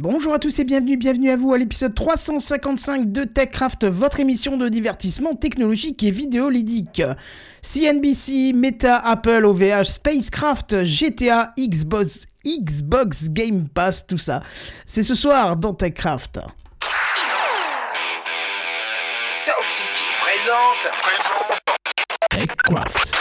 Bonjour à tous et bienvenue à vous à l'épisode 355 de TechCraft, votre émission de divertissement technologique et vidéoludique. CNBC, Meta, Apple, OVH, Spacecraft, GTA, Xbox Game Pass, tout ça. C'est ce soir dans TechCraft. Sound City présente TechCraft.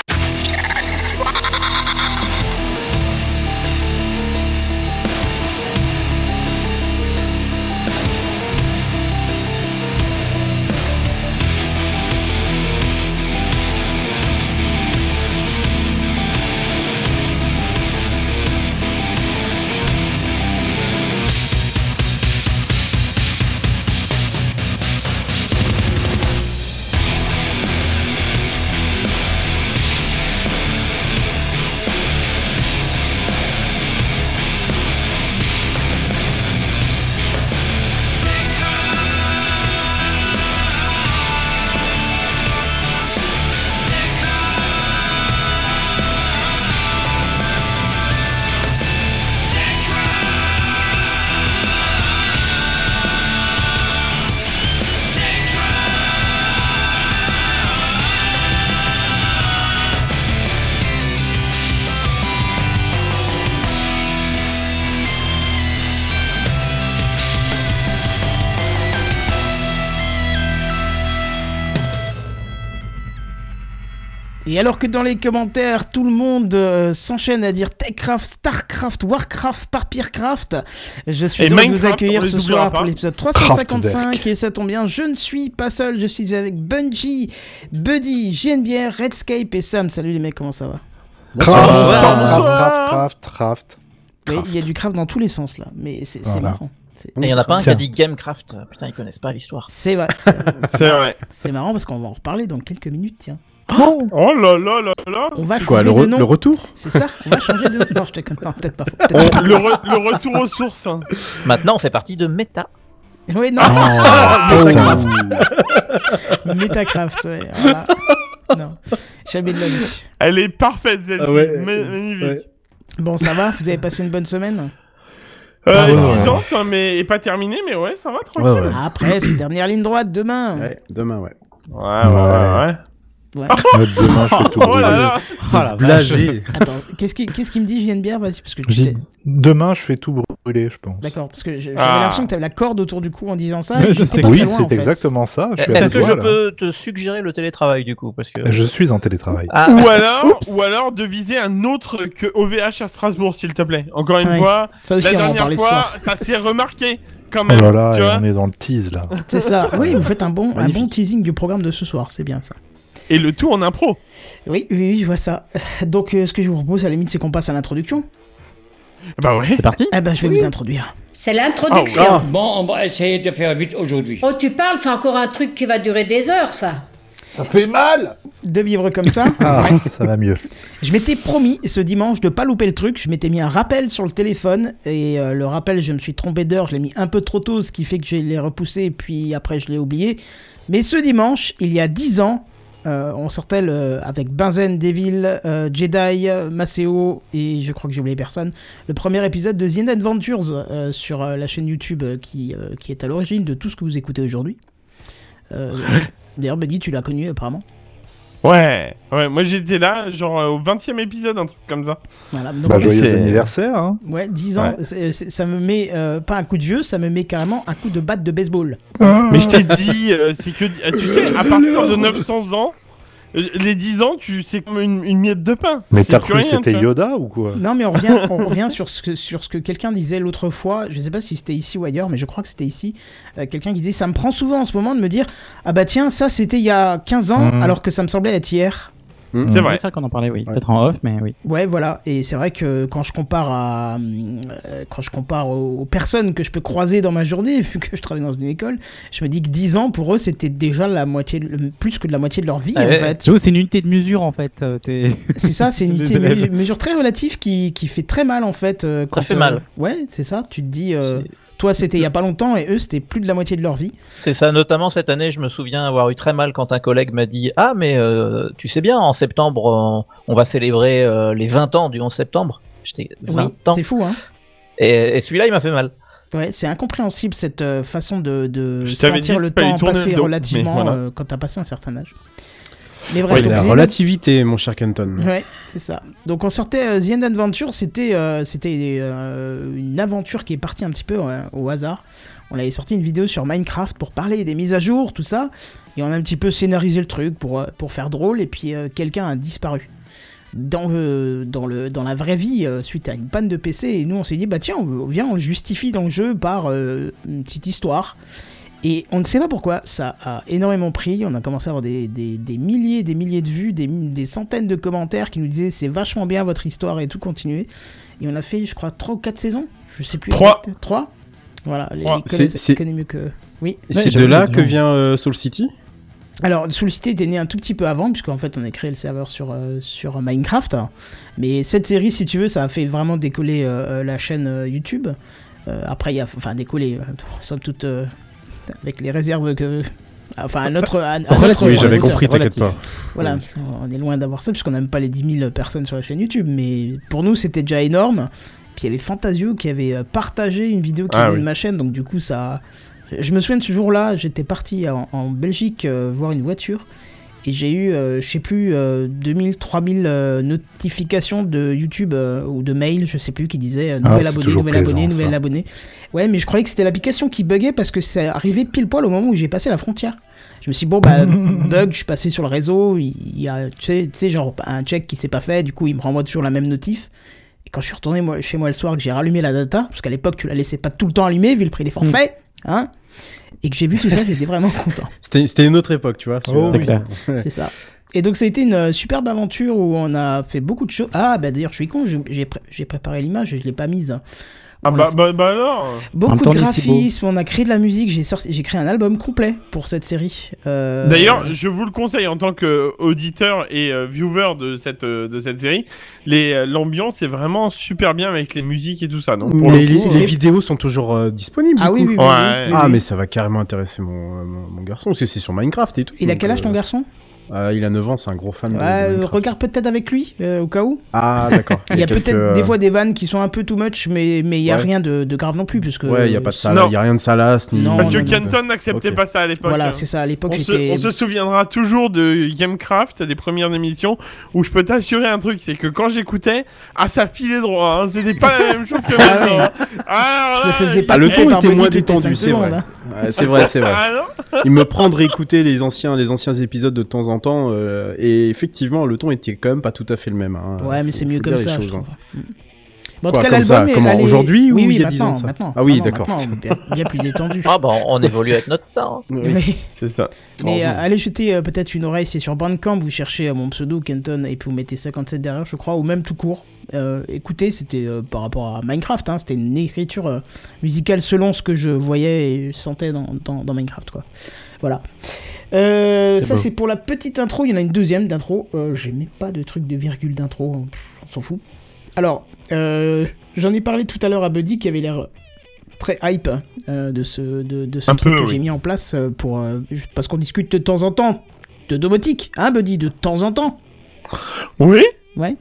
Et alors que dans les commentaires, tout le monde s'enchaîne à dire Techcraft, Starcraft, Warcraft, Parpircraft, je suis heureux de vous accueillir ce soir pour l'épisode 355 et ça tombe bien, je ne suis pas seul, je suis avec Bungie, Buddy, JNBR, Redscape et Sam. Salut les mecs, comment ça va? Craft. Oui, il y a du craft dans tous les sens là, mais c'est marrant. Et il y en a pas un qui a dit Gamecraft. Putain, ils connaissent pas l'histoire. C'est vrai. C'est vrai. C'est marrant parce qu'on va en reparler dans quelques minutes, tiens. Oh là là là là. On va Quoi, changer de nom. le retour? C'est ça, on va changer de nom. Non, je te connais. Non, peut-être pas. Le retour aux sources. Hein. Maintenant, on fait partie de Meta. Oui, non. Metacraft. Metacraft, ouais. Voilà. Non, jamais de la vie. Elle est parfaite, celle-ci. Ah ouais, magnifique. ouais. Bon, ça va? Vous avez passé une bonne semaine? Épuisante, hein, mais pas terminée, mais ouais, ça va, tranquille. Ouais. Ah, presque, dernière ligne droite, demain. Ouais, demain, ouais. Ouais. Ouais. Demain, je fais tout Oh là brûler. là. Blasé. Attends, qu'est-ce qui me dit, JNBR? Vas-y, parce que tu t'es... Demain, je fais tout brûler, je pense. D'accord, parce que j'avais l'impression que tu avais la corde autour du cou en disant ça. Et Je sais. pas Oui, très loin, en c'est fait. exactement ça. Je suis à Est-ce deux que je doigts, là. peux te suggérer le télétravail du coup parce que... Je suis en télétravail. Ah, Ou alors de viser un autre que OVH à Strasbourg, s'il te plaît. Encore une Ouais. fois, Ça aussi, la on va en dernière parler ce fois, soir. ça s'est remarqué quand Oh même. là là, tu et vois on est dans le tease, là. C'est ça. Oui, vous faites un bon Magnifique. teasing du programme de ce soir, c'est bien ça. Et le tout en impro. Oui, je vois ça. Donc, ce que je vous propose, à la limite, c'est qu'on passe à l'introduction. Bah ouais. C'est parti. Eh ben, je vais vous introduire. C'est l'introduction. Ah. Bon, on va essayer de faire vite aujourd'hui. Oh, tu parles, c'est encore un truc qui va durer des heures, ça. Ça fait mal. De vivre comme ça. Ah, ça va mieux. Je m'étais promis ce dimanche de pas louper le truc. Je m'étais mis un rappel sur le téléphone et le rappel, je me suis trompé d'heure. Je l'ai mis un peu trop tôt, ce qui fait que je l'ai repoussé. Puis après, je l'ai oublié. Mais ce dimanche, il y a 10 ans, on sortait avec Benzen, Devil, Jedi, Maceo et je crois que j'ai oublié personne. Le premier épisode de The Adventures sur la chaîne YouTube qui est à l'origine de tout ce que vous écoutez aujourd'hui. D'ailleurs, Buddy, tu l'as connu apparemment. Ouais, moi j'étais là, genre au 20e épisode, un truc comme ça. Voilà. Donc, Bah, joyeux c'est- anniversaire, hein. Ouais, 10 ans, ça me met pas un coup de vieux, ça me met carrément un coup de batte de baseball. Mais je t'ai dit, c'est que, tu sais, à partir de 900 ans, les 10 ans, c'est comme une miette de pain. Mais C'est t'as plus cru que rien, c'était tu vois. Yoda ou quoi? Non, mais on revient sur ce que quelqu'un disait l'autre fois, je sais pas si c'était ici ou ailleurs, mais je crois que c'était ici, quelqu'un qui disait, ça me prend souvent en ce moment de me dire, ah bah tiens, ça c'était il y a 15 ans, alors que ça me semblait être hier. C'est vrai. C'est ça qu'on en parlait, oui. Peut-être en off, mais oui. Ouais, voilà, et c'est vrai que quand je compare aux personnes que je peux croiser dans ma journée, vu que je travaille dans une école, je me dis que 10 ans, pour eux, c'était déjà plus que de la moitié de leur vie, Ah en ouais. fait. C'est une unité de mesure, en fait. C'est ça, c'est une Les unité de élèves. mesure très relative qui fait très mal, en fait. Quand, fait mal. Ouais, c'est ça, tu te dis... C'est- Toi, c'était il y a pas longtemps et eux, c'était plus de la moitié de leur vie. C'est ça, notamment cette année, je me souviens avoir eu très mal quand un collègue m'a dit « Ah, mais tu sais bien, en septembre, on va célébrer les 20 ans du 11 septembre. » J'étais 20 Oui, ans. c'est fou, hein. Et celui-là, il m'a fait mal. Ouais, c'est incompréhensible cette façon de Je t'avais dit sentir le qu'il fallait temps tourner passer le dos, relativement mais voilà. quand t'as passé un certain âge. Mais bref, Ouais, donc la Zen- relativité, mon cher Kenton. Ouais, c'est ça. Donc on sortait The End Adventure, c'était une aventure qui est partie un petit peu au hasard. On avait sorti une vidéo sur Minecraft pour parler des mises à jour, tout ça, et on a un petit peu scénarisé le truc pour faire drôle, et puis quelqu'un a disparu dans la vraie vie suite à une panne de PC, et nous on s'est dit bah tiens, on le justifie dans le jeu par une petite histoire. Et on ne sait pas pourquoi, ça a énormément pris, on a commencé à avoir des milliers de vues, des centaines de commentaires qui nous disaient c'est vachement bien votre histoire et tout continuer. Et on a fait, je crois, 3 ou 4 saisons, je sais plus. 3. 3 Voilà, les C'est- connaissent mieux que... Oui. Et c'est de j'avais là dit que non. vient Soul City. Alors, Soul City était né un tout petit peu avant, puisqu'en fait, on a créé le serveur sur Minecraft. Mais cette série, si tu veux, ça a fait vraiment décoller la chaîne YouTube. Après, il y a... Enfin, décoller, somme toute... avec les réserves que... Enfin, à notre... Oui, j'avais auditeur. compris, t'inquiète pas. Voilà, Oui. parce qu'on est loin d'avoir ça, puisqu'on n'a même pas les 10 000 personnes sur la chaîne YouTube. Mais pour nous, c'était déjà énorme. Puis il y avait Fantasio qui avait partagé une vidéo qui venait de ma chaîne, donc du coup, ça... Je me souviens de ce jour-là, j'étais parti en Belgique voir une voiture, et j'ai eu, je sais plus, 2000, 3000 notifications de YouTube ou de mail, je sais plus, qui disaient nouvel c'est abonné, toujours nouvel abonné, plaisant, nouvel ça. abonné. Ouais, mais je croyais que c'était l'application qui buguait parce que c'est arrivé pile poil au moment où j'ai passé la frontière. Je me suis dit, bon, bah, bug, je suis passé sur le réseau, il y a, tu sais, genre un check qui s'est pas fait, du coup, il me renvoie toujours la même notif. Et quand je suis retourné chez moi le soir, que j'ai rallumé la data, parce qu'à l'époque, tu la laissais pas tout le temps allumée, vu le prix des forfaits, hein, et que j'ai vu tout ça, j'étais vraiment content. C'était une autre époque, tu vois. C'est clair. C'est ça. Et donc ça a été une superbe aventure où on a fait beaucoup de choses. Ah bah d'ailleurs je suis con, j'ai préparé l'image et je l'ai pas mise. Ah On bah, a bah alors En beaucoup même de temps, il est si beau. graphismes, on a créé de la musique, j'ai créé un album complet pour cette série. D'ailleurs, je vous le conseille en tant qu'auditeur et viewer de cette série. L'ambiance est vraiment super bien avec les musiques et tout ça. Donc, pour Mais le coup, les vidéos sont toujours disponibles. Ah du oui, coup. oui, oui, Ouais. oui, oui, Ah, oui. mais ça va carrément intéresser mon garçon, parce que c'est sur Minecraft et tout. Il a donc, quel âge ton garçon? Il a 9 ans, c'est un gros fan de Ouais, Minecraft. regarde peut-être avec lui, au cas où. Ah, d'accord. Il y a quelques, peut-être des fois des vannes qui sont un peu too much, mais il y a Ouais. rien de grave non plus, parce que... Ouais, il y a pas de Non. salace, il y a rien de salace. Ni... Non, parce que non, Kenton n'acceptait Ok. pas ça à l'époque. Voilà, hein. c'est ça, à l'époque On j'étais... se souviendra toujours de Gamecraft, des premières émissions, où je peux t'assurer un truc, c'est que quand j'écoutais, ça filait droit, hein, c'était pas la même chose que maintenant. ouais. Ah, Je le faisais pas le piquer ton par était Buddy moins toutes les détendu, 5 c'est vrai. secondes, hein. Ouais, c'est vrai, c'est vrai. Ah non. Il me prend de réécouter les anciens épisodes de temps en temps, et effectivement, le ton était quand même pas tout à fait le même. Hein. Ouais, mais c'est mieux Faut comme dire les ça, je choses, trouve. hein. Bon, en Quoi, tout cas, comme ça, l'album est comment, allé- aujourd'hui ou oui, il y a 10 maintenant, ans, ça maintenant. Ah oui, Non, d'accord. maintenant, bien plus détendu. Ah bah on évolue avec notre temps. Oui. Oui. C'est ça. Mais Heureusement. allez jeter peut-être une oreille, c'est sur Bandcamp, vous cherchez mon pseudo Kenton et puis vous mettez 57 derrière, je crois, ou même tout court. Écoutez, c'était par rapport à Minecraft, hein, c'était une écriture musicale selon ce que je voyais et sentais dans Minecraft, quoi. Voilà. Ça, beau. c'est pour la petite intro. Il y en a une deuxième d'intro. J'ai même pas de truc de virgule d'intro. On s'en fout. Alors, j'en ai parlé tout à l'heure à Buddy qui avait l'air très hype de ce Un truc peu, que oui. j'ai mis en place parce qu'on discute de temps en temps de domotique, hein Buddy, de temps en temps. Oui. Ouais.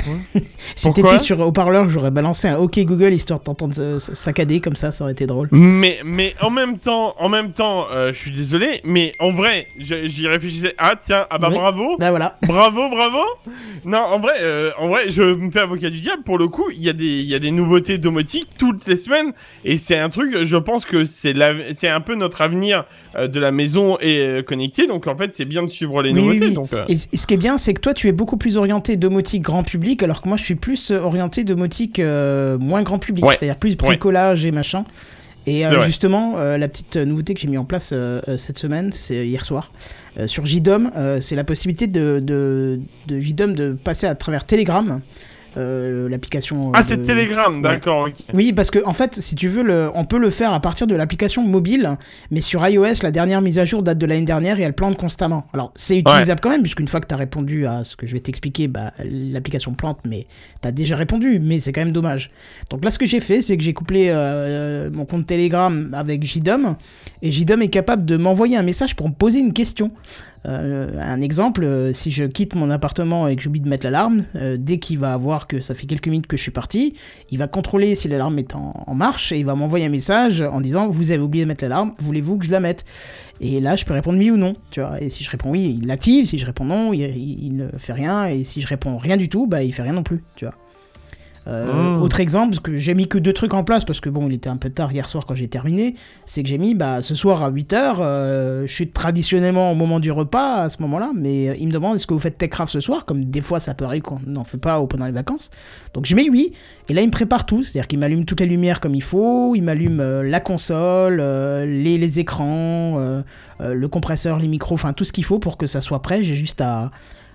Si Pourquoi t'étais sur haut-parleur, j'aurais balancé un OK Google histoire de t'entendre saccader comme ça aurait été drôle. Mais en même temps, je suis désolé, mais en vrai, j'y réfléchissais. Ah tiens, ah bah Oui. bravo. Bah voilà. Bravo. Non, en vrai, je me fais avocat du diable. Pour le coup, il y a des nouveautés domotiques toutes les semaines, et c'est un truc. Je pense que c'est un peu notre avenir de la maison et connectée. Donc en fait, c'est bien de suivre les Oui, nouveautés. oui, oui. Donc, Et ce qui est bien, c'est que toi, tu es beaucoup plus orienté domotique grand public, alors que moi, je suis plus orienté domotique moins grand public, Ouais. c'est-à-dire plus bricolage et machin. Et C'est vrai. justement, la petite nouveauté que j'ai mis en place cette semaine, c'est hier soir, sur JDOM, c'est la possibilité de JDOM de passer à travers Telegram. L'application. c'est Telegram, d'accord. ok. Oui, parce que en fait, si tu veux, on peut le faire à partir de l'application mobile, mais sur iOS, la dernière mise à jour date de l'année dernière et elle plante constamment. Alors, c'est utilisable quand même, puisqu'une fois que tu as répondu à ce que je vais t'expliquer, bah, l'application plante, mais tu as déjà répondu, mais c'est quand même dommage. Donc là, ce que j'ai fait, c'est que j'ai couplé mon compte Telegram avec JDOM, et JDOM est capable de m'envoyer un message pour me poser une question. Un exemple, si je quitte mon appartement et que j'oublie de mettre l'alarme, dès qu'il va voir que ça fait quelques minutes que je suis parti, il va contrôler si l'alarme est en marche et il va m'envoyer un message en disant « Vous avez oublié de mettre l'alarme, voulez-vous que je la mette ?» Et là, je peux répondre oui ou non, tu vois. Et si je réponds oui, il l'active. Si je réponds non, il ne fait rien. Et si je réponds rien du tout, bah, il fait rien non plus, tu vois. Autre exemple, parce que j'ai mis que 2 trucs en place, parce que bon, il était un peu tard hier soir quand j'ai terminé, c'est que j'ai mis, ce soir à 8h, je suis traditionnellement au moment du repas, à ce moment-là, mais il me demande, est-ce que vous faites Techcraft ce soir? Comme des fois, ça peut arriver qu'on n'en fait pas pendant les vacances. Donc je mets oui, et là, il me prépare tout, c'est-à-dire qu'il m'allume toutes les lumières comme il faut, il m'allume la console, les écrans, le compresseur, les micros, enfin tout ce qu'il faut pour que ça soit prêt. J'ai juste à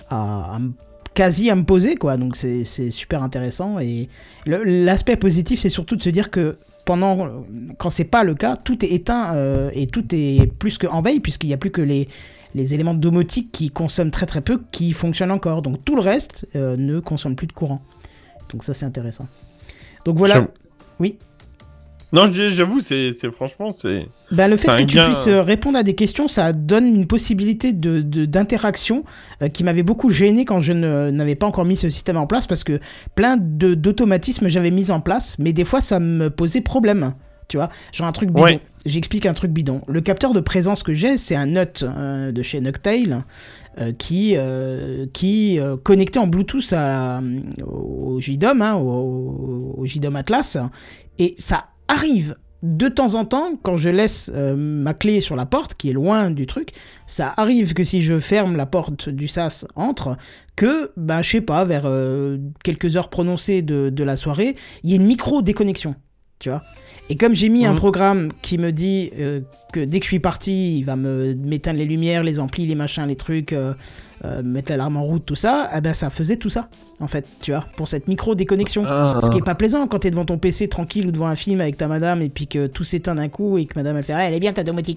me poser, quoi. Donc c'est super intéressant. Et l'aspect positif, c'est surtout de se dire que quand c'est pas le cas, tout est éteint et tout est plus qu'en veille, puisqu'il n'y a plus que les éléments de domotique qui consomment très très peu qui fonctionnent encore. Donc tout le reste ne consomme plus de courant. Donc ça, c'est intéressant. Donc voilà. Oui. Non, j'avoue, c'est franchement, c'est... le fait que tu puisses répondre à des questions, ça donne une possibilité d'interaction qui m'avait beaucoup gêné quand je n'avais pas encore mis ce système en place, parce que plein d'automatismes j'avais mis en place, mais des fois ça me posait problème, tu vois. Genre un truc bidon. Ouais. J'explique un truc bidon. Le capteur de présence que j'ai, c'est un Nut de chez Noctail qui connecté en Bluetooth au JDOM, au JDOM Atlas, et ça arrive de temps en temps, quand je laisse ma clé sur la porte, qui est loin du truc, ça arrive que si je ferme la porte du sas que, je sais pas, vers quelques heures prononcées de la soirée, il y a une micro-déconnexion, tu vois. Et comme j'ai mis un programme qui me dit que dès que je suis parti, il va m'éteindre les lumières, les amplis, les machins, les trucs... mettre l'alarme en route, tout ça, ça faisait tout ça, en fait, tu vois, pour cette micro-déconnexion. Ce qui est pas plaisant quand t'es devant ton PC tranquille ou devant un film avec ta madame et puis que tout s'éteint d'un coup et que madame elle fait « elle est bien ta domotique ».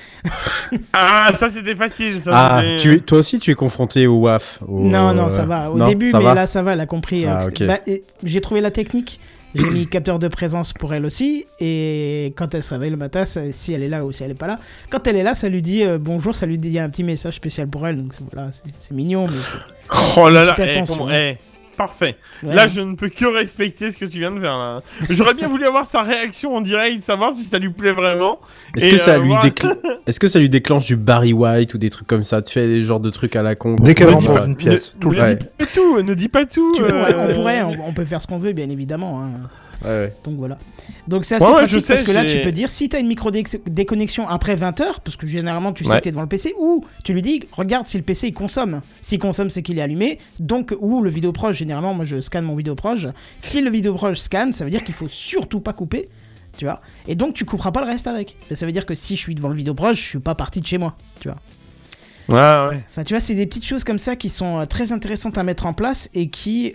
Ça c'était facile, ça. Toi aussi tu es confronté au WAF Non, ça va. Au début, mais là ça va, elle a compris. Okay. J'ai trouvé la technique. J'ai mis capteur de présence pour elle aussi, et quand elle se réveille le matin, si elle est là ou si elle est pas là, quand elle est là, ça lui dit bonjour, ça lui dit un petit message spécial pour elle, donc voilà, c'est mignon, mais c'est... Oh là là, parfait. Ouais. Là, je ne peux que respecter ce que tu viens de faire, là. J'aurais bien voulu avoir sa réaction en direct, savoir si ça lui plaît vraiment. Est-ce que ça lui déclenche du Barry White ou des trucs comme ça? Tu fais des genres de trucs à la con. Dès qu'elle rentre dans une pièce. Ne dis pas tout. On peut faire ce qu'on veut, bien évidemment. Hein. Ouais. Donc voilà. Donc c'est assez pratique parce que là tu peux dire si t'as une micro-déconnexion après 20h, parce que généralement tu sais que t'es devant le PC, ou tu lui dis regarde si le PC il consomme. S'il consomme, c'est qu'il est allumé. Donc, ou le vidéoproche, généralement moi je scanne mon vidéoproche. Si le vidéoproche scanne, ça veut dire qu'il faut surtout pas couper, tu vois. Et donc tu couperas pas le reste avec. Ça veut dire que si je suis devant le vidéoproche, je suis pas parti de chez moi, tu vois. Ouais. Enfin, tu vois, c'est des petites choses comme ça qui sont très intéressantes à mettre en place et qui,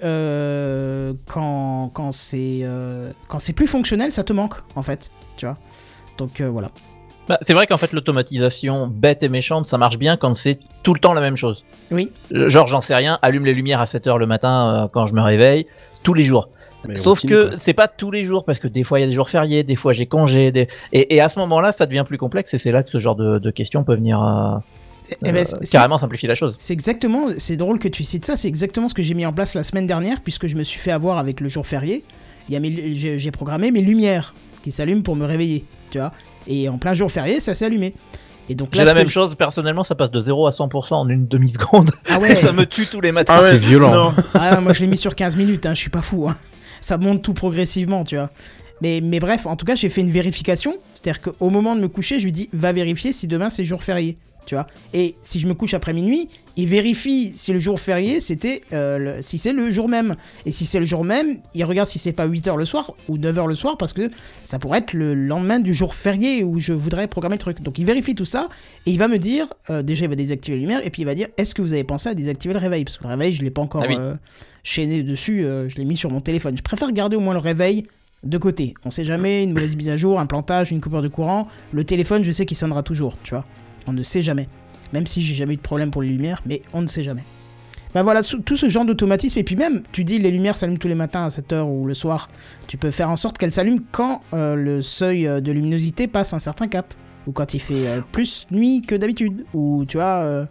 quand c'est plus fonctionnel, ça te manque, en fait, tu vois. Donc, voilà. C'est vrai qu'en fait, l'automatisation bête et méchante, ça marche bien quand c'est tout le temps la même chose. Oui. Genre, j'en sais rien, allume les lumières à 7h le matin quand je me réveille, tous les jours. Mais sauf que c'est pas tous les jours, parce que des fois il y a des jours fériés, des fois j'ai congé, et à ce moment-là, ça devient plus complexe, et c'est là que ce genre de questions peut venir... carrément simplifier la chose. C'est drôle que tu cites ça, c'est exactement ce que j'ai mis en place la semaine dernière, puisque je me suis fait avoir avec le jour férié. J'ai programmé mes lumières qui s'allument pour me réveiller, tu vois. Et en plein jour férié, ça s'est allumé. Et donc là, j'ai la même chose, personnellement, ça passe de 0 à 100% en une demi-seconde. Ah ouais. Ça me tue tous les matins. C'est violent. Moi je l'ai mis sur 15 minutes, je suis pas fou. Ça monte tout progressivement, tu vois. Mais bref, en tout cas, j'ai fait une vérification. C'est-à-dire qu'au moment de me coucher, je lui dis va vérifier si demain c'est jour férié, tu vois. Et si je me couche après minuit, il vérifie si le jour férié c'était si c'est le jour même. Et si c'est le jour même, il regarde si c'est pas 8h le soir ou 9h le soir, parce que ça pourrait être le lendemain du jour férié où je voudrais programmer le truc. Donc il vérifie tout ça et il va me dire déjà il va désactiver les lumières et puis il va dire est-ce que vous avez pensé à désactiver le réveil, parce que le réveil je l'ai pas encore chaîné dessus, je l'ai mis sur mon téléphone. Je préfère garder au moins le réveil de côté, on sait jamais, une mauvaise mise à jour, un plantage, une coupure de courant, le téléphone je sais qu'il sonnera toujours, tu vois, on ne sait jamais, même si j'ai jamais eu de problème pour les lumières, mais on ne sait jamais. Voilà, tout ce genre d'automatisme, et puis même, tu dis les lumières s'allument tous les matins à 7h ou le soir, tu peux faire en sorte qu'elles s'allument quand le seuil de luminosité passe un certain cap, ou quand il fait plus nuit que d'habitude, ou tu vois...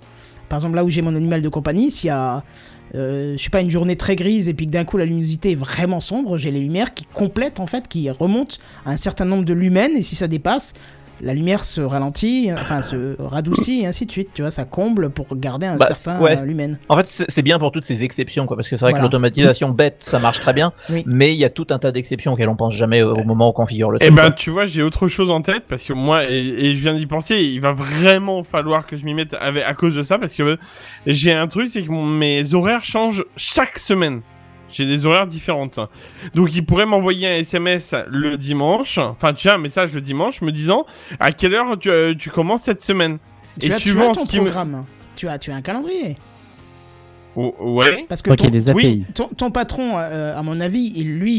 Par exemple, là où j'ai mon animal de compagnie, s'il y a, je sais pas, une journée très grise et puis que d'un coup la luminosité est vraiment sombre, j'ai les lumières qui complètent en fait, qui remontent à un certain nombre de lumens et si ça dépasse, la lumière se ralentit, enfin se radoucit et ainsi de suite, tu vois, ça comble pour garder un certain lumen. En fait, c'est bien pour toutes ces exceptions, quoi, parce que c'est vrai que Voilà. l'automatisation bête, ça marche très bien, Oui. mais il y a tout un tas d'exceptions auxquelles on pense jamais au moment où on configure le Eh truc. ben, quoi. tu vois, j'ai autre chose en tête parce que moi, et je viens d'y penser, il va vraiment falloir que je m'y mette à cause de ça parce que j'ai un truc, c'est que mes horaires changent chaque semaine. J'ai des horaires différentes. Donc, il pourrait m'envoyer un SMS le dimanche, enfin, tu as un message le dimanche me disant à quelle heure tu commences cette semaine. Tu as ton programme, tu as un calendrier. Ouais. Parce que qu'il y ait des API. Ton patron, à mon avis,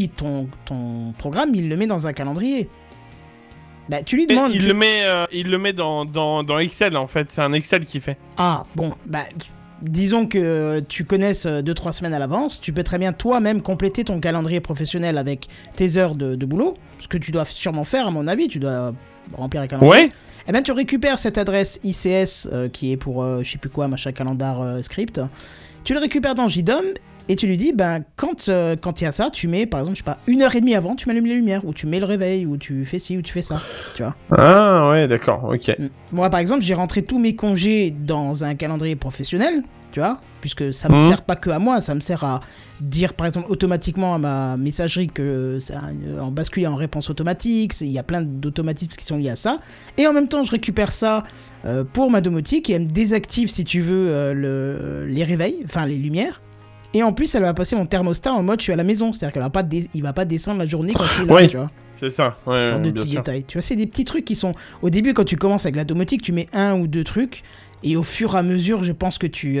ton programme, il le met dans un calendrier. Bah, tu lui demandes. Il le met dans Excel en fait. C'est un Excel qui fait. Ah bon, bah disons que tu connaisses 2-3 semaines à l'avance, tu peux très bien toi-même compléter ton calendrier professionnel avec tes heures de boulot, ce que tu dois sûrement faire à mon avis, tu dois remplir un calendrier. Ouais. Et bien tu récupères cette adresse ICS qui est pour je sais plus quoi, machin calendar script. Tu le récupères dans JDOM et tu lui dis ben quand il y a ça, tu mets par exemple je sais pas 1h30 avant, tu m'allumes les lumières ou tu mets le réveil ou tu fais ci ou tu fais ça, tu vois. Ah ouais, d'accord, OK. Moi par exemple, j'ai rentré tous mes congés dans un calendrier professionnel, tu vois, puisque ça me sert pas que à moi, ça me sert à dire par exemple automatiquement à ma messagerie que ça en bascule en réponse automatique, il y a plein d'automatismes qui sont liés à ça, et en même temps je récupère ça pour ma domotique et elle me désactive si tu veux les réveils, enfin les lumières. Et en plus, elle va passer mon thermostat en mode je suis à la maison, c'est-à-dire qu'il va pas descendre la journée quand je suis là, ouais, tu vois. C'est ça, ouais, genre de petits détails. Tu vois, c'est des petits trucs qui sont... Au début, quand tu commences avec la domotique, tu mets 1 ou 2 trucs, et au fur et à mesure, je pense que tu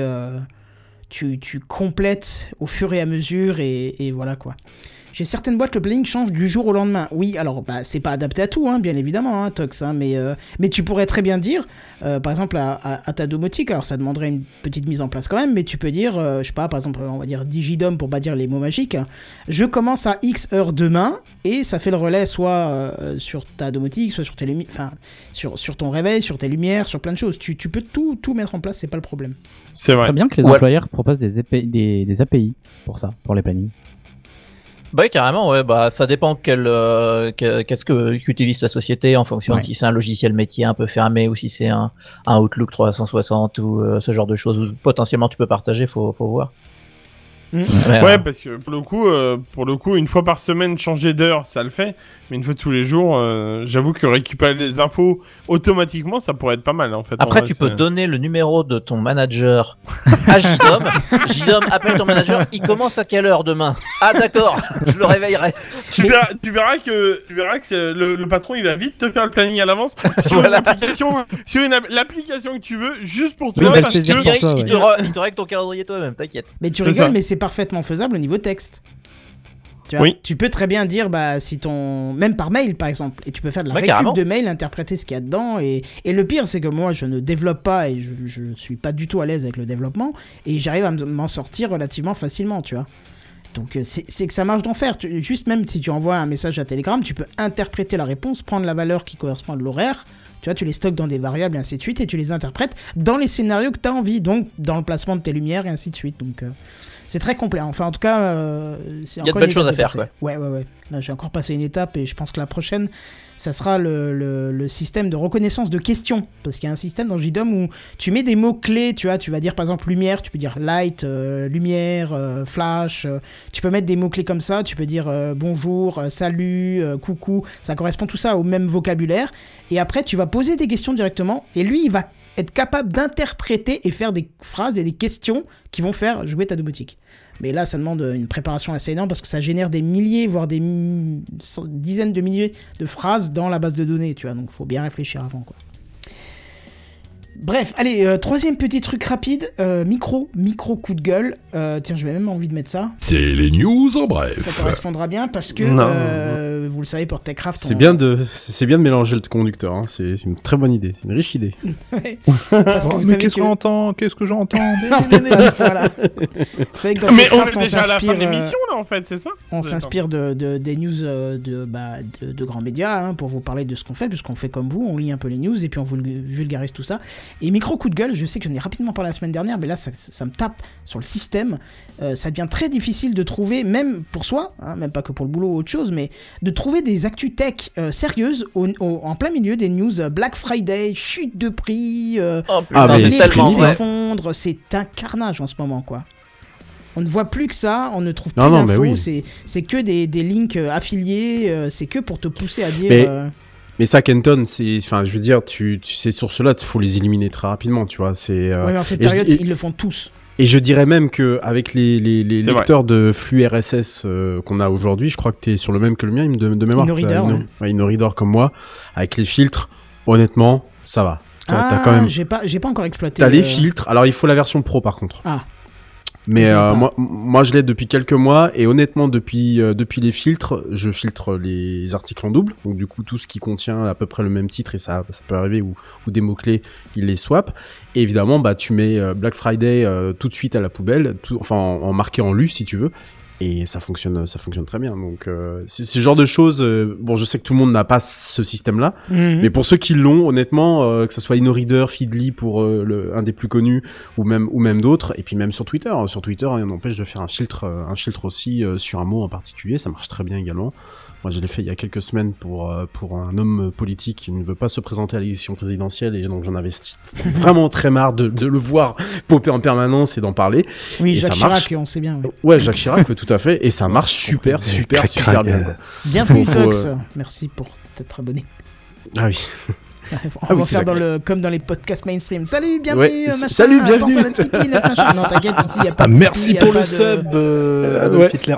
complètes au fur et à mesure, et voilà quoi. J'ai certaines boîtes, le planning change du jour au lendemain. Oui, alors, bah, c'est pas adapté à tout, hein, bien évidemment, hein, Tox, hein, mais tu pourrais très bien dire, par exemple, à ta domotique, alors ça demanderait une petite mise en place quand même, mais tu peux dire, je sais pas, par exemple, on va dire Digidom pour pas dire les mots magiques, je commence à X heures demain, et ça fait le relais soit sur ta domotique, soit sur tes lumières, enfin, sur ton réveil, sur tes lumières, sur plein de choses. Tu peux tout mettre en place, c'est pas le problème. C'est vrai. C'est bien que les employeurs proposent des API pour ça, pour les plannings. Bah oui, carrément, ouais, bah ça dépend qu'est-ce qu'utilise la société en fonction de si c'est un logiciel métier un peu fermé ou si c'est un Outlook 360 ou ce genre de choses où potentiellement tu peux partager, faut voir. Ouais, parce que pour le coup, une fois par semaine, changer d'heure, ça le fait. Mais une fois tous les jours, j'avoue que récupérer les infos automatiquement, ça pourrait être pas mal en fait. Après, tu peux donner le numéro de ton manager à JDOM. JDOM appelle ton manager. Il commence à quelle heure demain? Ah d'accord, je le réveillerai. Tu verras que le patron il va vite te faire le planning à l'avance sur l'application que tu veux juste pour toi. Oui, parce que il te règle ton calendrier toi-même, t'inquiète. Mais tu rigoles, mais c'est parfaitement faisable au niveau texte. Tu vois, tu peux très bien dire, bah, si même par mail par exemple, et tu peux faire de la récup de mail, interpréter ce qu'il y a dedans, et le pire c'est que moi je ne développe pas et je suis pas du tout à l'aise avec le développement, et j'arrive à m'en sortir relativement facilement, tu vois. Donc c'est que ça marche d'enfer. Juste même si tu envoies un message à Telegram, tu peux interpréter la réponse, prendre la valeur qui correspond à l'horaire, tu vois, tu les stockes dans des variables et ainsi de suite, et tu les interprètes dans les scénarios que tu as envie, donc dans le placement de tes lumières et ainsi de suite. Donc c'est très complet. Enfin, en tout cas, c'est il y a de bonnes choses à faire, quoi. Ouais. Là, j'ai encore passé une étape et je pense que la prochaine, ça sera le système de reconnaissance de questions. Parce qu'il y a un système dans JDOM où tu mets des mots-clés, tu vois, tu vas dire par exemple lumière, tu peux dire light, lumière, flash, tu peux mettre des mots-clés comme ça, tu peux dire bonjour, salut, coucou, ça correspond tout ça au même vocabulaire. Et après, tu vas poser tes questions directement et lui, il va être capable d'interpréter et faire des phrases et des questions qui vont faire jouer ta domotique. Mais là, ça demande une préparation assez énorme parce que ça génère des milliers, voire des dizaines de milliers de phrases dans la base de données, tu vois. Donc, il faut bien réfléchir avant, quoi. Bref, allez, troisième petit truc rapide, micro coup de gueule. Tiens, j'ai même envie de mettre ça. C'est les news en bref. Ça correspondra bien parce que vous le savez, pour TechCraft... C'est bien de mélanger le conducteur, hein. C'est une très bonne idée, c'est une riche idée. Ouais. Parce que vous mais savez qu'est-ce que... qu'on entend? Qu'est-ce que j'entends? Non, voilà. Vous savez que dans Mais on TechCraft, est déjà à la fin de s'inspire, l'émission, là, en fait, c'est ça? on s'inspire des news de grands médias hein, pour vous parler de ce qu'on fait, puisqu'on fait comme vous, on lit un peu les news et puis on vulgarise tout ça. Et micro coup de gueule, je sais que j'en ai rapidement parlé la semaine dernière, mais là ça me tape sur le système. Ça devient très difficile de trouver, même pour soi, hein, même pas que pour le boulot ou autre chose, mais de trouver des actus tech sérieuses en plein milieu des news Black Friday, chute de prix, mais les c'est prix tellement vrai. s'effondrent, c'est un carnage en ce moment quoi. On ne voit plus que ça, on ne trouve plus Non, d'infos, mais oui. c'est que des links affiliés, c'est que pour te pousser à dire... Mais ça, Kenton, enfin, je veux dire, ces sources-là, il faut les éliminer très rapidement, tu vois. Ouais, mais en cette et période, ils le font tous. Et je dirais même que avec les C'est lecteurs de flux RSS qu'on a aujourd'hui, je crois que t'es sur le même que le mien, de mémoire. InnoReader, ouais. InnoReader comme moi, avec les filtres, honnêtement, ça va. T'as quand même... j'ai pas encore exploité. T'as les filtres. Alors, il faut la version pro, par contre. Ah. Mais moi, je l'ai depuis quelques mois et honnêtement, depuis les filtres, je filtre les articles en double. Donc du coup, tout ce qui contient à peu près le même titre et ça peut arriver ou des mots clés, il les swap. Et évidemment, bah tu mets Black Friday tout de suite à la poubelle, en marqué en lu si tu veux. Et ça fonctionne très bien. Donc c'est ce genre de choses. Bon, je sais que tout le monde n'a pas ce système-là, mais pour ceux qui l'ont, honnêtement, que ça soit InnoReader, Feedly pour un des plus connus, ou même d'autres, et puis même sur Twitter. Sur Twitter, rien n'empêche de faire un filtre aussi sur un mot en particulier. Ça marche très bien également. Moi, je l'ai fait il y a quelques semaines pour un homme politique qui ne veut pas se présenter à l'élection présidentielle, et donc j'en avais vraiment très marre de le voir popper en permanence et d'en parler. Oui, et Jacques ça marche. Chirac, on sait bien. Oui. Ouais, Jacques Chirac, tout à fait, et ça marche super bien. Quoi. Bienvenue Tox, merci pour t'être abonné. Ah oui. On va faire comme dans les podcasts mainstream. Salut, bienvenue, machin. Salut, bienvenue. Pense à notre Tipeee, notre machin. Non, t'inquiète, ici, y a pas de merci Tipeee, pour y a le pas sub, Adolf Hitler.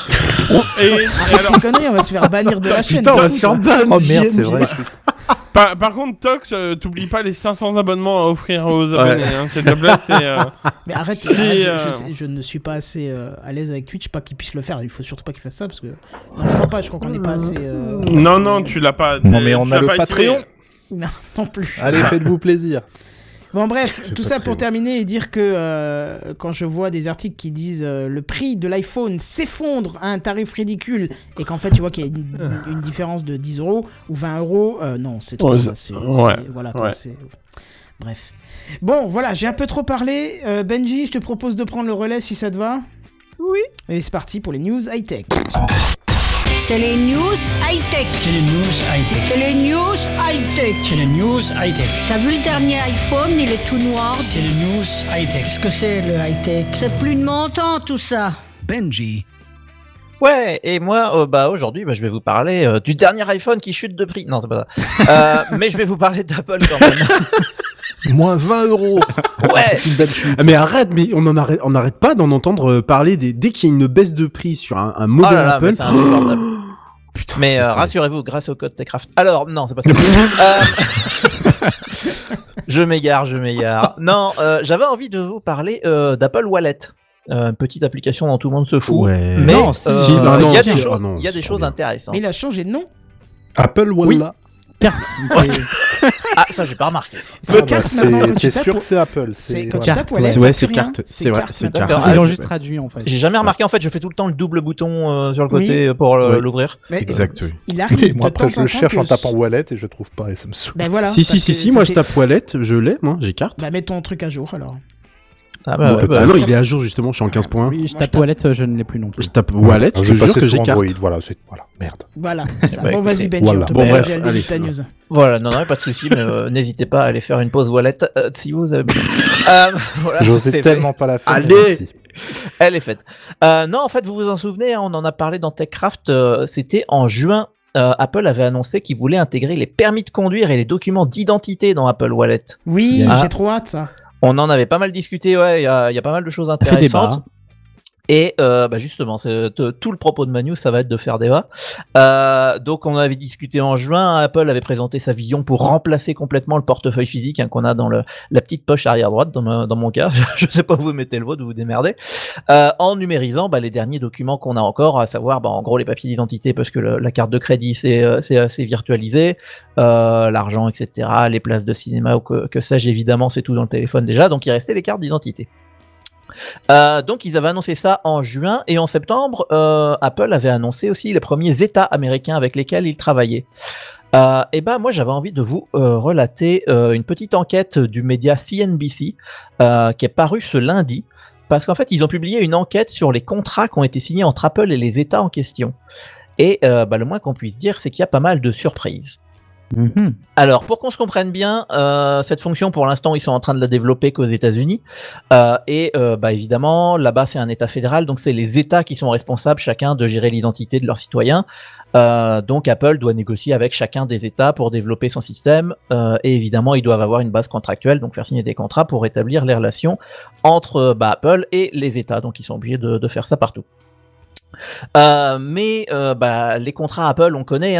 Arrête tes conneries, on va se faire bannir de la chaîne. Putain, on va se faire bannir. Oh merde, c'est vrai. Par contre, Tox, t'oublies pas les 500 abonnements à offrir aux abonnés, hein, s'il te plaît, Mais arrête, je ne suis pas assez à l'aise avec Twitch, pas qu'il puisse le faire, il faut surtout pas qu'il fasse ça, parce que... Non, je crois qu'on n'est pas assez... Non, tu l'as pas... Non, mais on a le Patreon. Non plus. Allez, faites-vous plaisir. Bon bref, tout ça pour terminer et dire que quand je vois des articles qui disent le prix de l'iPhone s'effondre à un tarif ridicule et qu'en fait tu vois qu'il y a une différence de 10 € ou 20 €, non, c'est trop. Voilà, quoi, c'est... Bref. Bon, voilà, j'ai un peu trop parlé. Benji, je te propose de prendre le relais si ça te va. Oui. Et c'est parti pour les news high-tech. C'est les news high-tech. C'est les news high-tech. C'est les news high-tech. C'est les news high-tech. T'as vu le dernier iPhone, il est tout noir. C'est les news high-tech. Qu'est-ce que c'est le high-tech? C'est plus de mon temps tout ça. Benji. Ouais, et moi, aujourd'hui, je vais vous parler du dernier iPhone qui chute de prix. Non, c'est pas ça. Mais je vais vous parler d'Apple quand même. Moins 20 €. Ouais. Une belle chute. Mais arrête, mais on n'arrête pas d'en entendre parler dès qu'il y a une baisse de prix sur un modèle Apple. Mais c'est insupportable. Putain, mais rassurez-vous, grâce au code TechCraft. Alors, non, c'est pas ça. Je m'égare. Non, j'avais envie de vous parler d'Apple Wallet. Petite application dont tout le monde se fout. Ouais. Mais non, il y a des choses intéressantes. Mais il a changé de nom. Apple Wallet. Carte. Ah, ça, j'ai pas remarqué. C'est carte maintenant. T'es sûr que c'est Apple? C'est quand tu carte. tapes Wallet. Ouais, c'est carte. C'est vrai, c'est D'accord. carte. Ils l'ont juste traduit en fait. J'ai jamais remarqué, en fait, je fais tout le temps le double bouton sur le côté pour l'ouvrir. Mais, Exact, oui. Il arrive Et moi, de temps après, je en le temps cherche que en tapant Wallet et je trouve pas et ça me saoule. Ben voilà. Si, moi je tape Wallet, je l'ai, moi, j'ai carte. Bah mets ton truc à jour alors. Ah Ah non, il est à jour justement, je suis en 15 points. Oui, je tape toilette, je ne l'ai plus non plus. Je tape Wallet, je te jure que j'ai carte. Voilà, merde. Voilà, c'est ça. Bah, Bon, vas-y, Benji, voilà. on te Bon, permet bref, de allez. ta news. Voilà, non, pas de souci, mais n'hésitez pas à aller faire une pause Wallet si vous avez. Voilà, J'osais c'est tellement pas la faire. Allez. merci. Elle est faite. Non, en fait, vous vous en souvenez, hein, on en a parlé dans TechCraft, c'était en juin. Apple avait annoncé qu'il voulait intégrer les permis de conduire et les documents d'identité dans Apple Wallet. Oui, Ah. j'ai trop hâte ça. On en avait pas mal discuté, ouais, il y a pas mal de choses Ça fait débat. intéressantes. Et justement, tout le propos de Manu, ça va être de faire débat. Donc on avait discuté en juin, Apple avait présenté sa vision pour remplacer complètement le portefeuille physique qu'on a dans la petite poche arrière droite, dans mon cas, je sais pas où vous mettez le vôtre, vous vous démerdez, en numérisant les derniers documents qu'on a encore, à savoir en gros les papiers d'identité, parce que la carte de crédit c'est virtualisé, l'argent, etc., les places de cinéma ou que sais-je, évidemment c'est tout dans le téléphone déjà, donc il restait les cartes d'identité. Donc ils avaient annoncé ça en juin, et en septembre Apple avait annoncé aussi les premiers États américains avec lesquels ils travaillaient. Moi j'avais envie de vous relater une petite enquête du média CNBC qui est parue ce lundi, parce qu'en fait ils ont publié une enquête sur les contrats qui ont été signés entre Apple et les États en question, et le moins qu'on puisse dire c'est qu'il y a pas mal de surprises. Alors, pour qu'on se comprenne bien, cette fonction, pour l'instant, ils sont en train de la développer qu'aux États-Unis. Évidemment, là-bas, c'est un État fédéral, donc c'est les États qui sont responsables, chacun, de gérer l'identité de leurs citoyens. Donc, Apple doit négocier avec chacun des États pour développer son système. Et évidemment, ils doivent avoir une base contractuelle, donc faire signer des contrats pour établir les relations entre Apple et les États. Donc, ils sont obligés de faire ça partout. Les contrats Apple, on connaît,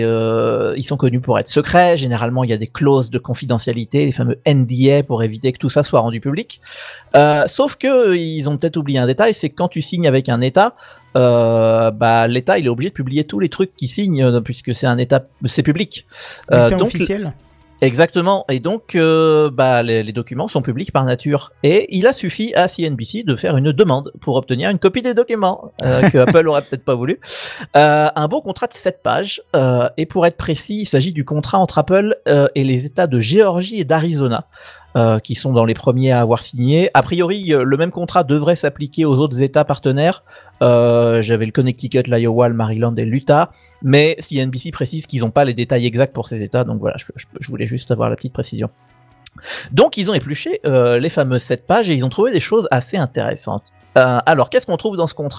ils sont connus pour être secrets. Généralement, il y a des clauses de confidentialité, les fameux NDA, pour éviter que tout ça soit rendu public. Sauf que ils ont peut-être oublié un détail, c'est que quand tu signes avec un État, l'État il est obligé de publier tous les trucs qu'il signe, puisque c'est un État, c'est public. Donc officiel. Exactement, et donc les documents sont publics par nature, et il a suffi à CNBC de faire une demande pour obtenir une copie des documents que Apple aurait peut-être pas voulu. Un beau contrat de 7 pages, et pour être précis, il s'agit du contrat entre Apple et les États de Géorgie et d'Arizona, qui sont dans les premiers à avoir signé. A priori, le même contrat devrait s'appliquer aux autres États partenaires. J'avais le Connecticut, l'Iowa, le Maryland et l'Utah, mais CNBC précise qu'ils n'ont pas les détails exacts pour ces États, donc voilà, je voulais juste avoir la petite précision. Donc ils ont épluché les fameuses 7 pages et ils ont trouvé des choses assez intéressantes. Alors, qu'est-ce qu'on trouve dans ce contrat ?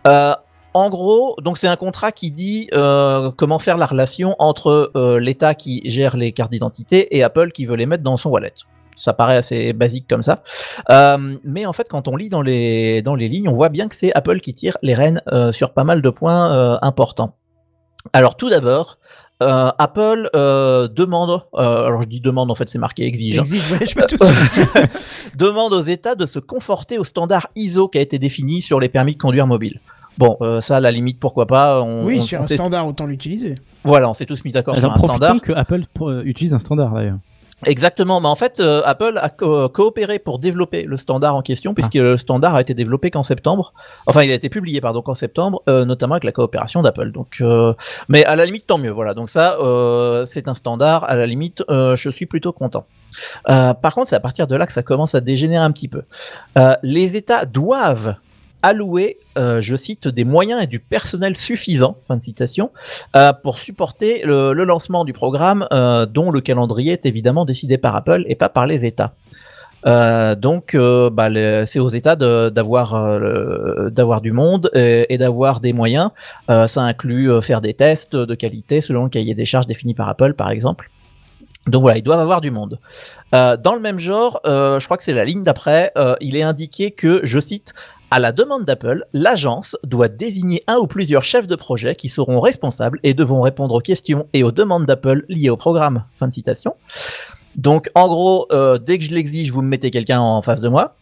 En gros, donc c'est un contrat qui dit comment faire la relation entre l'État qui gère les cartes d'identité et Apple qui veut les mettre dans son wallet. Ça paraît assez basique comme ça, mais en fait quand on lit dans les lignes, on voit bien que c'est Apple qui tire les rênes sur pas mal de points importants. Alors tout d'abord, Apple demande, alors je dis demande, en fait c'est marqué exige. Exige, ouais, je peux tout demande aux États de se conforter au standard ISO qui a été défini sur les permis de conduire mobile. Bon, ça à la limite pourquoi pas. Sur un standard autant l'utiliser. Voilà, on s'est tous mis d'accord sur un standard. Profitons que Apple utilise un standard d'ailleurs. Exactement, mais en fait Apple a coopéré pour développer le standard en question, puisque le standard a été développé qu'en septembre, enfin il a été publié qu'en septembre, notamment avec la coopération d'Apple, donc mais à la limite tant mieux, voilà, donc ça c'est un standard, à la limite je suis plutôt content. Par contre c'est à partir de là que ça commence à dégénérer un petit peu. Les États doivent allouer, je cite, des moyens et du personnel suffisants, fin de citation, pour supporter le lancement du programme, dont le calendrier est évidemment décidé par Apple et pas par les États. Donc c'est aux États d'avoir du monde et d'avoir des moyens. Ça inclut faire des tests de qualité selon le cahier des charges défini par Apple, par exemple. Donc voilà, ils doivent avoir du monde. Dans le même genre, je crois que c'est la ligne d'après, il est indiqué que, je cite, à la demande d'Apple, l'agence doit désigner un ou plusieurs chefs de projet qui seront responsables et devront répondre aux questions et aux demandes d'Apple liées au programme. Fin de citation. Donc en gros, dès que je l'exige, vous me mettez quelqu'un en face de moi.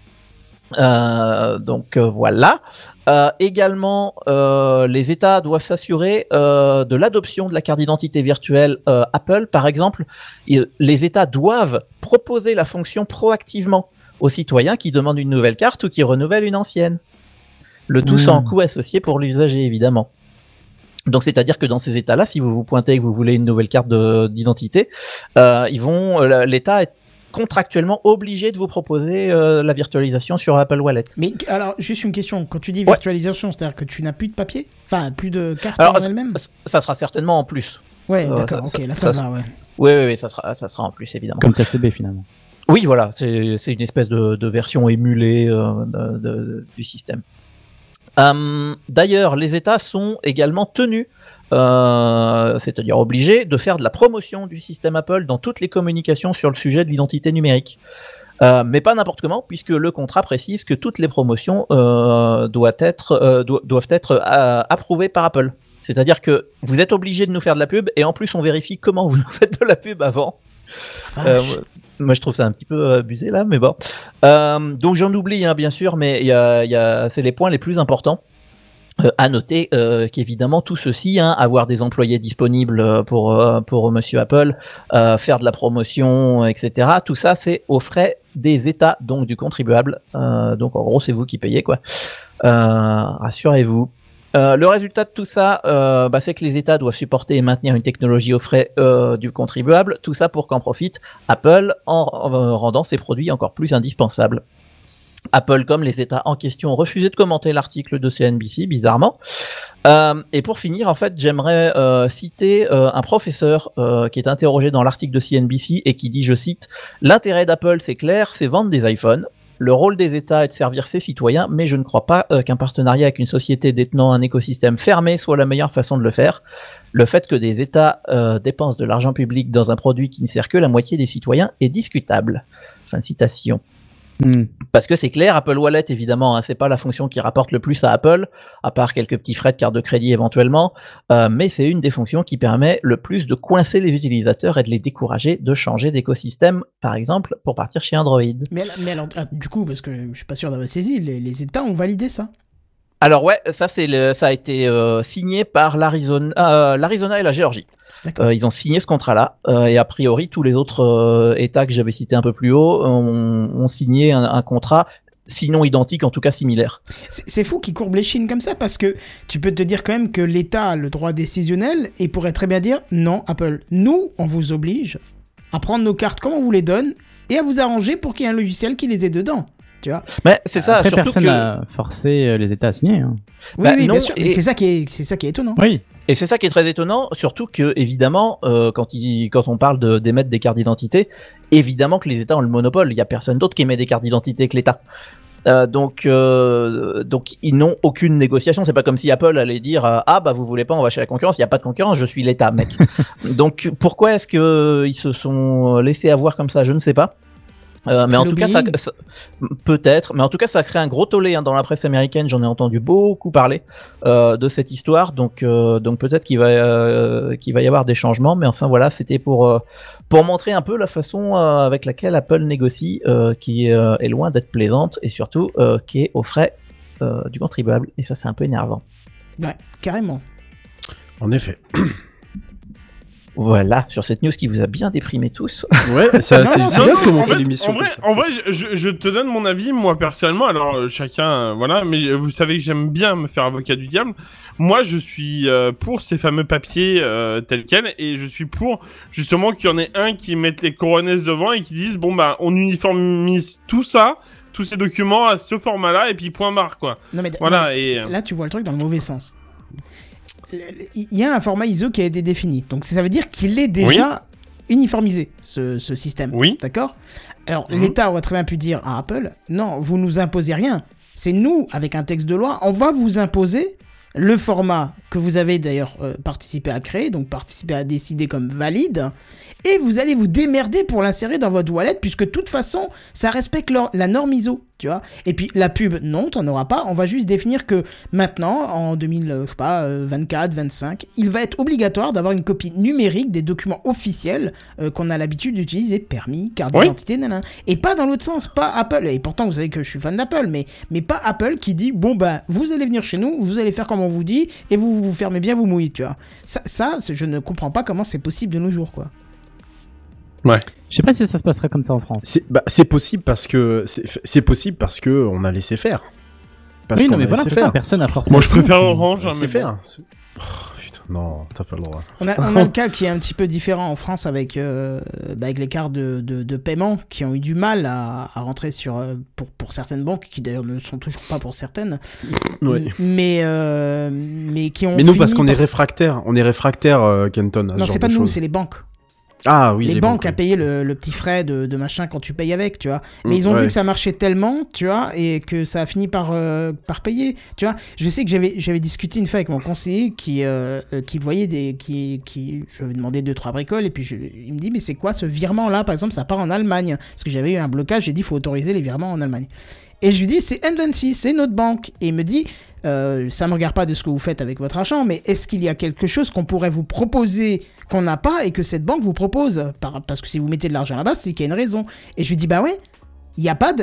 Voilà. Également, les États doivent s'assurer de l'adoption de la carte d'identité virtuelle Apple. Par exemple, les États doivent proposer la fonction proactivement aux citoyens qui demandent une nouvelle carte ou qui renouvellent une ancienne. Le tout sans coût associé pour l'usager, évidemment. Donc, c'est-à-dire que dans ces États-là, si vous vous pointez et que vous voulez une nouvelle carte d'identité, l'État est contractuellement obligé de vous proposer la virtualisation sur Apple Wallet. Mais alors, juste une question. Quand tu dis virtualisation, c'est-à-dire que tu n'as plus de papier ? Enfin, plus de carte en elle-même ? Ça sera certainement en plus. Ouais, d'accord, ok, là ça va, ouais. Oui, ça sera en plus, évidemment. Comme TCB, finalement. Oui, voilà, c'est une espèce de version émulée du système. D'ailleurs, les États sont également tenus, c'est-à-dire obligés, de faire de la promotion du système Apple dans toutes les communications sur le sujet de l'identité numérique. Mais pas n'importe comment, puisque le contrat précise que toutes les promotions doivent être approuvées par Apple. C'est-à-dire que vous êtes obligé de nous faire de la pub, et en plus on vérifie comment vous nous faites de la pub avant. Moi je trouve ça un petit peu abusé là, mais bon. Donc j'en oublie bien sûr, mais c'est les points les plus importants. À noter qu'évidemment tout ceci, avoir des employés disponibles pour Monsieur Apple, faire de la promotion, etc. Tout ça c'est aux frais des États, donc du contribuable. Donc en gros c'est vous qui payez quoi. Rassurez-vous. Le résultat de tout ça, c'est que les États doivent supporter et maintenir une technologie aux frais du contribuable. Tout ça pour qu'en profite Apple en rendant ses produits encore plus indispensables. Apple, comme les États en question, ont refusé de commenter l'article de CNBC, bizarrement. Et pour finir, en fait, j'aimerais citer un professeur qui est interrogé dans l'article de CNBC et qui dit, je cite, « L'intérêt d'Apple, c'est clair, c'est vendre des iPhones. Le rôle des États est de servir ses citoyens, mais je ne crois pas qu'un partenariat avec une société détenant un écosystème fermé soit la meilleure façon de le faire. Le fait que des États dépensent de l'argent public dans un produit qui ne sert que la moitié des citoyens est discutable. » Fin de citation. Parce que c'est clair, Apple Wallet évidemment, c'est pas la fonction qui rapporte le plus à Apple, à part quelques petits frais de carte de crédit éventuellement, mais c'est une des fonctions qui permet le plus de coincer les utilisateurs et de les décourager de changer d'écosystème, par exemple, pour partir chez Android. Mais alors, du coup, parce que je suis pas sûr d'avoir saisi, les États ont validé ça. Alors ouais, ça a été signé par l'Arizona et la Géorgie. Ils ont signé ce contrat-là, et a priori tous les autres États que j'avais cités un peu plus haut ont signé un contrat, sinon identique, en tout cas similaire. C'est fou qu'ils courbent les chines comme ça, parce que tu peux te dire quand même que l'État a le droit décisionnel et pourrait très bien dire non, Apple, nous on vous oblige à prendre nos cartes comme on vous les donne et à vous arranger pour qu'il y ait un logiciel qui les ait dedans. Tu vois. Mais c'est ça. Après, surtout personne que n'a forcé les États à signer. Oui, non, bien sûr. Et c'est ça qui est étonnant. Oui. Et c'est ça qui est très étonnant, surtout que évidemment, quand on parle d'émettre des cartes d'identité, évidemment que les États ont le monopole. Il y a personne d'autre qui émet des cartes d'identité que l'État. Donc ils n'ont aucune négociation. C'est pas comme si Apple allait dire vous voulez pas, on va chez la concurrence. Il y a pas de concurrence, je suis l'État, mec. Donc pourquoi est-ce que ils se sont laissés avoir comme ça, je ne sais pas. Mais en tout cas, ça peut-être. Mais en tout cas, ça crée un gros tollé dans la presse américaine. J'en ai entendu beaucoup parler de cette histoire. Donc peut-être qu'il va y avoir des changements. Mais enfin voilà, c'était pour montrer un peu la façon avec laquelle Apple négocie, qui est loin d'être plaisante et surtout qui est aux frais du contribuable. Et ça, c'est un peu énervant. Ouais, carrément. En effet. Voilà, sur cette news qui vous a bien déprimé tous. Ouais, c'est bien de commencer l'émission. En vrai, je te donne mon avis, moi, personnellement. Alors, chacun, voilà, mais vous savez que j'aime bien me faire avocat du diable. Moi, je suis pour ces fameux papiers tels quels, et je suis pour, justement, qu'il y en ait un qui mette les coronesses devant et qui dise, on uniformise tout ça, tous ces documents à ce format-là, et puis point barre, quoi. Non, mais voilà, là, tu vois le truc dans le mauvais sens. Il y a un format ISO qui a été défini, donc ça veut dire qu'il est déjà uniformisé, ce système. Oui. D'accord ? Alors, l'État aurait très bien pu dire à Apple, non, vous nous imposez rien. C'est nous, avec un texte de loi, on va vous imposer le format que vous avez d'ailleurs participé à créer, donc participé à décider comme valide, et vous allez vous démerder pour l'insérer dans votre wallet, puisque de toute façon, ça respecte la norme ISO, tu vois. Et puis la pub, non, t'en auras pas, on va juste définir que maintenant, en 2024, 25, il va être obligatoire d'avoir une copie numérique des documents officiels qu'on a l'habitude d'utiliser, permis, carte d'identité, nanana. Et pas dans l'autre sens, pas Apple, et pourtant vous savez que je suis fan d'Apple, mais pas Apple qui dit, vous allez venir chez nous, vous allez faire comme on vous dit, et vous fermez bien vos mouilles, tu vois. Ça, je ne comprends pas comment c'est possible de nos jours, quoi. Ouais. Je sais pas si ça se passerait comme ça en France. C'est possible parce que on a laissé faire. Parce mais voilà, personne a forcé. Moi, je préfère Orange, mais faire. Putain, non, t'as pas le droit. On a le cas qui est un petit peu différent en France avec les cartes de paiement qui ont eu du mal à rentrer pour certaines banques, qui d'ailleurs ne sont toujours pas pour certaines. Ouais. Mais qui ont. Mais nous, parce qu'on est réfractaire, Kenton. Non, c'est pas nous, c'est les banques. Ah oui, les banques oui. à payer le petit frais de machin quand tu payes avec, tu vois. Mais ils ont ouais. vu que ça marchait tellement, tu vois, et que ça a fini par payer, tu vois. Je sais que j'avais discuté une fois avec mon conseiller qui voyait je lui ai demandé 2-3 bricoles, et puis il me dit, mais c'est quoi ce virement-là, par exemple, ça part en Allemagne. Parce que j'avais eu un blocage, j'ai dit, il faut autoriser les virements en Allemagne. Et je lui dis, c'est N26, c'est notre banque. Et il me dit, ça ne me regarde pas de ce que vous faites avec votre argent, mais est-ce qu'il y a quelque chose qu'on pourrait vous proposer qu'on n'a pas et que cette banque vous propose? Parce que si vous mettez de l'argent là-bas, c'est qu'il y a une raison. Et je lui dis, bah ouais, il n'y a pas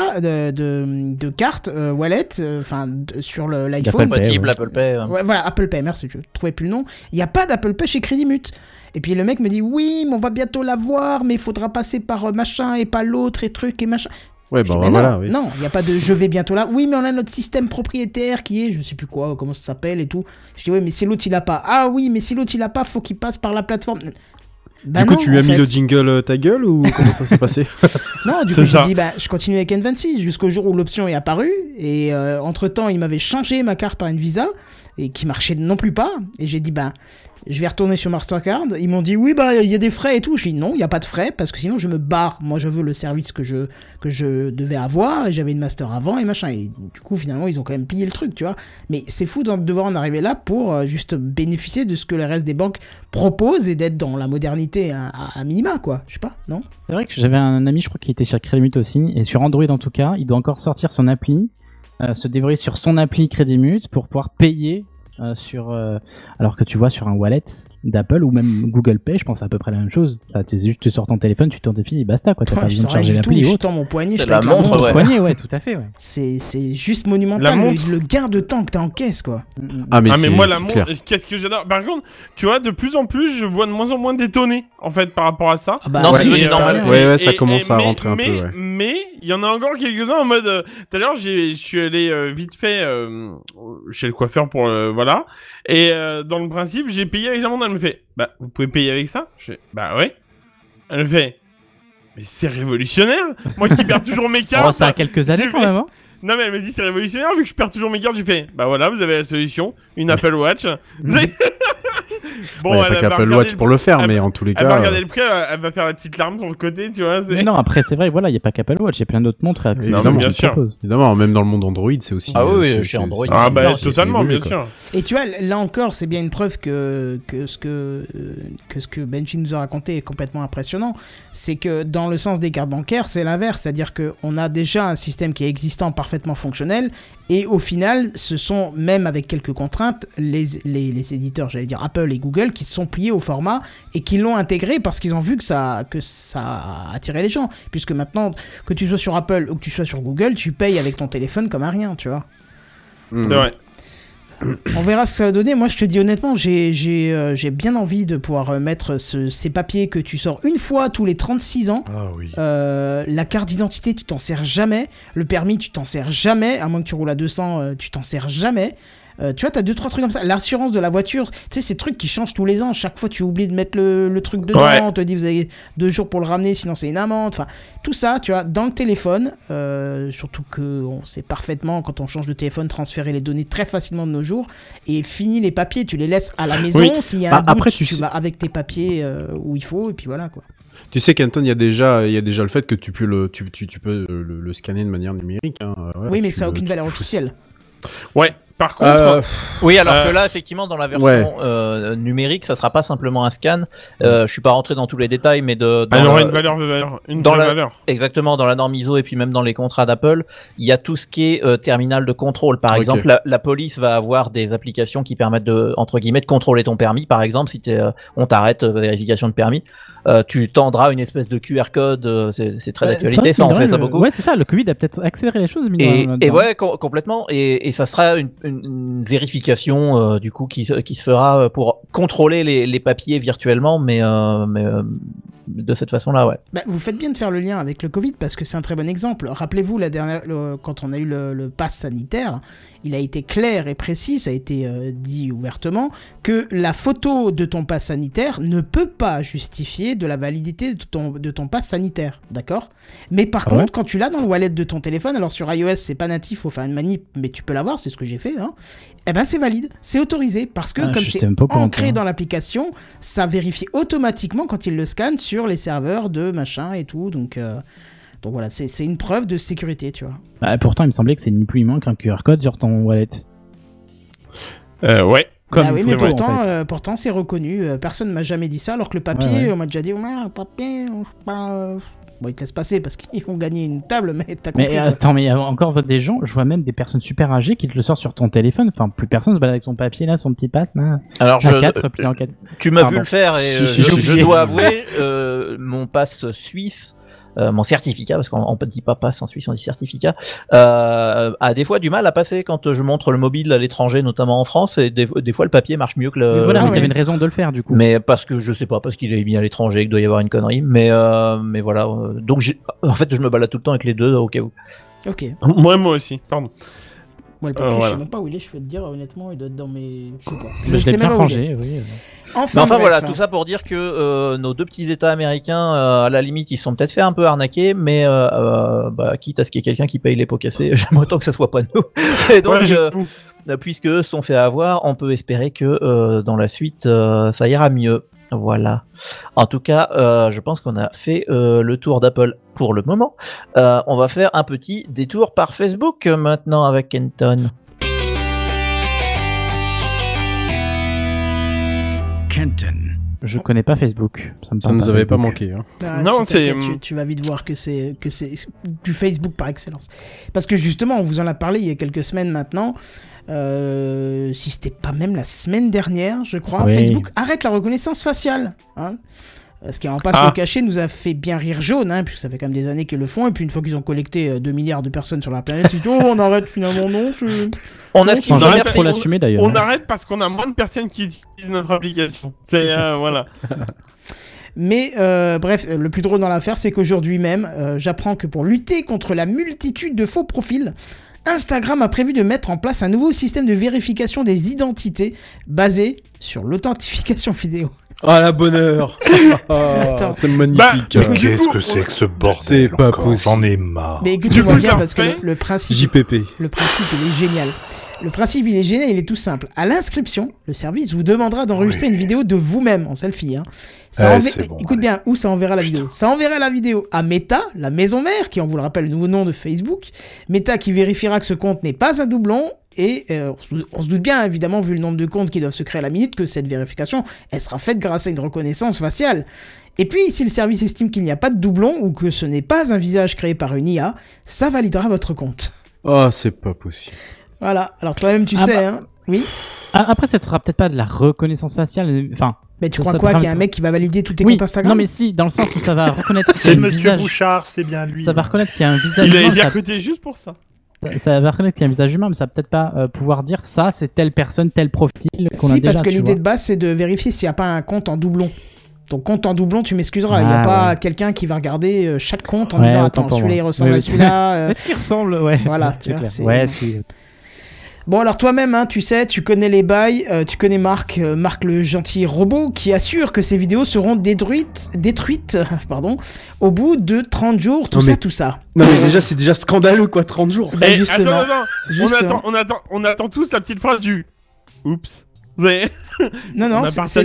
de carte wallet sur l'iPhone. Compatible Apple Pay. Ouais, voilà, Apple Pay, merci, je ne trouvais plus le nom. Il n'y a pas d'Apple Pay chez Credimut. Et puis le mec me dit, oui, mais on va bientôt l'avoir, mais il faudra passer par machin et pas l'autre et truc et machin. Ouais, bah voilà, non, oui. Non, il n'y a pas de je vais bientôt là. Oui, mais on a notre système propriétaire qui est, je sais plus quoi, comment ça s'appelle et tout. Je dis, ouais, mais si l'autre il a pas. Ah oui, mais si l'autre il a pas, faut qu'il passe par la plateforme. Bah du coup, non, tu lui as mis fait. le jingle ta gueule ou comment ça s'est passé? Non, du coup, j'ai dit, bah, je continue avec N26 jusqu'au jour où l'option est apparue. Et entre-temps, il m'avait changé ma carte par une Visa et qui marchait non plus pas. Et j'ai dit, bah, je vais retourner sur Mastercard. Ils m'ont dit, oui, bah, il y a des frais et tout. Je dis, non, il n'y a pas de frais parce que sinon, je me barre. Moi, je veux le service que je devais avoir et j'avais une Master avant et machin. Et du coup, finalement, ils ont quand même pillé le truc, tu vois. Mais c'est fou de devoir en arriver là pour juste bénéficier de ce que le reste des banques proposent et d'être dans la modernité à minima, quoi. Je sais pas, non? C'est vrai que j'avais un ami, je crois, qui était sur Credimut aussi, et sur Android en tout cas, il doit encore sortir son appli, se débrouiller sur son appli Credimut pour pouvoir payer alors que tu vois sur un wallet d'Apple ou même Google Pay, je pense à peu près la même chose. C'est juste tu sors ton téléphone, tu t'identifies et basta quoi. T'as pas besoin de charger l'appli ou Je autre. tends mon poignet, je la paye montre, montre. ouais. Poignet, ouais, tout à fait. Ouais. C'est juste monumental le gain de temps que t'as en caisse, quoi. Ah mais mais moi la c'est montre, clair. qu'est-ce que j'adore. Par contre, tu vois, de plus en plus, je vois de moins en moins d'étonnés en fait par rapport à ça. Ah bah, Non, ouais, c'est devenu j'espère normal. bien. Ouais, ça commence à rentrer un peu, ouais. Mais il y en a encore quelques-uns en mode. Tout à l'heure, je suis allé vite fait chez le coiffeur pour voilà. Et dans le principe, j'ai payé avec la montre. Elle me fait, bah, vous pouvez payer avec ça? Je fais, bah ouais. Elle me fait, mais c'est révolutionnaire. Moi qui perds toujours mes cartes. Oh, ça a quelques années quand même. Hein. Non mais elle me dit c'est révolutionnaire vu que je perds toujours mes cartes. J'ai fait, bah voilà, vous avez la solution, une Apple Watch. Bon, il n'y a pas qu'Apple Watch pour le faire, mais en tous les cas. Elle va regarder le prix, elle va faire la petite larme sur le côté, tu vois. Mais non, après c'est vrai, voilà, il y a pas qu'Apple Watch, il y a plein d'autres montres Évidemment, bien sûr. Évidemment, même dans le monde Android, c'est aussi. Ah oui, chez Android. Ah bah c'est totalement, évolué, bien quoi. sûr. Et tu vois, là encore, c'est bien une preuve que ce que Benji nous a raconté est complètement impressionnant. C'est que dans le sens des cartes bancaires, c'est l'inverse. C'est-à-dire qu'on a déjà un système qui est existant, parfaitement fonctionnel, et au final, ce sont, même avec quelques contraintes, les éditeurs, j'allais dire Apple et Google, qui se sont pliés au format et qui l'ont intégré parce qu'ils ont vu que ça a attiré les gens. Puisque maintenant, que tu sois sur Apple ou que tu sois sur Google, tu payes avec ton téléphone comme un rien, tu vois. C'est vrai. On verra ce que ça va donner. Moi, je te dis honnêtement, j'ai bien envie de pouvoir mettre ces papiers que tu sors une fois tous les 36 ans. Ah oui. La carte d'identité, tu t'en sers jamais. Le permis, tu t'en sers jamais. À moins que tu roules à 200, tu t'en sers jamais. Tu vois, t'as 2-3 trucs comme ça. L'assurance de la voiture, tu sais, ces trucs qui changent tous les ans. Chaque fois, tu oublies de mettre le truc dedans. Ouais. On te dit, vous avez 2 jours pour le ramener, sinon c'est une amende. Enfin, tout ça, tu vois, dans le téléphone. Surtout qu'on sait parfaitement, quand on change de téléphone, transférer les données très facilement de nos jours. Et fini les papiers, tu les laisses à la maison. Oui. S'il y a un doute, après, tu tu sais- vas avec tes papiers où il faut, et puis voilà, quoi. Tu sais qu'Anton, il y a déjà le fait que tu peux le scanner de manière numérique. Hein. Voilà, Oui, mais tu ça n'a le- aucune tu- valeur officielle. Ouais. Par contre, Oui, alors que là, effectivement, dans la version Ouais. numérique, ça sera pas simplement un scan. Je suis pas rentré dans tous les détails, mais dans elle aura le- une dans vraie la- valeur. exactement dans la norme ISO et puis même dans les contrats d'Apple, il y a tout ce qui est terminal de contrôle. Par Ok. exemple, la police va avoir des applications qui permettent de, entre guillemets, de contrôler ton permis. Par exemple, si on t'arrête, vérification de permis, tu tendras une espèce de QR code. C'est très d'actualité, ça, on fait ça beaucoup. Ouais, c'est ça, le Covid a peut-être accéléré les choses. Et ouais, complètement. Et ça sera une vérification du coup qui se fera pour contrôler les papiers virtuellement, mais de cette façon-là, ouais. Bah, vous faites bien de faire le lien avec le Covid parce que c'est un très bon exemple. Rappelez-vous, quand on a eu le pass sanitaire, il a été clair et précis, ça a été dit ouvertement, que la photo de ton pass sanitaire ne peut pas justifier de la validité de ton pass sanitaire, d'accord ? Mais par contre, quand tu l'as dans le wallet de ton téléphone, alors sur iOS, c'est pas natif, faut faire une manip, mais tu peux l'avoir, c'est ce que j'ai fait, hein. Eh ben c'est valide, c'est autorisé, parce que comme c'est ancré dans l'application, ça vérifie automatiquement quand il le scanne sur les serveurs de machin et tout, donc voilà, c'est une preuve de sécurité, tu vois. Bah, pourtant, il me semblait que c'est ni plus ni moins qu'un QR code sur ton wallet. Ouais. Bah oui, mais pourtant c'est reconnu, personne m'a jamais dit ça, alors que le papier, on m'a déjà dit, le papier, bon, ils te laissent passer parce qu'ils vont gagner une table, mais t'as compris. Mais attends, mais il y a encore des gens, je vois même des personnes super âgées qui te le sortent sur ton téléphone. Enfin, plus personne se balade avec son papier là, son petit pass là. Alors, tu m'as Pardon. vu le faire et je dois avouer, mon pass suisse, mon certificat, parce qu'on ne dit pas passe en Suisse, on dit certificat, a des fois du mal à passer quand je montre le mobile à l'étranger, notamment en France, et des fois le papier marche mieux que le... Mais voilà, mais t'avais une raison de le faire du coup. Mais parce que je sais pas, parce qu'il est mis à l'étranger, qu'il doit y avoir une connerie, mais voilà, donc en fait je me balade tout le temps avec les deux au cas où. Ok. Moi aussi, pardon. Moi, le papier, je sais même pas où il est, je vais te dire, honnêtement, il doit être dans mes... Je sais pas. Je l'ai bien rangé, oui. Enfin voilà, tout ça pour dire que nos deux petits États américains, à la limite, ils se sont peut-être fait un peu arnaquer, mais quitte à ce qu'il y ait quelqu'un qui paye les pots cassés, j'aime autant que ça soit pas nous. Et donc, puisque eux se sont fait avoir, on peut espérer que dans la suite, ça ira mieux. Voilà. En tout cas, je pense qu'on a fait le tour d'Apple pour le moment. On va faire un petit détour par Facebook maintenant avec Kenton. Je connais pas Facebook. Ça nous avait pas manqué. Hein. Ah, non, si tu vas vite voir que c'est du Facebook par excellence. Parce que justement, on vous en a parlé il y a quelques semaines maintenant. Si c'était pas même la semaine dernière, je crois, oui. Facebook arrête la reconnaissance faciale. Hein. Ce qui, en passe le cacher, nous a fait bien rire jaune, hein, puisque ça fait quand même des années qu'ils le font, et puis une fois qu'ils ont collecté 2 milliards de personnes sur la planète, ils disent on arrête finalement, non. On a ce qu'ils arrête pour l'assumer d'ailleurs. On arrête parce qu'on a moins de personnes qui utilisent notre application. C'est voilà. Mais bref, le plus drôle dans l'affaire, c'est qu'aujourd'hui même, j'apprends que pour lutter contre la multitude de faux profils, Instagram a prévu de mettre en place un nouveau système de vérification des identités basé sur l'authentification vidéo. Ah, la bonne heure. C'est magnifique. Qu'est-ce que c'est que ce bordel? C'est pas possible. J'en ai marre. Mais écoutez-moi bien, parce que le principe... JPP. Le principe, il est génial. Le principe, il est génial, il est tout simple. À l'inscription, le service vous demandera d'enregistrer une vidéo de vous-même en selfie. Hein. Écoute bien, où ça enverra la vidéo? Ça enverra la vidéo à Meta, la maison mère, qui, on vous le rappelle, le nouveau nom de Facebook. Meta qui vérifiera que ce compte n'est pas un doublon. Et on se doute bien, évidemment, vu le nombre de comptes qui doivent se créer à la minute, que cette vérification, elle sera faite grâce à une reconnaissance faciale. Et puis, si le service estime qu'il n'y a pas de doublon ou que ce n'est pas un visage créé par une IA, ça validera votre compte. Oh, c'est pas possible. Voilà, alors toi-même tu sais, hein. Oui. Après, ça ne sera peut-être pas de la reconnaissance faciale, enfin... Mais tu crois quoi, qu'il y a un mec qui va valider tous tes comptes Instagram? Non mais si, dans le sens où ça va reconnaître... C'est Monsieur Bouchard, c'est bien lui. Ça va reconnaître qu'il y a un visage humain. Il avait dit à côté juste pour ça. Ça va reconnaître qu'il y a un visage humain, mais ça va peut-être pas pouvoir dire ça, c'est telle personne, tel profil qu'on a déjà. Si, parce que l'idée de base, c'est de vérifier s'il n'y a pas un compte en doublon. Ton compte en doublon, tu m'excuseras, il n'y a pas quelqu'un qui va regarder chaque compte en disant attends, celui-là il ressemble à celui-là. Est-ce qu'il ressemble? Ouais. Voilà, c'est clair. Ouais, c'est... Bon alors toi-même, hein, tu sais, tu connais les bails, tu connais Marc le gentil robot, qui assure que ces vidéos seront détruites, au bout de 30 jours, tout ça. Non mais déjà, c'est déjà scandaleux quoi, 30 jours. Bah, justement. Attends, on attend tous la petite phrase du « Oups ». Non,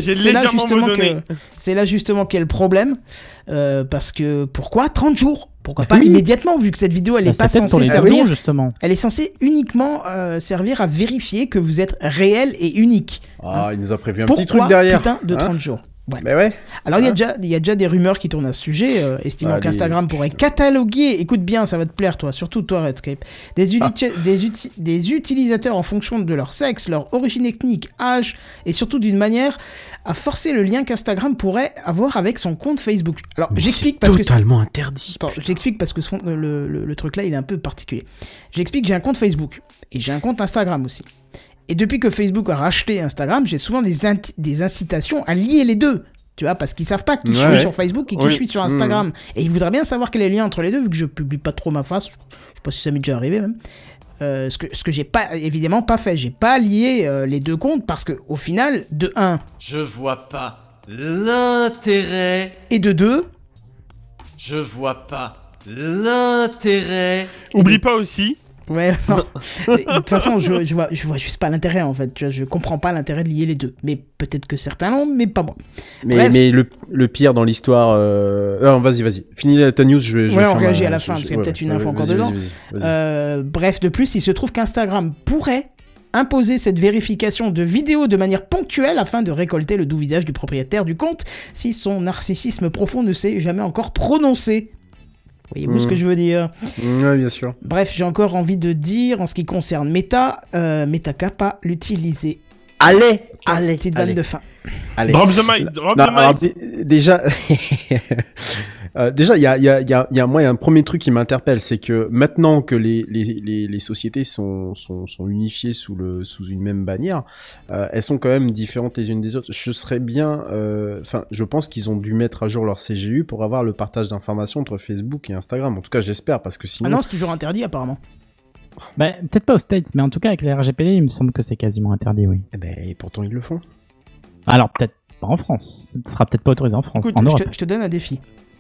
c'est là justement qu'il y a le problème, parce que pourquoi 30 jours? Pourquoi pas immédiatement, vu que cette vidéo elle est pas censée servir, justement. Elle est censée uniquement servir à vérifier que vous êtes réel et unique. Il nous a prévu un petit truc derrière. Putain de 30 jours. Ouais. Mais ouais. Alors il y a déjà des rumeurs qui tournent à ce sujet, estimant qu'Instagram pourrait cataloguer, écoute bien, ça va te plaire toi, surtout toi Redscape, des utilisateurs en fonction de leur sexe, leur origine ethnique, âge, et surtout d'une manière à forcer le lien qu'Instagram pourrait avoir avec son compte Facebook. Alors j'explique parce que totalement interdit. Attends, j'explique parce que le truc là il est un peu particulier. J'explique, j'ai un compte Facebook et j'ai un compte Instagram aussi. Et depuis que Facebook a racheté Instagram, j'ai souvent des incitations à lier les deux. Tu vois, parce qu'ils savent pas qui je Ouais. suis sur Facebook et qui je suis sur Instagram. Et ils voudraient bien savoir quel est le lien entre les deux, vu que je publie pas trop ma face. Je sais pas si ça m'est déjà arrivé même. Ce que j'ai pas, évidemment pas fait. J'ai pas lié les deux comptes parce que au final, de 1, Je vois pas l'intérêt. et de 2, Je vois pas l'intérêt. Oublie pas aussi. ouais, non. De toute façon, je vois juste pas l'intérêt en fait. Tu vois, je comprends pas l'intérêt de lier les deux. Mais peut-être que certains l'ont, mais pas moi. Bref. Mais le pire dans l'histoire. Non, vas-y. Finis ta news, je vais. Ouais, on faire réagit ma- à la fin, parce qu'il y a peut-être une info encore vas-y, dedans. vas-y. Bref, de plus, il se trouve qu'Instagram pourrait imposer cette vérification de vidéos de manière ponctuelle afin de récolter le doux visage du propriétaire du compte si son narcissisme profond ne s'est jamais encore prononcé. Voyez-vous ce que je veux dire? Ouais, bien sûr. Bref, j'ai encore envie de dire en ce qui concerne Meta, Meta qu'à pas l'utiliser. Allez. Petite vanne de fin. Allez. Drop the mic, drop Non, the alors, mic. déjà, il y a moi, il y a un premier truc qui m'interpelle, c'est que maintenant que les sociétés sont unifiées sous une même bannière, elles sont quand même différentes les unes des autres. Je pense qu'ils ont dû mettre à jour leur CGU pour avoir le partage d'informations entre Facebook et Instagram. En tout cas, j'espère, parce que sinon. Ah non, c'est toujours interdit apparemment. Bah, peut-être pas aux States, mais en tout cas avec les RGPD, il me semble que c'est quasiment interdit, oui. Eh ben, et pourtant ils le font. Alors peut-être pas en France, ça ne sera peut-être pas autorisé en France, Écoute, en Europe. je te donne un défi.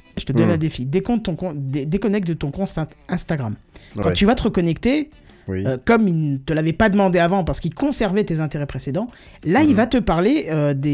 Déconnecte de ton compte Instagram. Quand Ouais. tu vas te reconnecter, Oui. comme il ne te l'avait pas demandé avant parce qu'il conservait tes intérêts précédents, là il va te parler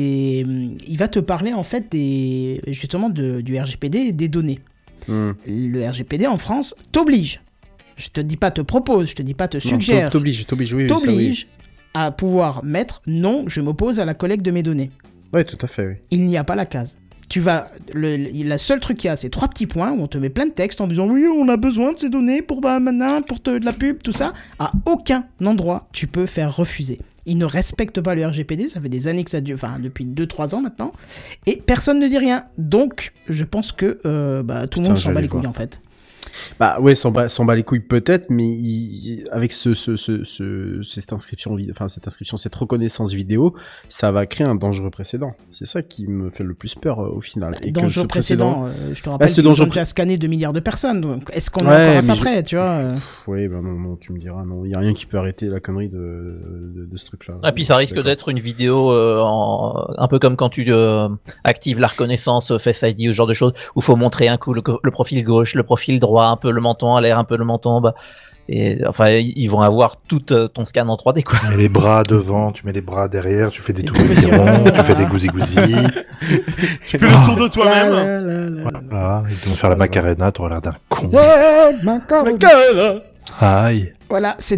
en fait justement du RGPD et des données. Le RGPD en France t'oblige. Je te dis pas te propose, je te dis pas te suggère. T'oblige, oui. T'oblige à pouvoir mettre non, je m'oppose à la collecte de mes données. Ouais, tout à fait, oui. Il n'y a pas la case. La seule truc qu'il y a, c'est 3 petits points où on te met plein de textes en disant oui, on a besoin de ces données pour maintenant, pour de la pub, tout ça. À aucun endroit, tu peux faire refuser. Ils ne respectent pas le RGPD, ça fait des années que ça dure, enfin depuis 2-3 ans maintenant, et personne ne dit rien. Donc, je pense que tout le monde s'en bat les couilles en fait. Bah ouais, s'en bat les couilles peut-être, mais avec cette reconnaissance vidéo, ça va créer un dangereux précédent. C'est ça qui me fait le plus peur au final. Et Dangereux que ce précédent, je te rappelle qu'ils ont déjà scanné 2 milliards de personnes. Donc est-ce qu'on est encore à ça près, tu vois Oui, bah non, tu me diras, non, il y a rien qui peut arrêter la connerie de ce truc-là. Et puis ça risque d'être une vidéo un peu comme quand tu actives la reconnaissance Face ID ou ce genre de choses où faut montrer un coup le profil gauche, le profil droit, un peu le menton à l'air, un peu le menton en bas. Et enfin, ils vont avoir tout ton scan en 3D, quoi. Tu mets les bras devant, tu mets les bras derrière, tu fais des tours de ronds, tu fais des gousi-gousi. Tu fais le tour de toi-même. Voilà, ils vont faire la Macarena, t'auras l'air d'un con. Macarena. Aïe. Voilà, c'est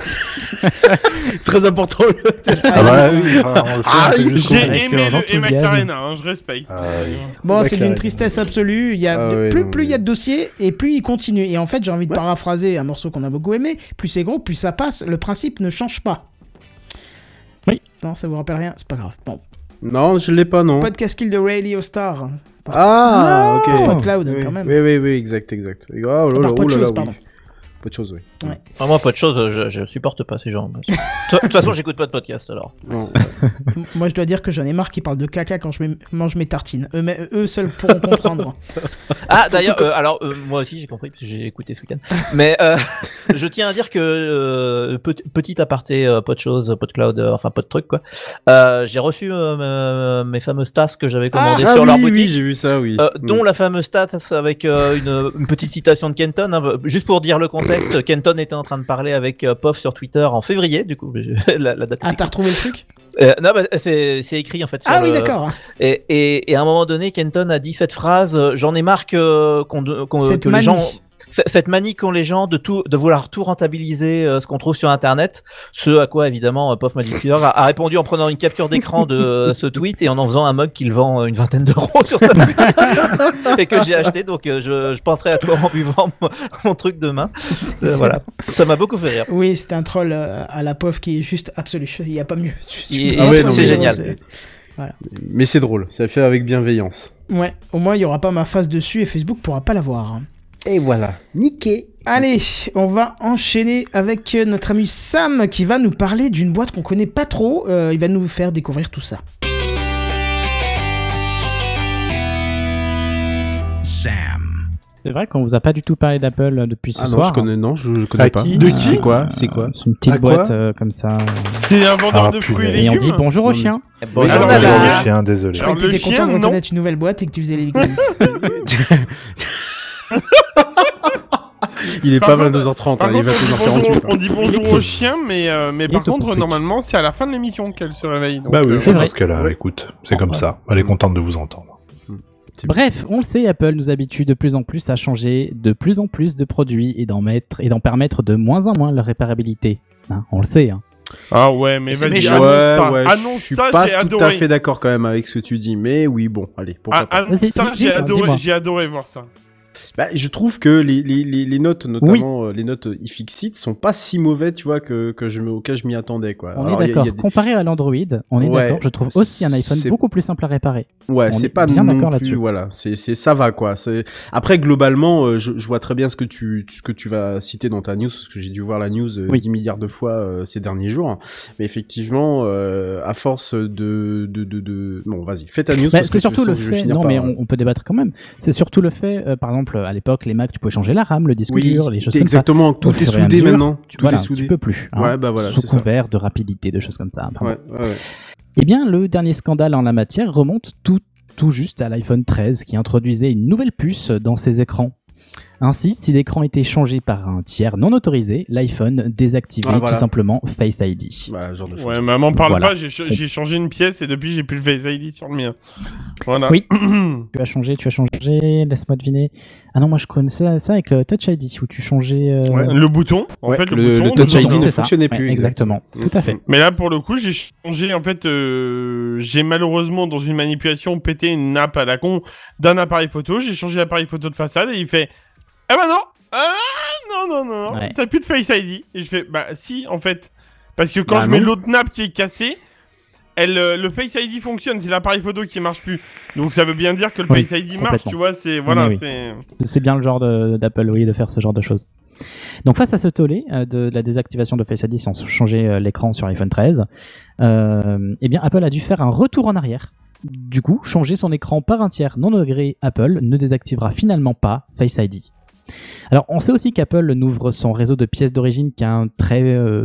très important. Ah bah oui, enfin, on le fait, c'est juste J'ai aimé le Macarena, je respecte. Bon, c'est d'une tristesse absolue. Il y a plus il y a de dossiers et plus il continue. Et en fait, j'ai envie de paraphraser un morceau qu'on a beaucoup aimé. Plus c'est gros, plus ça passe. Le principe ne change pas. Oui. Non, ça vous rappelle rien. C'est pas grave. Bon. Non, je l'ai pas, non. Podcast Kill de Radio Star. Ok. PodCloud, quand même. Oui, exact. Oh là là, pardon. Pas de choses, oui. Ouais. Enfin, moi, pas de choses, je supporte pas ces gens. De toute façon, j'écoute pas de podcast alors. Non. Moi, je dois dire que j'en ai marre qu'ils parlent de caca quand je mange mes tartines. Eux seuls pourront comprendre. Ah, d'ailleurs, alors, moi aussi, j'ai compris, parce que j'ai écouté ce week-end. Mais je tiens à dire que, petit aparté, pas de choses, pas de cloud, enfin, pas de trucs, quoi. J'ai reçu mes fameuses tasses que j'avais commandées sur leur boutique. Oui, j'ai vu ça, oui. Dont la fameuse tasse avec une petite citation de Kenton. Hein, juste pour dire le contexte, Kenton était en train de parler avec Pof sur Twitter en février, du coup, la date. Ah, t'as retrouvé le truc Non, bah, c'est écrit en fait. Sur oui, d'accord. Et à un moment donné, Kenton a dit cette phrase j'en ai marre que les gens. Cette manie qu'ont les gens de vouloir tout rentabiliser ce qu'on trouve sur internet, ce à quoi évidemment Pof Magic Leader a répondu en prenant une capture d'écran de ce tweet et en faisant un mug qu'il vend une vingtaine d'euros sur sa boutique et que j'ai acheté, donc je penserai à toi en buvant mon truc demain. Voilà, ça m'a beaucoup fait rire. Oui, c'est un troll à la Pof qui est juste absolu, il n'y a pas mieux. C'est génial. Voilà. Mais c'est drôle, c'est fait avec bienveillance. Ouais, au moins il n'y aura pas ma face dessus et Facebook pourra pas la voir. Et voilà, niqué. Allez, on va enchaîner avec notre ami Sam qui va nous parler d'une boîte qu'on connaît pas trop. Il va nous faire découvrir tout ça. C'est vrai qu'on vous a pas du tout parlé d'Apple depuis ce Ah soir. non, je connais pas. De qui C'est quoi C'est une petite boîte comme ça. C'est un vendeur de fruits et légumes. Et on dit bonjour aux chiens. Bonjour Alors, Bonjour Nana. les chiens, désolé. Je crois que le t'étais content chien, de non. reconnaître une nouvelle boîte et que tu faisais les victimes. Il est Par pas contre- 22h30, Par il est contre, 21h48. on dit bonjour aux chiens, mais par tout contre, pour normalement, c'est à la fin de l'émission qu'elle se réveille. Donc, Bah oui, c'est vrai. parce qu'elle a, écoute, c'est comme ça. Elle est contente de vous entendre. Bref, on le sait, Apple nous habitue de plus en plus à changer de plus en plus de produits et d'en permettre de moins en moins leur réparabilité. Hein, on le sait. Hein. Ah ouais, mais vas-y, méchant. annonce ça. je Annonce suis ça, pas j'ai tout adoré. à fait d'accord quand même avec ce que tu dis, mais oui, bon, allez, pourquoi pas. Annonce Vas-y, ça, dis-moi, dis-moi. j'ai adoré voir ça. Bah, je trouve que les notes, notamment les notes iFixit, sont pas si mauvais, tu vois, auquel je m'y attendais, quoi. On Alors, est il y a d'accord. des- Comparé à l'Android, on est Ouais, d'accord. Je trouve aussi un iPhone c'est- beaucoup plus simple à réparer. Ouais, On c'est est pas bien non d'accord plus, là-dessus. voilà, ça va, quoi. Après, globalement, je vois très bien ce que tu vas citer dans ta news, parce que j'ai dû voir la news 10 milliards de fois ces derniers jours. Mais effectivement, à force bon, vas-y, fais ta news. Bah, parce c'est que surtout je le vais fait. finir Non, par- mais on peut débattre quand même. C'est surtout le fait, par exemple, à l'époque, les Mac, tu pouvais changer la RAM, le disque dur, les choses comme ça. exactement, tout Au est fur et à soudé mesure, maintenant. Tout Voilà, est soudé. tu peux plus. Hein, Ouais, bah voilà, sous c'est ça. couvert de rapidité, de choses comme ça. Enfin, Ouais, bon. ouais, ouais. Eh bien, le dernier scandale en la matière remonte tout juste à l'iPhone 13 qui introduisait une nouvelle puce dans ses écrans. Ainsi, si l'écran était changé par un tiers non autorisé, l'iPhone désactivait Ah, voilà. tout simplement Face ID. Voilà, genre de choses. Ouais, maman parle Voilà. pas, j'ai changé une pièce et depuis j'ai plus le Face ID sur le mien. Voilà. Oui. Tu as changé, laisse-moi deviner. Ah non, moi je connaissais ça avec le Touch ID où tu changeais. Le bouton, en Ouais, fait, le bouton, Touch ID bouton. ne C'est ça. fonctionnait Ouais, plus. exactement, tout à fait. Mais là, pour le coup, j'ai changé, en fait, j'ai malheureusement, dans une manipulation, pété une nappe à la con d'un appareil photo. J'ai changé l'appareil photo de façade et il fait « Ah bah non, non, Ouais. t'as plus de Face ID ». Et je fais « Bah si, en fait. » Parce que quand Bah je mets non. l'autre nappe qui est cassée, le Face ID fonctionne, c'est l'appareil photo qui marche plus. Donc ça veut bien dire que le Oui, Face ID marche, complètement. tu vois, c'est... Voilà, Oui, oui. c'est... C'est bien le genre d'Apple, oui, de faire ce genre de choses. Donc face à ce tollé de la désactivation de Face ID sans changer l'écran sur l'iPhone 13, eh bien Apple a dû faire un retour en arrière. Du coup, changer son écran par un tiers non agréé Apple ne désactivera finalement pas Face ID. Alors, on sait aussi qu'Apple n'ouvre son réseau de pièces d'origine qu'un très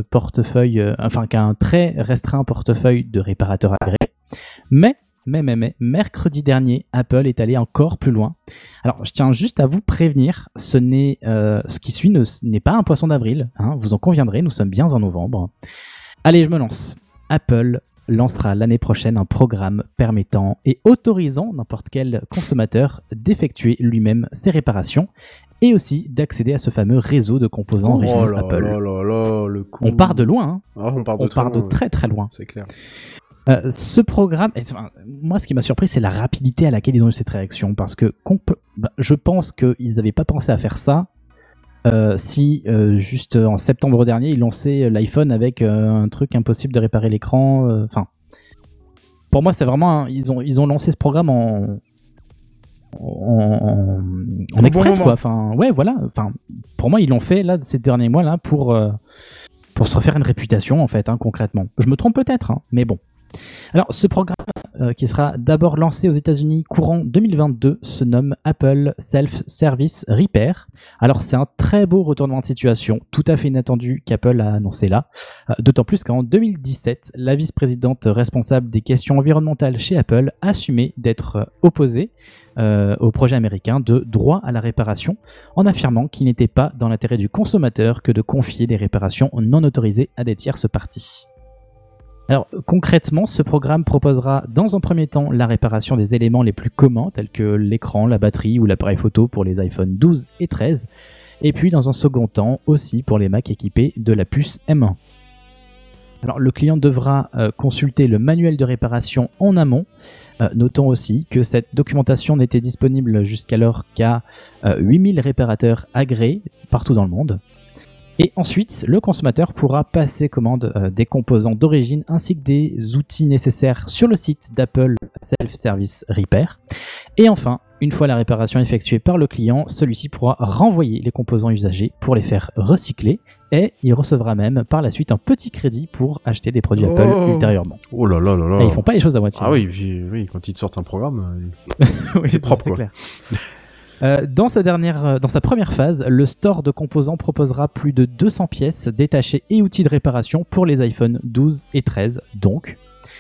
qu'un très restreint portefeuille de réparateurs agréés. Mais, mercredi dernier, Apple est allé encore plus loin. Alors, je tiens juste à vous prévenir, ce qui suit n'est pas un poisson d'avril, hein, vous en conviendrez, nous sommes bien en novembre. Allez, je me lance. Apple lancera l'année prochaine un programme permettant et autorisant n'importe quel consommateur d'effectuer lui-même ses réparations et aussi d'accéder à ce fameux réseau de composants originaux là Apple. là là là, le coup. On part de loin, hein. Ah, on part On part de loin, très très loin. C'est clair. Ce programme, moi ce qui m'a surpris, c'est la rapidité à laquelle ils ont eu cette réaction, parce que je pense qu'ils n'avaient pas pensé à faire ça si juste en septembre dernier, ils lançaient l'iPhone avec un truc impossible de réparer l'écran. Enfin, pour moi, c'est vraiment ils ont lancé ce programme en express, moment. quoi. Enfin, ouais, voilà. Enfin, pour moi, ils l'ont fait là ces derniers mois là pour se refaire une réputation en fait, hein, concrètement. Je me trompe peut-être, hein, mais bon. Alors, ce programme qui sera d'abord lancé aux États-Unis courant 2022 se nomme Apple Self-Service Repair. Alors, c'est un très beau retournement de situation, tout à fait inattendu qu'Apple a annoncé là. D'autant plus qu'en 2017, la vice-présidente responsable des questions environnementales chez Apple assumait d'être opposée au projet américain de droit à la réparation, en affirmant qu'il n'était pas dans l'intérêt du consommateur que de confier des réparations non autorisées à des tierces parties. Alors concrètement, ce programme proposera dans un premier temps la réparation des éléments les plus communs tels que l'écran, la batterie ou l'appareil photo pour les iPhone 12 et 13, et puis dans un second temps aussi pour les Mac équipés de la puce M1. Alors le client devra consulter le manuel de réparation en amont. Notons aussi que cette documentation n'était disponible jusqu'alors qu'à 8000 réparateurs agréés partout dans le monde. Et ensuite, le consommateur pourra passer commande des composants d'origine ainsi que des outils nécessaires sur le site d'Apple Self-Service Repair. Et enfin, une fois la réparation effectuée par le client, celui-ci pourra renvoyer les composants usagés pour les faire recycler et il recevra même par la suite un petit crédit pour acheter des produits Apple ultérieurement. Oh là là là là. Et ils font pas les choses à moitié. Ah oui, quand ils te sortent un programme, Oui, c'est propre, c'est quoi. clair. Dans sa première phase, le store de composants proposera plus de 200 pièces détachées et outils de réparation pour les iPhone 12 et 13 donc.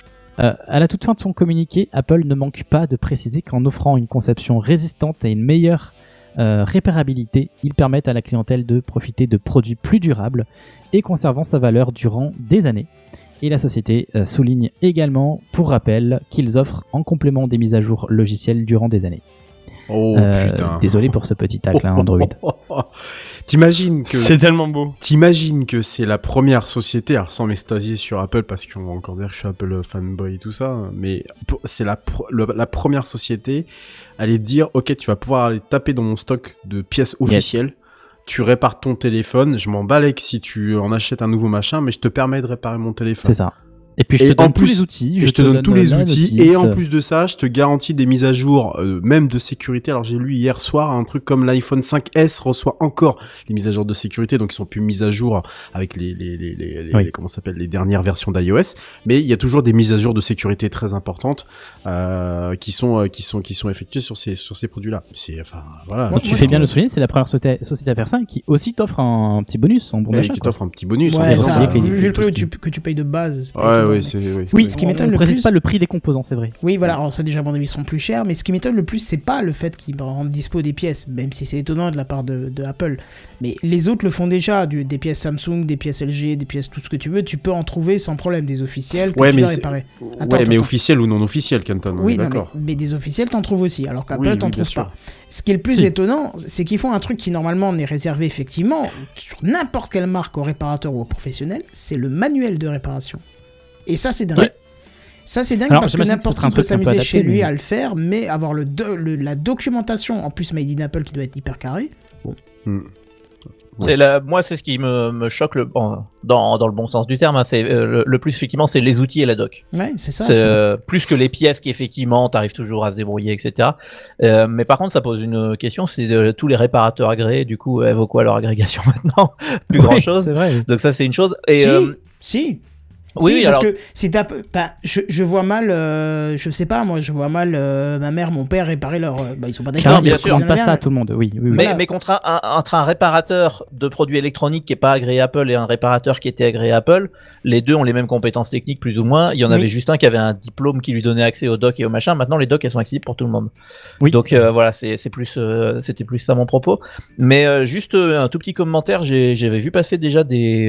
À la toute fin de son communiqué, Apple ne manque pas de préciser qu'en offrant une conception résistante et une meilleure réparabilité, ils permettent à la clientèle de profiter de produits plus durables et conservant sa valeur durant des années. Et la société souligne également, pour rappel, qu'ils offrent en complément des mises à jour logicielles durant des années. Oh putain. Désolé pour ce petit tacle, hein, Android. T'imagines que... C'est tellement beau. T'imagines que c'est la première société, alors sans m'extasier sur Apple, parce qu'on va encore dire que je suis Apple fanboy et tout ça, mais c'est la première société à aller dire, ok, tu vas pouvoir aller taper dans mon stock de pièces officielles, yes. Tu répares ton téléphone, je m'en balèque si tu en achètes un nouveau machin, mais je te permets de réparer mon téléphone. C'est ça. Et puis je te donne tous les outils. Je te donne tous les outils et en plus de ça, je te garantis des mises à jour, même de sécurité. Alors j'ai lu hier soir un truc comme l'iPhone 5S reçoit encore les mises à jour de sécurité, donc ils sont plus mises à jour avec les comment ça s'appelle, les dernières versions d'iOS, mais il y a toujours des mises à jour de sécurité très importantes qui sont effectuées sur ces produits-là. C'est voilà. Tu fais bien le souligner, c'est la première société à faire ça qui aussi t'offre un petit bonus en bon d'achat. Qui t'offre un petit bonus. Ouais, vu le prix que tu payes de base. Oui, ce qui m'étonne le plus, pas le prix des composants, c'est vrai. Oui, voilà, alors ça déjà à mon avis seront plus chers, mais ce qui m'étonne le plus, c'est pas le fait qu'ils rendent dispo des pièces, même si c'est étonnant de la part de Apple. Mais les autres le font déjà, des pièces Samsung, des pièces LG, des pièces tout ce que tu veux, tu peux en trouver sans problème, des officiels que tu dois réparer. Mais officiels ou non officiels, Kenton. Oui, d'accord. Mais des officiels t'en trouves aussi, alors qu'Apple t'en trouve pas. Ce qui est le plus étonnant, c'est qu'ils font un truc qui normalement n'est réservé effectivement sur n'importe quelle marque au réparateur ou au professionnel, c'est le manuel de réparation. Et ça, c'est dingue. Ouais. Ça, c'est dingue. Alors, parce que n'importe qui peut s'amuser chez lui à le faire, mais avoir la documentation, en plus Made in Apple qui doit être hyper carré. Bon. Moi, c'est ce qui me choque dans le bon sens du terme. Hein, c'est le plus effectivement, c'est les outils et la doc. Ouais, c'est ça. Plus que les pièces qui effectivement, t'arrives toujours à se débrouiller, etc. Mais par contre, ça pose une question. C'est tous les réparateurs agréés. Du coup, elle vaut quoi leur agrégation maintenant? Plus grand chose. C'est vrai. Donc ça, c'est une chose. Et si. Oui, parce alors... que si je vois mal, je sais pas, moi, je vois mal ma mère, mon père réparer leur. Ils sont pas d'accord. Non, bien sûr, pas ça à tout le monde. Oui. Mais contre un réparateur de produits électroniques qui est pas agréé Apple et un réparateur qui était agréé Apple, les deux ont les mêmes compétences techniques plus ou moins. Il y en avait juste un qui avait un diplôme qui lui donnait accès aux docs et aux machins. Maintenant, les docs elles sont accessibles pour tout le monde. Oui. Donc voilà, c'était plus ça mon propos. Mais juste un tout petit commentaire, j'avais vu passer déjà des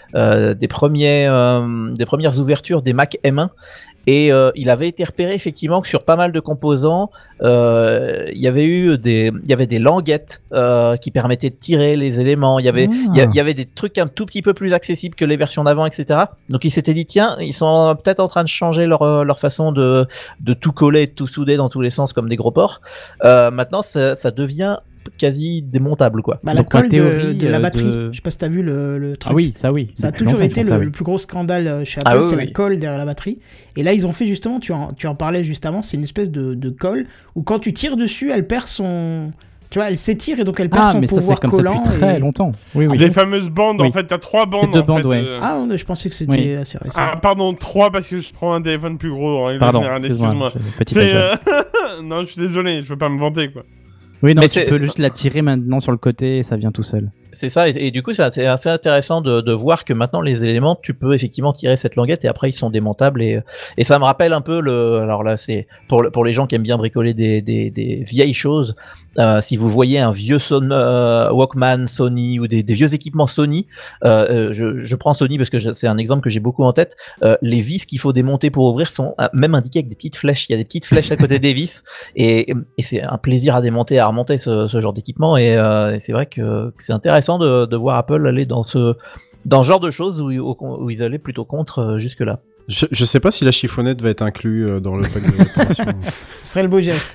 premières ouvertures des Mac M1 et il avait été repéré effectivement que sur pas mal de composants il y avait des languettes qui permettaient de tirer les éléments, il y avait des trucs un tout petit peu plus accessibles que les versions d'avant, etc. Donc il s'était dit tiens, ils sont peut-être en train de changer leur façon de tout coller, de tout souder dans tous les sens comme des gros ports. Maintenant ça devient quasi démontable quoi. La colle de la batterie. Je sais pas si t'as vu le truc. Ah oui, ça oui. Ça a toujours été le plus gros scandale chez Apple, c'est la colle derrière la batterie. Et là ils ont fait justement, tu en parlais juste avant, c'est une espèce de colle où quand tu tires dessus, elle perd son... Tu vois, elle s'étire et donc elle perd son pouvoir collant. Ça, depuis très longtemps. Oui. Les fameuses bandes, en fait, t'as 3 bandes. 2 bandes, ouais. Je pensais que c'était assez récent. Ah, pardon, 3 parce que je prends un téléphone plus gros. Excuse-moi. Non, je suis désolé, je veux pas me vanter, quoi. Oui, non, tu peux juste la tirer maintenant sur le côté et ça vient tout seul. C'est ça, et du coup, c'est assez intéressant de voir que maintenant, les éléments, tu peux effectivement tirer cette languette et après, ils sont démontables et ça me rappelle un peu alors là, c'est pour les gens qui aiment bien bricoler des vieilles choses. Si vous voyez un vieux Walkman Sony ou des vieux équipements Sony, je prends Sony parce que c'est un exemple que j'ai beaucoup en tête. Les vis qu'il faut démonter pour ouvrir sont même indiquées avec des petites flèches. Il y a des petites flèches à côté des vis et c'est un plaisir à démonter, à remonter ce genre d'équipement et c'est vrai que c'est intéressant de voir Apple aller dans ce genre de choses où ils allaient plutôt contre jusque-là. Je sais pas si la chiffonnette va être inclue dans le pack de réparation. Ce serait le beau geste.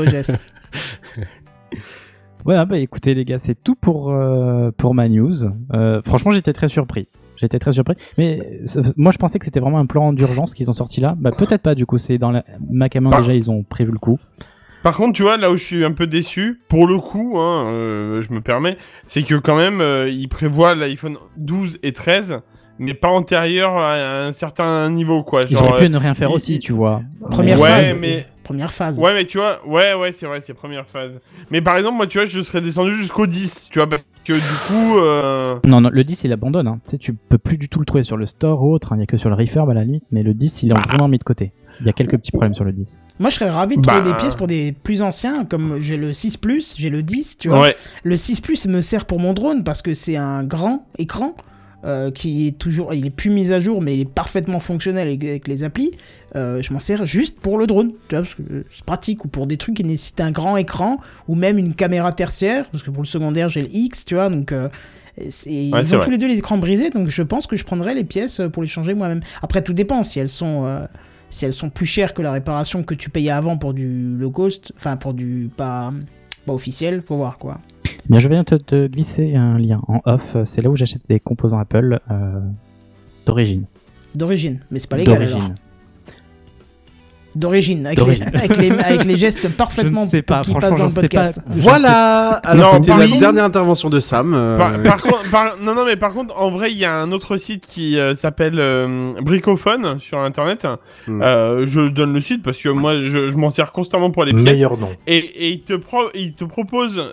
Voilà, écoutez les gars, c'est tout pour ma news. Franchement, j'étais très surpris. Mais moi, je pensais que c'était vraiment un plan d'urgence qu'ils ont sorti là. Peut-être pas, du coup. C'est dans la Mac M1 déjà, ils ont prévu le coup. Par contre, tu vois, là où je suis un peu déçu, pour le coup, je me permets, c'est que quand même, ils prévoient l'iPhone 12 et 13 mais pas antérieur à un certain niveau, quoi. Ils auraient pu ne rien faire aussi, tu vois. Première phase. Mais... Première phase. Ouais, mais tu vois, ouais, c'est vrai, c'est première phase. Mais par exemple, moi, tu vois, je serais descendu jusqu'au 10, tu vois, parce que du coup... Non, le 10, il abandonne, hein. Tu sais, tu peux plus du tout le trouver sur le store ou autre, hein. Il y a que sur le refurb à la limite, mais le 10, il est vraiment mis de côté. Il y a quelques petits problèmes sur le 10. Moi, je serais ravi de trouver des pièces pour des plus anciens, comme j'ai le 6+, j'ai le 10, tu vois. Ouais. Le 6+, me sert pour mon drone, parce que c'est un grand écran, qui est toujours... Il est plus mis à jour, mais il est parfaitement fonctionnel avec les applis. Je m'en sers juste pour le drone, tu vois, parce que c'est pratique, ou pour des trucs qui nécessitent un grand écran, ou même une caméra tertiaire, parce que pour le secondaire, j'ai le X, tu vois, donc... ils ont tous les deux les écrans brisés, donc je pense que je prendrais les pièces pour les changer moi-même. Après, tout dépend, si elles sont plus chères que la réparation que tu payais avant pour du low cost, enfin pour du pas officiel, faut voir quoi. Bien, je viens te glisser un lien en off, c'est là où j'achète des composants Apple d'origine. D'origine, mais c'est pas légal alors. D'origine, avec les gestes parfaitement qui passent dans le podcast. Voilà. Alors c'était la dernière intervention de Sam. Par contre, en vrai, il y a un autre site qui s'appelle Bricophone sur internet. Je donne le site parce que moi, je m'en sers constamment pour les pièces. Meilleur nom. Et il te propose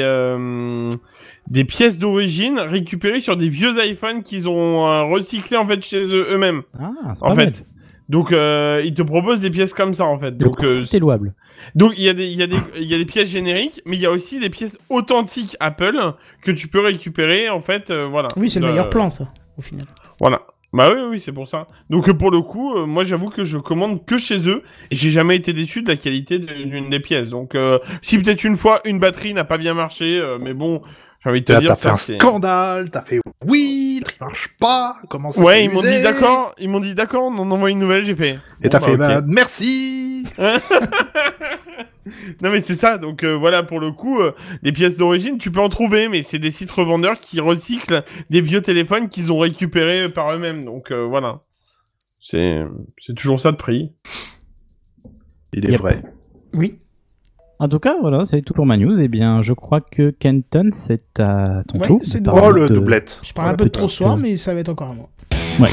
des pièces d'origine récupérées sur des vieux iPhones qu'ils ont recyclés en fait chez eux-mêmes. Ah, c'est pas mal. Donc, il te propose des pièces comme ça, en fait. Donc, c'est louable. Donc, il y a des pièces génériques, mais il y a aussi des pièces authentiques Apple que tu peux récupérer, en fait, voilà. Oui, c'est le meilleur plan, ça, au final. Voilà. Bah oui, c'est pour ça. Donc, pour le coup, moi, j'avoue que je commande que chez eux, et j'ai jamais été déçu de la qualité d'une des pièces. Donc, si peut-être une fois, une batterie n'a pas bien marché, mais bon... J'ai envie de te dire, t'as fait un scandale, t'as fait oui, il marche pas, comment ça ouais, ils m'ont dit d'accord, on en envoie une nouvelle, j'ai fait. Et t'as fait, merci. Non mais c'est ça, donc voilà, pour le coup, les pièces d'origine, tu peux en trouver, mais c'est des sites revendeurs qui recyclent des vieux téléphones qu'ils ont récupérés par eux-mêmes, donc voilà. C'est toujours ça de prix. Il est vrai. Oui. En tout cas, voilà, c'est tout pour ma news. Eh bien, je crois que Kenton, c'est à ton tour. C'est le doublette. Je parle un peu de trop soir, mais ça va être encore à moi. Ouais.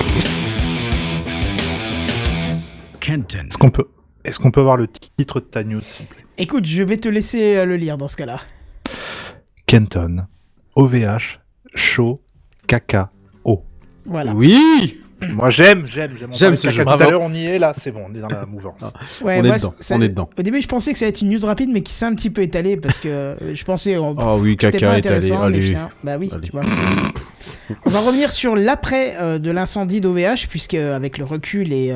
Kenton. Est-ce qu'on peut avoir le titre de ta news, s'il vous plaît ? Écoute, je vais te laisser le lire dans ce cas-là. Kenton, OVH, chaud, caca, eau. Voilà. Oui. Moi j'aime ce jeu. Tout à l'heure on y est, là c'est bon, on est dans la mouvance. Ouais, on est dedans. Au début je pensais que ça allait être une news rapide mais qui s'est un petit peu étalée parce que je pensais... Oh oui, caca étalé, allez. Bah oui, allez. Tu vois. On va revenir sur l'après de l'incendie d'OVH puisque avec le recul et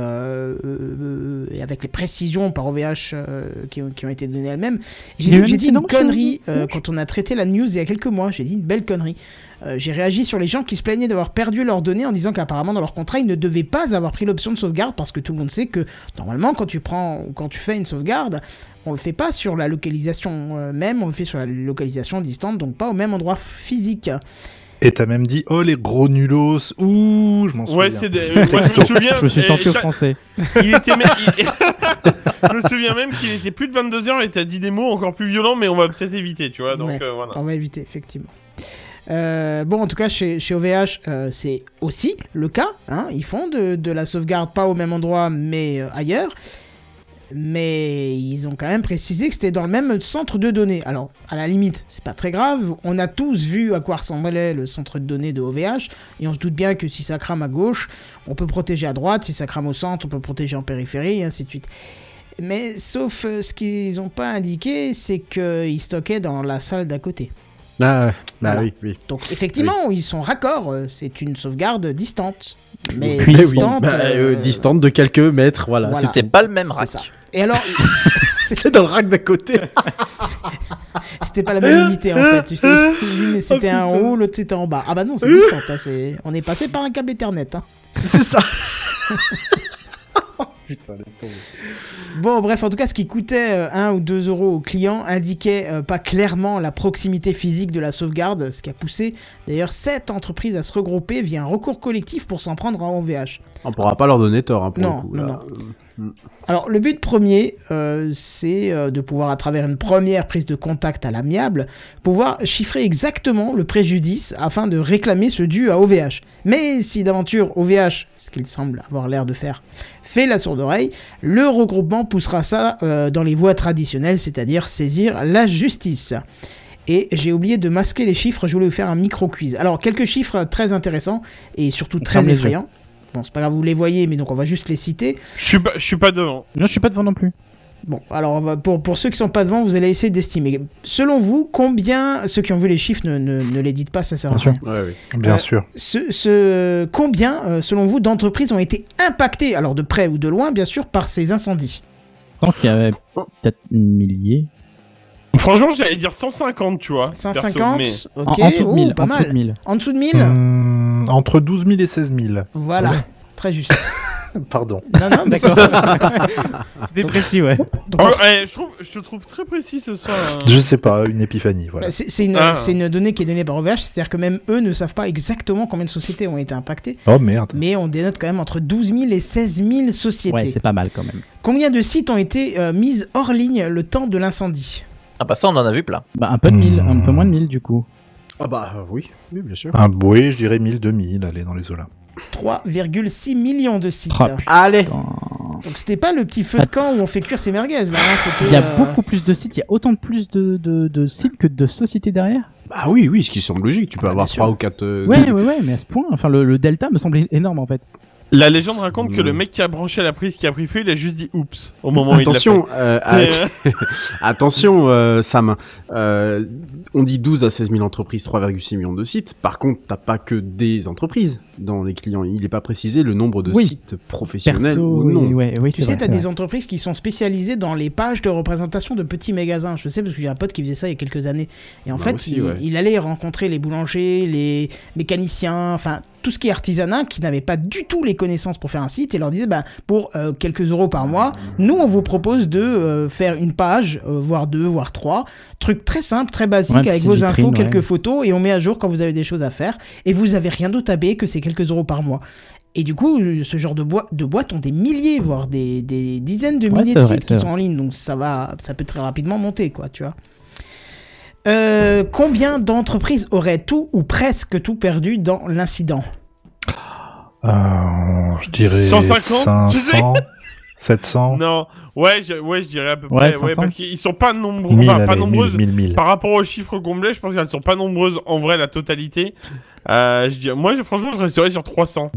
avec les précisions par OVH qui ont été données elles-mêmes, j'ai dit une connerie quand on a traité la news il y a quelques mois, j'ai dit une belle connerie. J'ai réagi sur les gens qui se plaignaient d'avoir perdu leurs données en disant qu'apparemment dans leur contrat ils ne devaient pas avoir pris l'option de sauvegarde parce que tout le monde sait que normalement quand tu fais une sauvegarde on le fait pas sur la localisation même, on le fait sur la localisation distante, donc pas au même endroit physique. Et t'as même dit oh les gros nulos, ouh je m'en souviens. Ouais, moi je me souviens. Je me suis senti offensé. Je me souviens même qu'il était plus de 22h et t'as dit des mots encore plus violents, mais on va peut-être éviter, tu vois. Donc voilà. On va éviter effectivement. Bon, en tout cas, chez OVH, c'est aussi le cas. Hein, ils font de la sauvegarde, pas au même endroit, mais ailleurs. Mais ils ont quand même précisé que c'était dans le même centre de données. Alors, à la limite, c'est pas très grave. On a tous vu à quoi ressemblait le centre de données de OVH. Et on se doute bien que si ça crame à gauche, on peut protéger à droite. Si ça crame au centre, on peut protéger en périphérie, et ainsi de suite. Mais sauf ce qu'ils n'ont pas indiqué, c'est qu'ils stockaient dans la salle d'à côté. Bah voilà. Oui. Donc effectivement, ils sont raccords, c'est une sauvegarde distante. Mais distante, distante de quelques mètres, voilà. C'était pas le même rack. Ça. Et alors, c'était dans le rack d'à côté. C'était pas la même unité en fait, tu sais. L'une c'était en haut, l'autre c'était en bas. Ah bah non, c'est distante, hein, on est passé par un câble Ethernet. Hein. C'est ça. Putain, laisse tomber. Bon, bref, en tout cas, ce qui coûtait 1 ou 2 euros au client indiquait pas clairement la proximité physique de la sauvegarde, ce qui a poussé d'ailleurs 7 entreprises à se regrouper via un recours collectif pour s'en prendre à OVH. On pourra pas leur donner tort, hein, pour non, le coup. Non. Alors, le but premier, c'est de pouvoir, à travers une première prise de contact à l'amiable, pouvoir chiffrer exactement le préjudice afin de réclamer ce dû à OVH. Mais si d'aventure OVH, ce qu'il semble avoir l'air de faire, fait la sourde oreille, le regroupement poussera ça dans les voies traditionnelles, c'est-à-dire saisir la justice. Et j'ai oublié de masquer les chiffres, je voulais vous faire un micro-quiz. Alors, quelques chiffres très intéressants et surtout très effrayants. Bon, c'est pas grave, vous les voyez, mais donc on va juste les citer. Je suis pas devant. Non, je suis pas devant non plus. Bon, alors pour ceux qui sont pas devant, vous allez essayer d'estimer. Selon vous, combien, ceux qui ont vu les chiffres, ne les dites pas, ça sert à rien. Bien sûr. Combien, selon vous, d'entreprises ont été impactées, alors de près ou de loin, bien sûr, par ces incendies? Tant qu'il y avait peut-être une millier. Franchement, j'allais dire 150, tu vois. 150, perso, mais... ok, en dessous de 1000, pas mal. En dessous de 1000 Entre 12 000 et 16 000. Voilà, très juste. Pardon. Non, d'accord. C'était précis, ouais. Donc, je te trouve très précis ce soir. Je sais pas, une épiphanie, voilà. C'est une donnée qui est donnée par OVH, c'est-à-dire que même eux ne savent pas exactement combien de sociétés ont été impactées. Oh merde. Mais on dénote quand même entre 12 000 et 16 000 sociétés. Ouais, c'est pas mal quand même. Combien de sites ont été mises hors ligne le temps de l'incendie? Ah bah ça, on en a vu plein. Bah un peu de 1000, un peu moins de 1000 du coup. Ah bah oui, bien sûr. Oui, je dirais 1000, 2000, allez, dans les eaux là. 3,6 millions de sites. Allez. Donc c'était pas le petit feu de camp où on fait cuire ses merguez là, hein, c'était... Il y a beaucoup plus de sites, il y a autant de plus de sites que de sociétés derrière. Bah oui, ce qui semble logique, tu peux avoir 3 ou 4... Ouais, mais à ce point, enfin le delta me semble énorme en fait. La légende raconte que le mec qui a branché la prise, qui a pris feu, il a juste dit oups au moment où il l'a fait. Attention, Sam. On dit 12 à 16 000 entreprises, 3,6 millions de sites. Par contre, t'as pas que des entreprises dans les clients. Il n'est pas précisé le nombre de sites professionnels ou non. Oui, tu sais, t'as des entreprises qui sont spécialisées dans les pages de représentation de petits magasins. Je sais parce que j'ai un pote qui faisait ça il y a quelques années. Et en fait, aussi, il allait rencontrer les boulangers, les mécaniciens, enfin tout ce qui est artisanat, qui n'avaient pas du tout les connaissances pour faire un site, et leur disait pour quelques euros par mois, nous on vous propose de faire une page, voire 2, voire 3, truc très simple, très basique, avec vos infos, quelques photos, et on met à jour quand vous avez des choses à faire, et vous avez rien d'autre à payer que ces quelques euros par mois. Et du coup, ce genre de boîtes ont des milliers, voire des dizaines de milliers de sites qui sont en ligne, donc ça peut très rapidement monter, quoi, tu vois. Combien d'entreprises auraient tout ou presque tout perdu dans l'incident? Je dirais 150, 500, 700. Non, je dirais à peu près. Ouais, parce qu'ils sont pas nombreux, 1000, pas nombreuses. 1000. Par rapport aux chiffres complets, je pense qu'elles sont pas nombreuses en vrai, la totalité. Franchement, je resterais sur 300.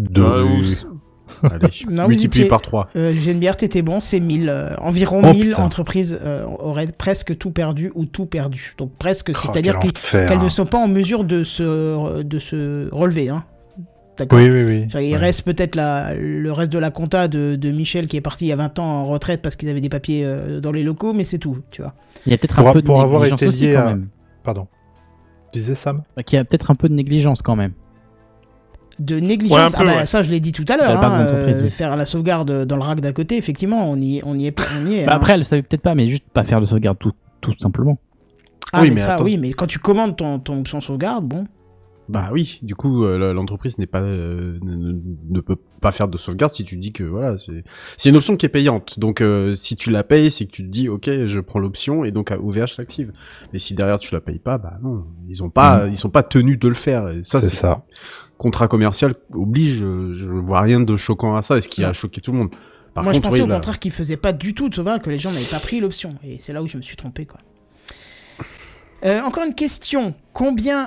Allez, multiplié par 3. Geneviève, t'étais bon, c'est 1000. Environ 1000 entreprises auraient presque tout perdu ou tout perdu. Donc presque, c'est-à-dire qu'elles ne sont pas en mesure de se relever. Hein. D'accord. Oui. Il reste peut-être le reste de la compta de Michel qui est parti il y a 20 ans en retraite parce qu'ils avaient des papiers dans les locaux, mais c'est tout, tu vois. Il y a peut-être un peu de pour avoir négligence été aussi, lié quand à... même. Pardon. Disais Sam. Il y a peut-être un peu de négligence quand même. De négligence, ça je l'ai dit tout à l'heure, oui. faire la sauvegarde dans le rack d'à côté, effectivement, on y est. Après, elle le savait peut-être pas, mais juste pas faire de sauvegarde tout simplement. Mais quand tu commandes ton option sauvegarde, bon. Bah oui, du coup, l'entreprise ne peut pas faire de sauvegarde si tu dis que voilà, c'est une option qui est payante. Donc si tu la payes, c'est que tu te dis ok, je prends l'option et donc OVH s'active. Mais si derrière tu la payes pas, bah non, ils sont pas tenus de le faire. Et ça, c'est ça. Contrat commercial oblige, je vois rien de choquant à ça, et ce qui a choqué tout le monde. Moi, je pensais au contraire qu'ils faisaient pas du tout de sauvegarde, que les gens n'avaient pas pris l'option. Et c'est là où je me suis trompé, quoi. Encore une question. Combien...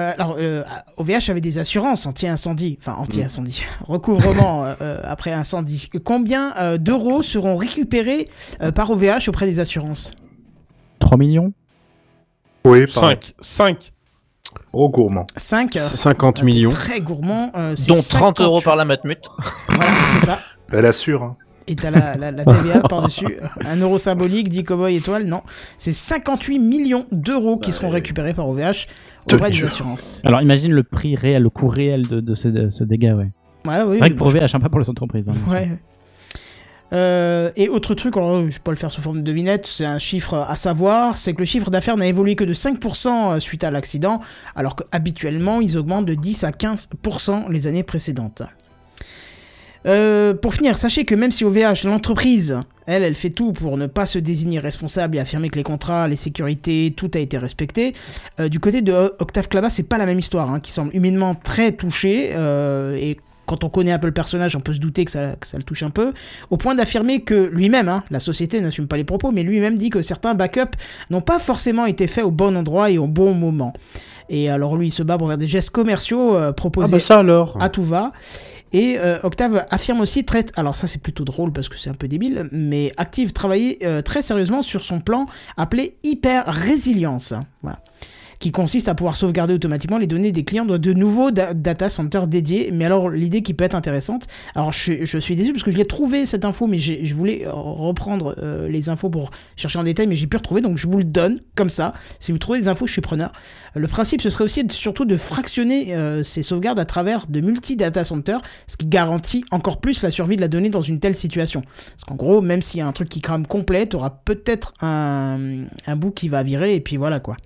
OVH avait des assurances anti-incendie. Enfin, anti-incendie. Recouvrement après incendie. Combien d'euros seront récupérés par OVH auprès des assurances? 3 millions? Oui, 5. Oh, gourmand. 50 millions. Très gourmand. Dont 30 euros par la Matmut. Voilà, c'est ça. Elle assure, hein. Et t'as la TVA par-dessus. 1 euro symbolique, 10 cow-boy étoiles, non. C'est 58 millions d'euros qui seront récupérés par OVH auprès des assurances. Alors imagine le prix réel, le coût réel de ce dégât, ouais. Oui. Rien que pour OVH, pas pour les entreprises. Et autre truc, alors, je vais pas le faire sous forme de devinette, c'est un chiffre à savoir, c'est que le chiffre d'affaires n'a évolué que de 5% suite à l'accident, alors qu'habituellement, ils augmentent de 10 à 15% les années précédentes. Pour finir, sachez que même si OVH, l'entreprise, elle fait tout pour ne pas se désigner responsable et affirmer que les contrats, les sécurités, tout a été respecté. Du côté de Octave Klaba, c'est pas la même histoire, hein, qui semble humainement très touché et quand on connaît un peu le personnage, on peut se douter que ça le touche un peu, au point d'affirmer que lui-même, hein, la société n'assume pas les propos, mais lui-même dit que certains backups n'ont pas forcément été faits au bon endroit et au bon moment. Et alors lui, il se bat pour faire des gestes commerciaux proposés ça alors. à tout va. Et Octave affirme aussi alors ça c'est plutôt drôle parce que c'est un peu débile, mais Active travaillait très sérieusement sur son plan appelé Hyper Résilience. Voilà. Qui consiste à pouvoir sauvegarder automatiquement les données des clients dans de nouveaux data centers dédiés. Mais alors, l'idée qui peut être intéressante, alors je suis déçu parce que je l'ai trouvé cette info, mais je voulais reprendre les infos pour chercher en détail, mais j'ai pu retrouver, donc je vous le donne comme ça. Si vous trouvez des infos, je suis preneur. Le principe, ce serait aussi surtout de fractionner ces sauvegardes à travers de multi-data centers, ce qui garantit encore plus la survie de la donnée dans une telle situation. Parce qu'en gros, même s'il y a un truc qui crame complet, tu auras peut-être un bout qui va virer, et puis voilà quoi.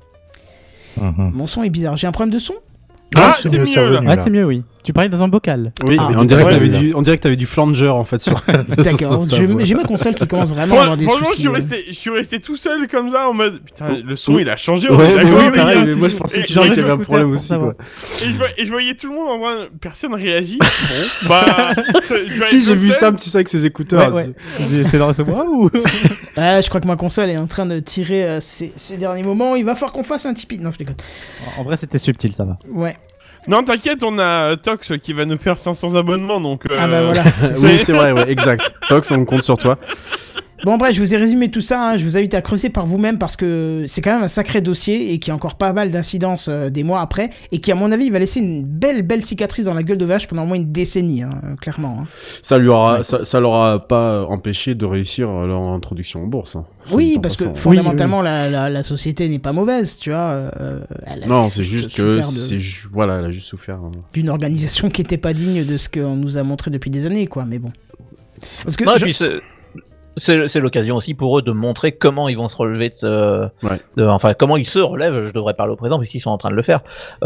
Mon son est bizarre, j'ai un problème de son ? C'est mieux là. Ah, c'est mieux, oui. Tu parlais dans un bocal. Oui, on dirait que t'avais du flanger en fait sur. D'accord, j'ai ma console qui commence vraiment à avoir des soucis. Je suis resté tout seul comme ça en mode putain, le son il a changé. Ouais, mais oui, pareil, mais moi je pensais toujours qu'il y avait un problème aussi quoi. Et je voyais tout le monde en train, personne réagit. Bon, bah. Si j'ai vu Sam, tu sais, avec ses écouteurs. Ouais. C'est dans ce mois ou je crois que ma console est en train de tirer ces derniers moments. Il va falloir qu'on fasse un Tipeee. Non, je déconne. En vrai, c'était subtil, ça va. Ouais. Non, t'inquiète, on a Tox qui va nous faire 500 abonnements, donc... Ah bah voilà. Oui, c'est vrai, ouais, exact. Tox, on compte sur toi. Bon, bref, je vous ai résumé tout ça, hein. Je vous invite à creuser par vous-même parce que c'est quand même un sacré dossier et qu'il y a encore pas mal d'incidences des mois après et qui, à mon avis, va laisser une belle cicatrice dans la gueule de vache pendant au moins une décennie, hein, clairement. Hein. Ça leur a pas empêché de réussir leur introduction en bourse. Hein. Oui, parce que fondamentalement, la société n'est pas mauvaise, tu vois. Non, c'est juste que voilà, elle a juste souffert d'une organisation qui était pas digne de ce qu'on nous a montré depuis des années, quoi. Mais bon. Parce que puis c'est l'occasion aussi pour eux de montrer comment ils vont se relever enfin comment ils se relèvent, je devrais parler au présent puisqu'ils sont en train de le faire,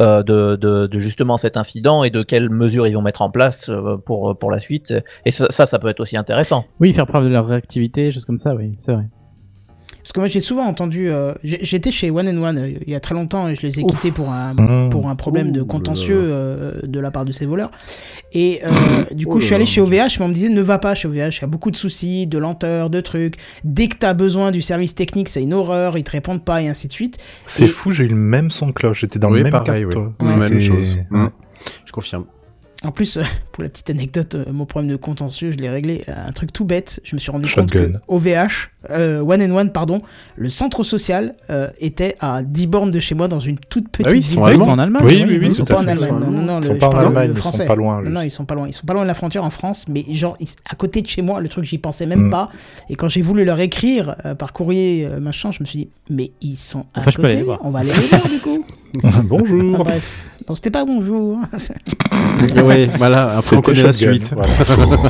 de justement cet incident et de quelles mesures ils vont mettre en place pour la suite. Et ça peut être aussi intéressant. Oui, faire preuve de leur réactivité, choses comme ça, oui, c'est vrai. Parce que moi j'ai souvent entendu, j'étais chez One and One il y a très longtemps et je les ai quittés pour un problème de contentieux de la part de ces voleurs. Et du coup je suis allé chez OVH, mais on me disait ne va pas chez OVH, il y a beaucoup de soucis, de lenteur, de trucs. Dès que t'as besoin du service technique, c'est une horreur, ils te répondent pas et ainsi de suite. C'est fou, j'ai eu le même son de cloche, j'étais dans le même cas que toi. C'est la même chose. Je confirme. En plus, pour la petite anecdote, mon problème de contentieux, je l'ai réglé un truc tout bête. Je me suis rendu compte que OVH, One and One, pardon, le centre social était à 10 bornes de chez moi dans une toute petite ville. Ils sont en Allemagne. Oui, ils sont pas en Allemagne. Non, ils sont pas en Allemagne, ils sont pas loin. Non, ils sont pas loin. Ils sont pas loin de la frontière en France, mais genre à côté de chez moi, le truc j'y pensais même pas. Et quand j'ai voulu leur écrire par courrier machin, je me suis dit mais ils sont à côté. On va aller les voir du coup. Bonjour. Enfin, bref, non c'était pas bonjour. Oui, voilà. Après on connaît la suite. Voilà.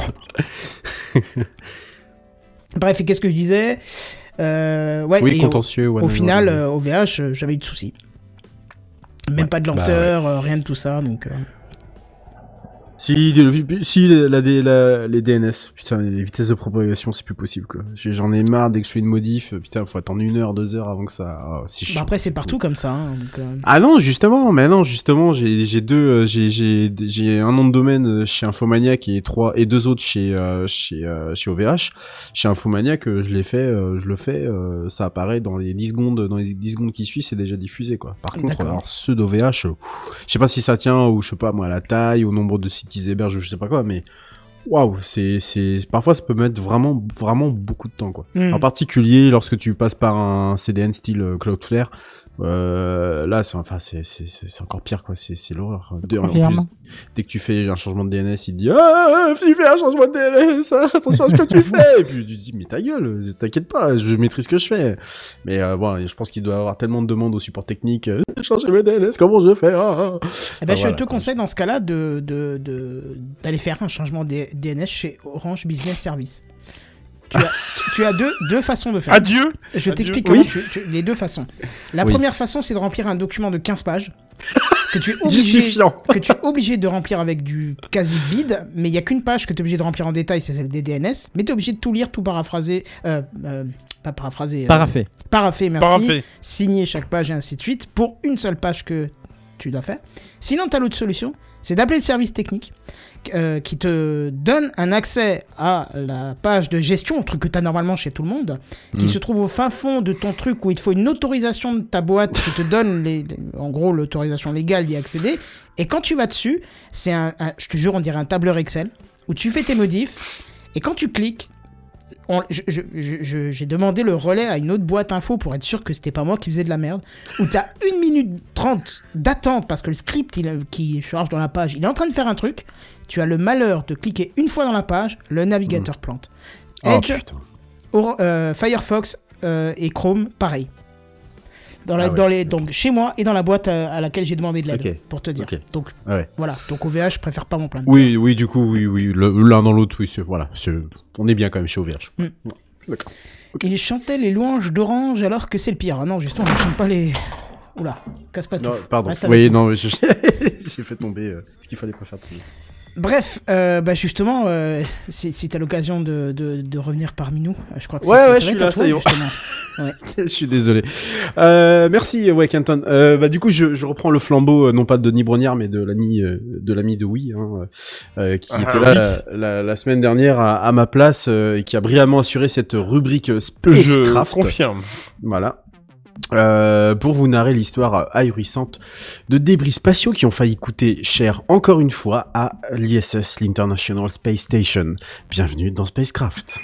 Bref, et qu'est-ce que je disais oui, contentieux. Au final, OVH, j'avais eu de soucis. Même pas de lenteur, rien de tout ça, donc... Si les DNS, putain, les vitesses de propagation, c'est plus possible, quoi. J'en ai marre dès que je fais une modif, putain, faut attendre 1 heure, 2 heures avant que ça... Oh, c'est chiant. Après, c'est partout comme ça, hein, donc, Ah non, justement, j'ai un nom de domaine chez Infomaniac et 2 autres chez OVH. Chez Infomaniac, je le fais, ça apparaît dans les 10 secondes qui suivent, c'est déjà diffusé, quoi. Par contre, alors, ceux d'OVH, je sais pas si ça tient, ou je sais pas, moi, à la taille, au nombre de sites qu'ils hébergent, je sais pas quoi, mais waouh, parfois ça peut mettre vraiment beaucoup de temps, quoi. En particulier lorsque tu passes par un CDN style Cloudflare. Là c'est encore pire, quoi. C'est l'horreur. En plus, dès que tu fais un changement de DNS, il te dit tu fais un changement de DNS, attention à ce que tu fais. Et puis tu te dis mais ta gueule, t'inquiète pas, je maîtrise ce que je fais. Mais bon, je pense qu'il doit y avoir tellement de demandes au support technique. Changer mes DNS, comment je fais je te conseille dans ce cas-là d'aller faire un changement de DNS chez Orange Business Service. Tu as deux façons de faire. Adieu. Je t'explique comment les deux façons. La première façon, c'est de remplir un document de 15 pages. que tu es obligé de remplir avec du quasi vide, mais il y a qu'une page que tu es obligé de remplir en détail, c'est celle des DNS, mais tu es obligé de tout lire, tout paraphraser, pas paraphraser, parapher, merci, Parapher. signer chaque page et ainsi de suite pour une seule page que tu dois faire. Sinon, tu as l'autre solution, c'est d'appeler le service technique qui te donne un accès à la page de gestion, un truc que tu as normalement chez tout le monde, qui se trouve au fin fond de ton truc où il te faut une autorisation de ta boîte qui te donne en gros l'autorisation légale d'y accéder. Et quand tu vas dessus, c'est je te jure, on dirait un tableur Excel où tu fais tes modifs et quand tu cliques, j'ai demandé le relais à une autre boîte info pour être sûr que c'était pas moi qui faisais de la merde, où t'as 1 minute 30 d'attente parce que le script qui charge dans la page, il est en train de faire un truc, tu as le malheur de cliquer une fois dans la page, le navigateur plante. Edge, Firefox et Chrome, pareil. Donc chez moi et dans la boîte à laquelle j'ai demandé de l'aide, pour te dire. Donc voilà, donc OVH, je préfère pas m'en plaindre. Oui, du coup, oui, l'un dans l'autre, oui, on est bien quand même chez OVH. D'accord. Il chantait les louanges d'Orange alors que c'est le pire. Ah non, justement, je chante pas les... Oula, casse pas tout. Non, pardon. Oui, non, j'ai fait tomber ce qu'il fallait pas faire. Bref, justement, si t'as l'occasion de revenir parmi nous, je crois que je suis là, ça y est. Je suis désolé. Merci, Kenton. Du coup, je reprends le flambeau, non pas de Denis Brognard, mais de l'ami de Wii, qui était là la semaine dernière à ma place et qui a brillamment assuré cette rubrique Spacecraft. Je confirme. Voilà. Pour vous narrer l'histoire ahurissante de débris spatiaux qui ont failli coûter cher encore une fois à l'ISS, l'International Space Station. Bienvenue dans Spacecraft.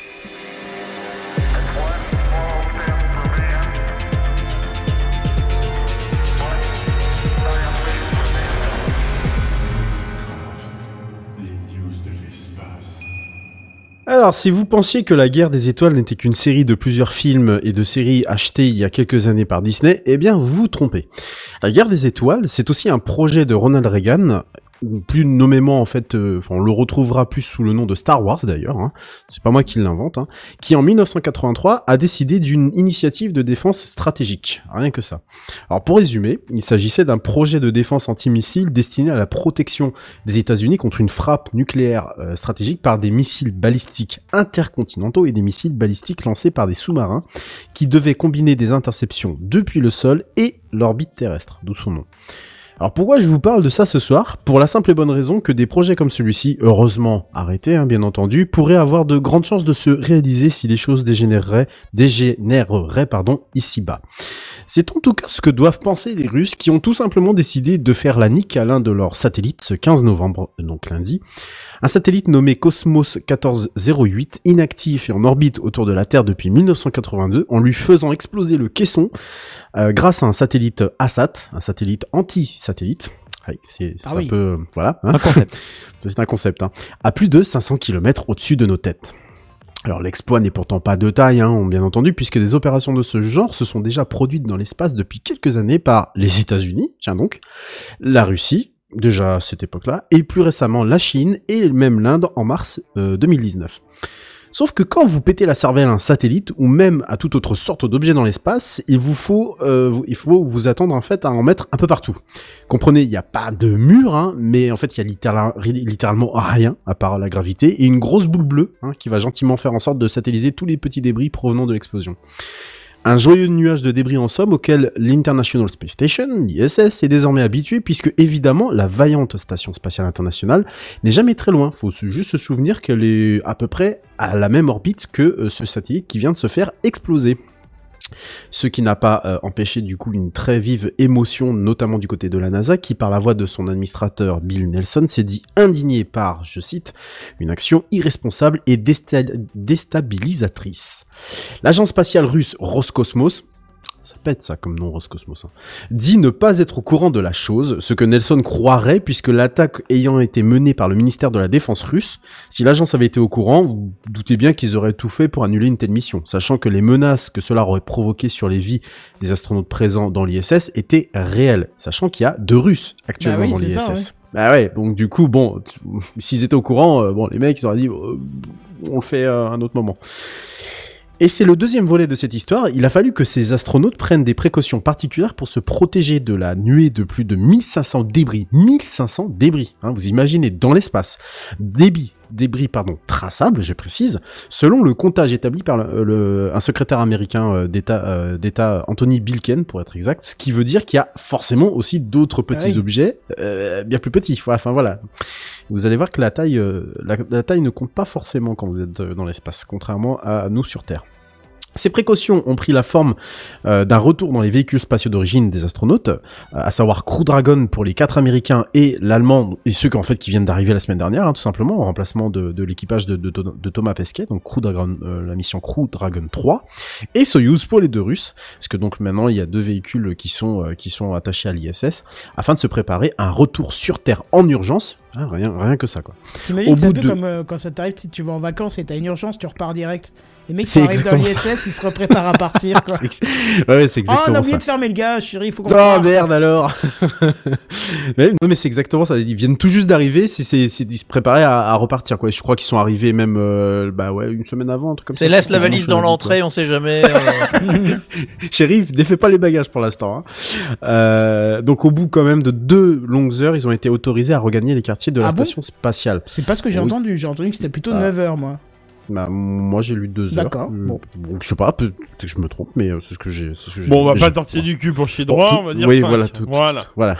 Alors, si vous pensiez que la guerre des étoiles n'était qu'une série de plusieurs films et de séries achetées il y a quelques années par Disney, eh bien, vous vous trompez. La guerre des étoiles, c'est aussi un projet de Ronald Reagan, plus nommément en fait, on le retrouvera plus sous le nom de Star Wars d'ailleurs, c'est pas moi qui l'invente, qui en 1983 a décidé d'une initiative de défense stratégique, rien que ça. Alors pour résumer, il s'agissait d'un projet de défense antimissile destiné à la protection des États-Unis contre une frappe nucléaire stratégique par des missiles balistiques intercontinentaux et des missiles balistiques lancés par des sous-marins qui devaient combiner des interceptions depuis le sol et l'orbite terrestre, d'où son nom. Alors pourquoi je vous parle de ça ce soir ? Pour la simple et bonne raison que des projets comme celui-ci, heureusement arrêtés bien entendu, pourraient avoir de grandes chances de se réaliser si les choses dégénéreraient ici-bas. C'est en tout cas ce que doivent penser les Russes qui ont tout simplement décidé de faire la nique à l'un de leurs satellites ce 15 novembre, donc lundi. Un satellite nommé Cosmos 1408, inactif et en orbite autour de la Terre depuis 1982, en lui faisant exploser le caisson grâce à un satellite ASAT, un satellite anti-satellite. C'est un peu... Voilà. Un concept. C'est un concept. À plus de 500 km au-dessus de nos têtes. Alors l'exploit n'est pourtant pas de taille, bien entendu, puisque des opérations de ce genre se sont déjà produites dans l'espace depuis quelques années par les États-Unis, tiens donc, la Russie, déjà à cette époque-là, et plus récemment la Chine et même l'Inde en mars 2019. Sauf que quand vous pétez la cervelle à un satellite, ou même à toute autre sorte d'objet dans l'espace, il faut vous attendre en fait à en mettre un peu partout. Comprenez, il n'y a pas de mur, mais en fait il y a littéralement rien, à part la gravité, et une grosse boule bleue, qui va gentiment faire en sorte de satelliser tous les petits débris provenant de l'explosion. Un joyeux nuage de débris en somme auquel l'International Space Station, l'ISS, est désormais habitué puisque évidemment la vaillante station spatiale internationale n'est jamais très loin. Faut juste se souvenir qu'elle est à peu près à la même orbite que ce satellite qui vient de se faire exploser. Ce qui n'a pas empêché du coup une très vive émotion, notamment du côté de la NASA, qui par la voix de son administrateur Bill Nelson s'est dit indigné par, je cite, une action irresponsable et déstabilisatrice. L'agence spatiale russe Roscosmos, ça pète ça comme nom Roscosmos, dit ne pas être au courant de la chose, ce que Nelson croirait puisque l'attaque ayant été menée par le ministère de la Défense russe, si l'agence avait été au courant, vous doutez bien qu'ils auraient tout fait pour annuler une telle mission, sachant que les menaces que cela aurait provoquées sur les vies des astronautes présents dans l'ISS étaient réelles, sachant qu'il y a 2 Russes actuellement dans l'ISS. Ça, ouais. Bah ouais, donc du coup, bon, s'ils étaient au courant, les mecs ils auraient dit on le fait à un autre moment. Et c'est le deuxième volet de cette histoire. Il a fallu que ces astronautes prennent des précautions particulières pour se protéger de la nuée de plus de 1500 débris. 1500 débris, hein, vous imaginez, dans l'espace. Débris, traçables, je précise, selon le comptage établi par un secrétaire américain d'État, Anthony Bilken, pour être exact, ce qui veut dire qu'il y a forcément aussi d'autres petits objets bien plus petits. Enfin voilà. Vous allez voir que la taille ne compte pas forcément quand vous êtes dans l'espace, contrairement à nous sur Terre. Ces précautions ont pris la forme d'un retour dans les véhicules spatiaux d'origine des astronautes, à savoir Crew Dragon pour les 4 Américains et l'Allemand, et ceux qui viennent d'arriver la semaine dernière, hein, tout simplement, en remplacement de l'équipage de Thomas Pesquet, donc Crew Dragon, la mission Crew Dragon 3, et Soyuz pour les 2 Russes, parce que donc maintenant il y a 2 véhicules qui sont attachés à l'ISS, afin de se préparer à un retour sur Terre en urgence. Ah, rien que ça, quoi. T'imagines, c'est un peu comme quand ça t'arrive, si tu vas en vacances et t'as une urgence, tu repars direct. Les mecs qui arrivent dans l'ISS, ils se préparent à partir, quoi. Ouais, c'est exactement ça. On a oublié de fermer le gaz, chérie, il faut qu'on parte. Oh merde alors. mais c'est exactement ça. Ils viennent tout juste d'arriver, c'est se préparer à repartir, quoi. Je crois qu'ils sont arrivés même, une semaine avant, un truc comme ça. C'est laisse la valise dans l'entrée, on sait jamais. Chérie, défais pas les bagages pour l'instant. Hein. Donc au bout quand même de 2 longues heures, ils ont été autorisés à regagner les quartiers de la station spatiale. C'est pas ce que j'ai entendu. J'ai entendu que c'était plutôt 9 heures, moi. Bah, moi j'ai lu 2 heures. D'accord. Bon, je sais pas, peut-être que je me trompe, mais c'est ce que j'ai. Bon, on va pas tortiller du cul pour chier droit, on va dire 5. Voilà.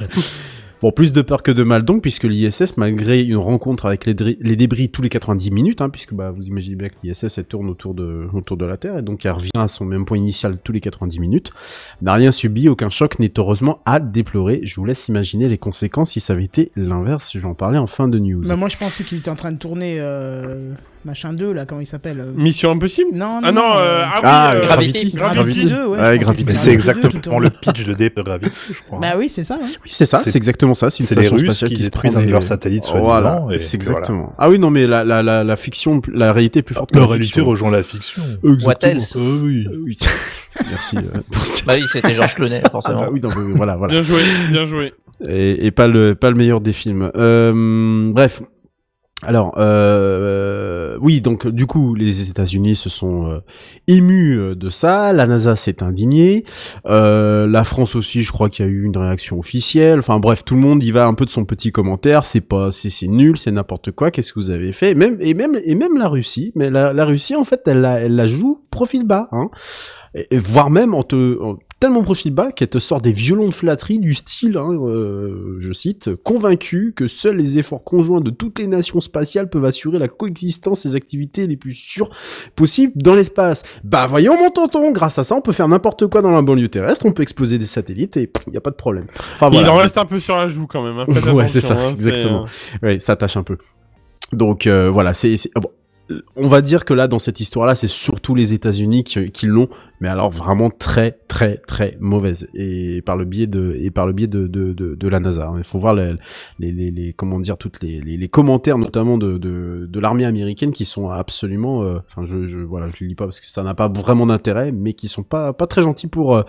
Bon, plus de peur que de mal donc, puisque l'ISS, malgré une rencontre avec les débris tous les 90 minutes, hein, puisque vous imaginez bien que l'ISS elle tourne autour de la Terre, et donc elle revient à son même point initial tous les 90 minutes, n'a rien subi, aucun choc n'est heureusement à déplorer. Je vous laisse imaginer les conséquences si ça avait été l'inverse, je vais en parler en fin de news. Bah moi je pensais qu'il était en train de tourner machin 2 là, comment il s'appelle Mission Impossible. Non. Gravity 2, ouais. Gravity. C'est exactement le pitch de Gravity, je crois. Bah oui, c'est ça. Hein. Oui, c'est ça, c'est exactement ça. C'est les Russes qui détruisent leur satellite Voilà, c'est exactement. Voilà. Ah oui, non, mais la fiction, la réalité est plus forte que la fiction. La réalité rejoint la fiction. What else? Oui. Merci pour cette... Bah oui, c'était Georges Clooney, forcément. Ah bah oui, non, mais voilà. Bien joué. Et pas le meilleur des films. Bref. Alors, oui, donc du coup, les États-Unis se sont émus de ça. La NASA s'est indignée. La France aussi, je crois qu'il y a eu une réaction officielle. Enfin bref, tout le monde y va un peu de son petit commentaire. C'est nul, c'est n'importe quoi. Qu'est-ce que vous avez fait? Même la Russie. Mais la Russie, en fait, elle la joue profil bas, hein. Et voire même tellement profil bas qu'elle te sort des violons de flatterie du style, hein, je cite, convaincu que seuls les efforts conjoints de toutes les nations spatiales peuvent assurer la coexistence des activités les plus sûres possibles dans l'espace. Bah voyons mon tonton, grâce à ça on peut faire n'importe quoi dans la banlieue terrestre, on peut exploser des satellites et y a pas de problème. Enfin, voilà. Il en reste un peu sur la joue quand même. Hein. Ouais, c'est ça, exactement. Ouais, ça tâche un peu. Donc voilà, bon. On va dire que là, dans cette histoire-là, c'est surtout les États-Unis qui l'ont, mais alors vraiment très, très, très mauvaise. Et par le biais de la NASA. Il faut voir les comment dire, toutes les commentaires, notamment de l'armée américaine, qui sont absolument, enfin, je le lis pas parce que ça n'a pas vraiment d'intérêt, mais qui sont pas très gentils pour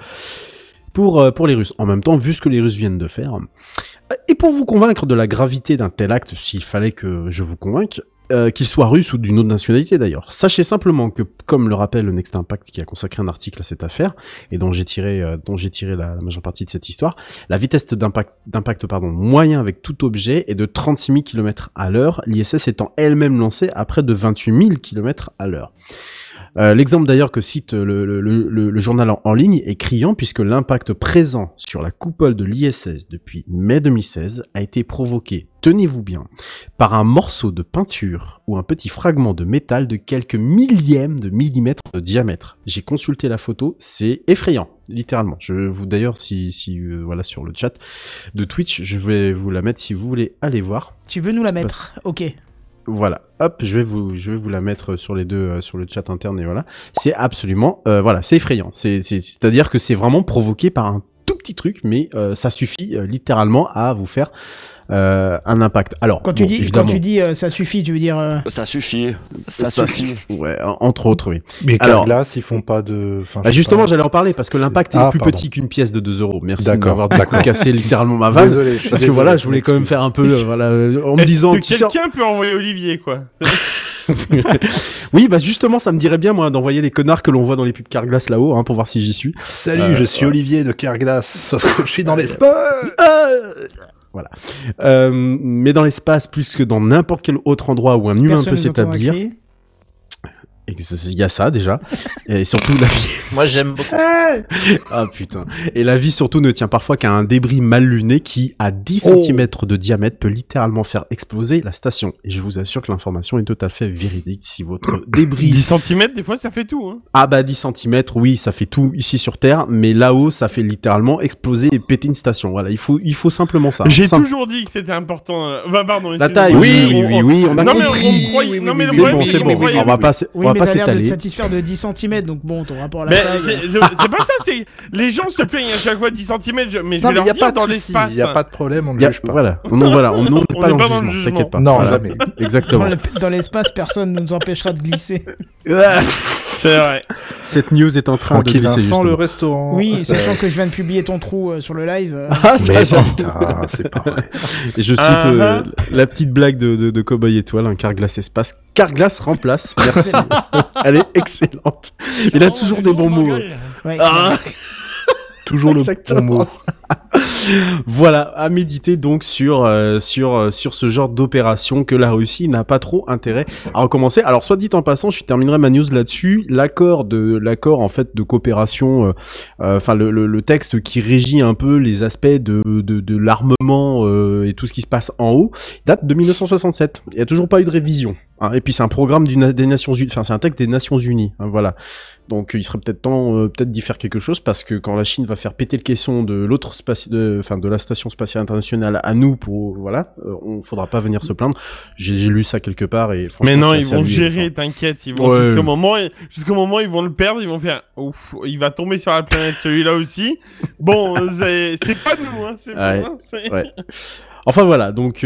les Russes. En même temps, vu ce que les Russes viennent de faire. Et pour vous convaincre de la gravité d'un tel acte, s'il fallait que je vous convainque, qu'il soit russe ou d'une autre nationalité d'ailleurs. Sachez simplement que, comme le rappelle le Next Impact qui a consacré un article à cette affaire, et dont j'ai tiré la majeure partie de cette histoire, la vitesse d'impact moyen avec tout objet est de 36 000 km à l'heure, l'ISS étant elle-même lancée à près de 28 000 km à l'heure. L'exemple d'ailleurs que cite le journal en ligne est criant puisque l'impact présent sur la coupole de l'ISS depuis mai 2016 a été provoqué, tenez-vous bien, par un morceau de peinture ou un petit fragment de métal de quelques millièmes de millimètres de diamètre. J'ai consulté la photo, c'est effrayant, littéralement. Je vous d'ailleurs voilà sur le chat de Twitch, je vais vous la mettre si vous voulez aller voir. Tu veux nous la mettre? Ok. Voilà, hop, je vais vous la mettre sur les deux, sur le chat interne et voilà. C'est absolument, voilà, c'est effrayant. C'est-à-dire que c'est vraiment provoqué par un tout petit truc, mais ça suffit littéralement à vous faire un impact. Alors, quand tu dis ça suffit, tu veux dire ça suffit. Ouais, entre autres, oui. Mais Carglass, ils font pas de. Enfin, justement, j'allais en parler parce que l'impact est plus petit qu'une pièce de 2 €. Merci d'avoir cassé littéralement ma vanne. Désolé, parce que voilà, je voulais quand même faire un peu, voilà, en me disant. Quelqu'un peut envoyer Olivier, quoi. Oui, bah justement, ça me dirait bien, moi, d'envoyer les connards que l'on voit dans les pubs Carglass là-haut, hein, pour voir si j'y suis. Salut, je suis Olivier de Carglass, sauf que je suis dans l'espace. Voilà. Mais dans l'espace, plus que dans n'importe quel autre endroit où un humain Personne peut nous entend s'établir. crier. Il y a ça déjà, et surtout la vie. Moi, j'aime beaucoup. Ah putain. Et la vie surtout ne tient parfois qu'à un débris mal luné qui, à 10 cm de diamètre, peut littéralement faire exploser la station. Et je vous assure que l'information est tout à fait véridique. Si votre débris... 10 cm, des fois, ça fait tout. Hein. Ah bah 10 cm, oui, ça fait tout ici sur Terre, mais là-haut, ça fait littéralement exploser et péter une station. Voilà, il faut simplement ça. J'ai toujours dit que c'était important. Pardon. La taille, oui, on a non, compris. Non, mais le c'est problème, bon, c'est bon. On va pas mais t'as l'air de te s'étaler. satisfaire de 10 cm, donc bon, ton rapport à la Mais taille... c'est pas ça, c'est... Les gens se plaignent à chaque fois 10 cm, mais je vais leur y a dire pas de dans souci, l'espace. y a pas de problème, on ne Y a- juge pas. Voilà, on n'est pas dans le jugement, jugement. t'inquiète pas. Non, Voilà. jamais. Exactement. Dans l'espace, personne ne nous empêchera de glisser. C'est vrai. Cette news est en train de Tranquille, glisser Vincent, le justement. restaurant. Oui, sachant que je viens de publier ton trou sur le live. Ah, ça, Mais j'avoue. putain, c'est pas vrai. Et je cite la petite blague de Cowboy Étoile, un Carglass Espace. Carglass remplace, merci. Elle est excellente. Il a toujours des bons mots. Ouais. Toujours le bon Exactement mot. ça. Voilà, à méditer donc sur ce genre d'opération que la Russie n'a pas trop intérêt à recommencer. Alors, soit dit en passant, je terminerai ma news là-dessus. L'accord en fait de coopération, enfin le texte qui régit un peu les aspects de l'armement et tout ce qui se passe en haut, date de 1967. Il y a toujours pas eu de révision. Hein. Et puis c'est un programme des Nations Unies, enfin c'est un texte des Nations Unies. Hein, voilà. Donc il serait peut-être temps d'y faire quelque chose parce que quand la Chine va faire péter le caisson de l'autre de la station spatiale internationale à nous on faudra pas venir se plaindre. J'ai lu ça quelque part et franchement, Mais non, c'est ils assez vont hallucinant. gérer, t'inquiète. Ils vont jusqu'au moment où ils vont le perdre, ils vont faire ouf, il va tomber sur la planète celui-là aussi. Bon, c'est pas nous, hein, c'est Ouais, bon, hein, c'est... ouais. Enfin voilà, donc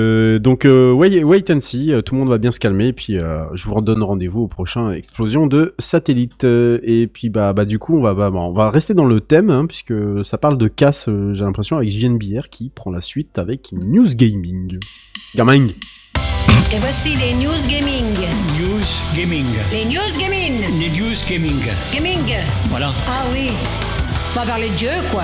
wait and see, tout le monde va bien se calmer et puis je vous redonne rendez-vous au prochain explosion de satellite et puis bah du coup on va rester dans le thème hein, puisque ça parle de casse, j'ai l'impression avec JNBR qui prend la suite avec News Gaming. Gaming. Et voici les news gaming. News Gaming. Les news gaming. Les News Gaming. Gaming. Voilà. Ah oui. On va parler de jeu, quoi.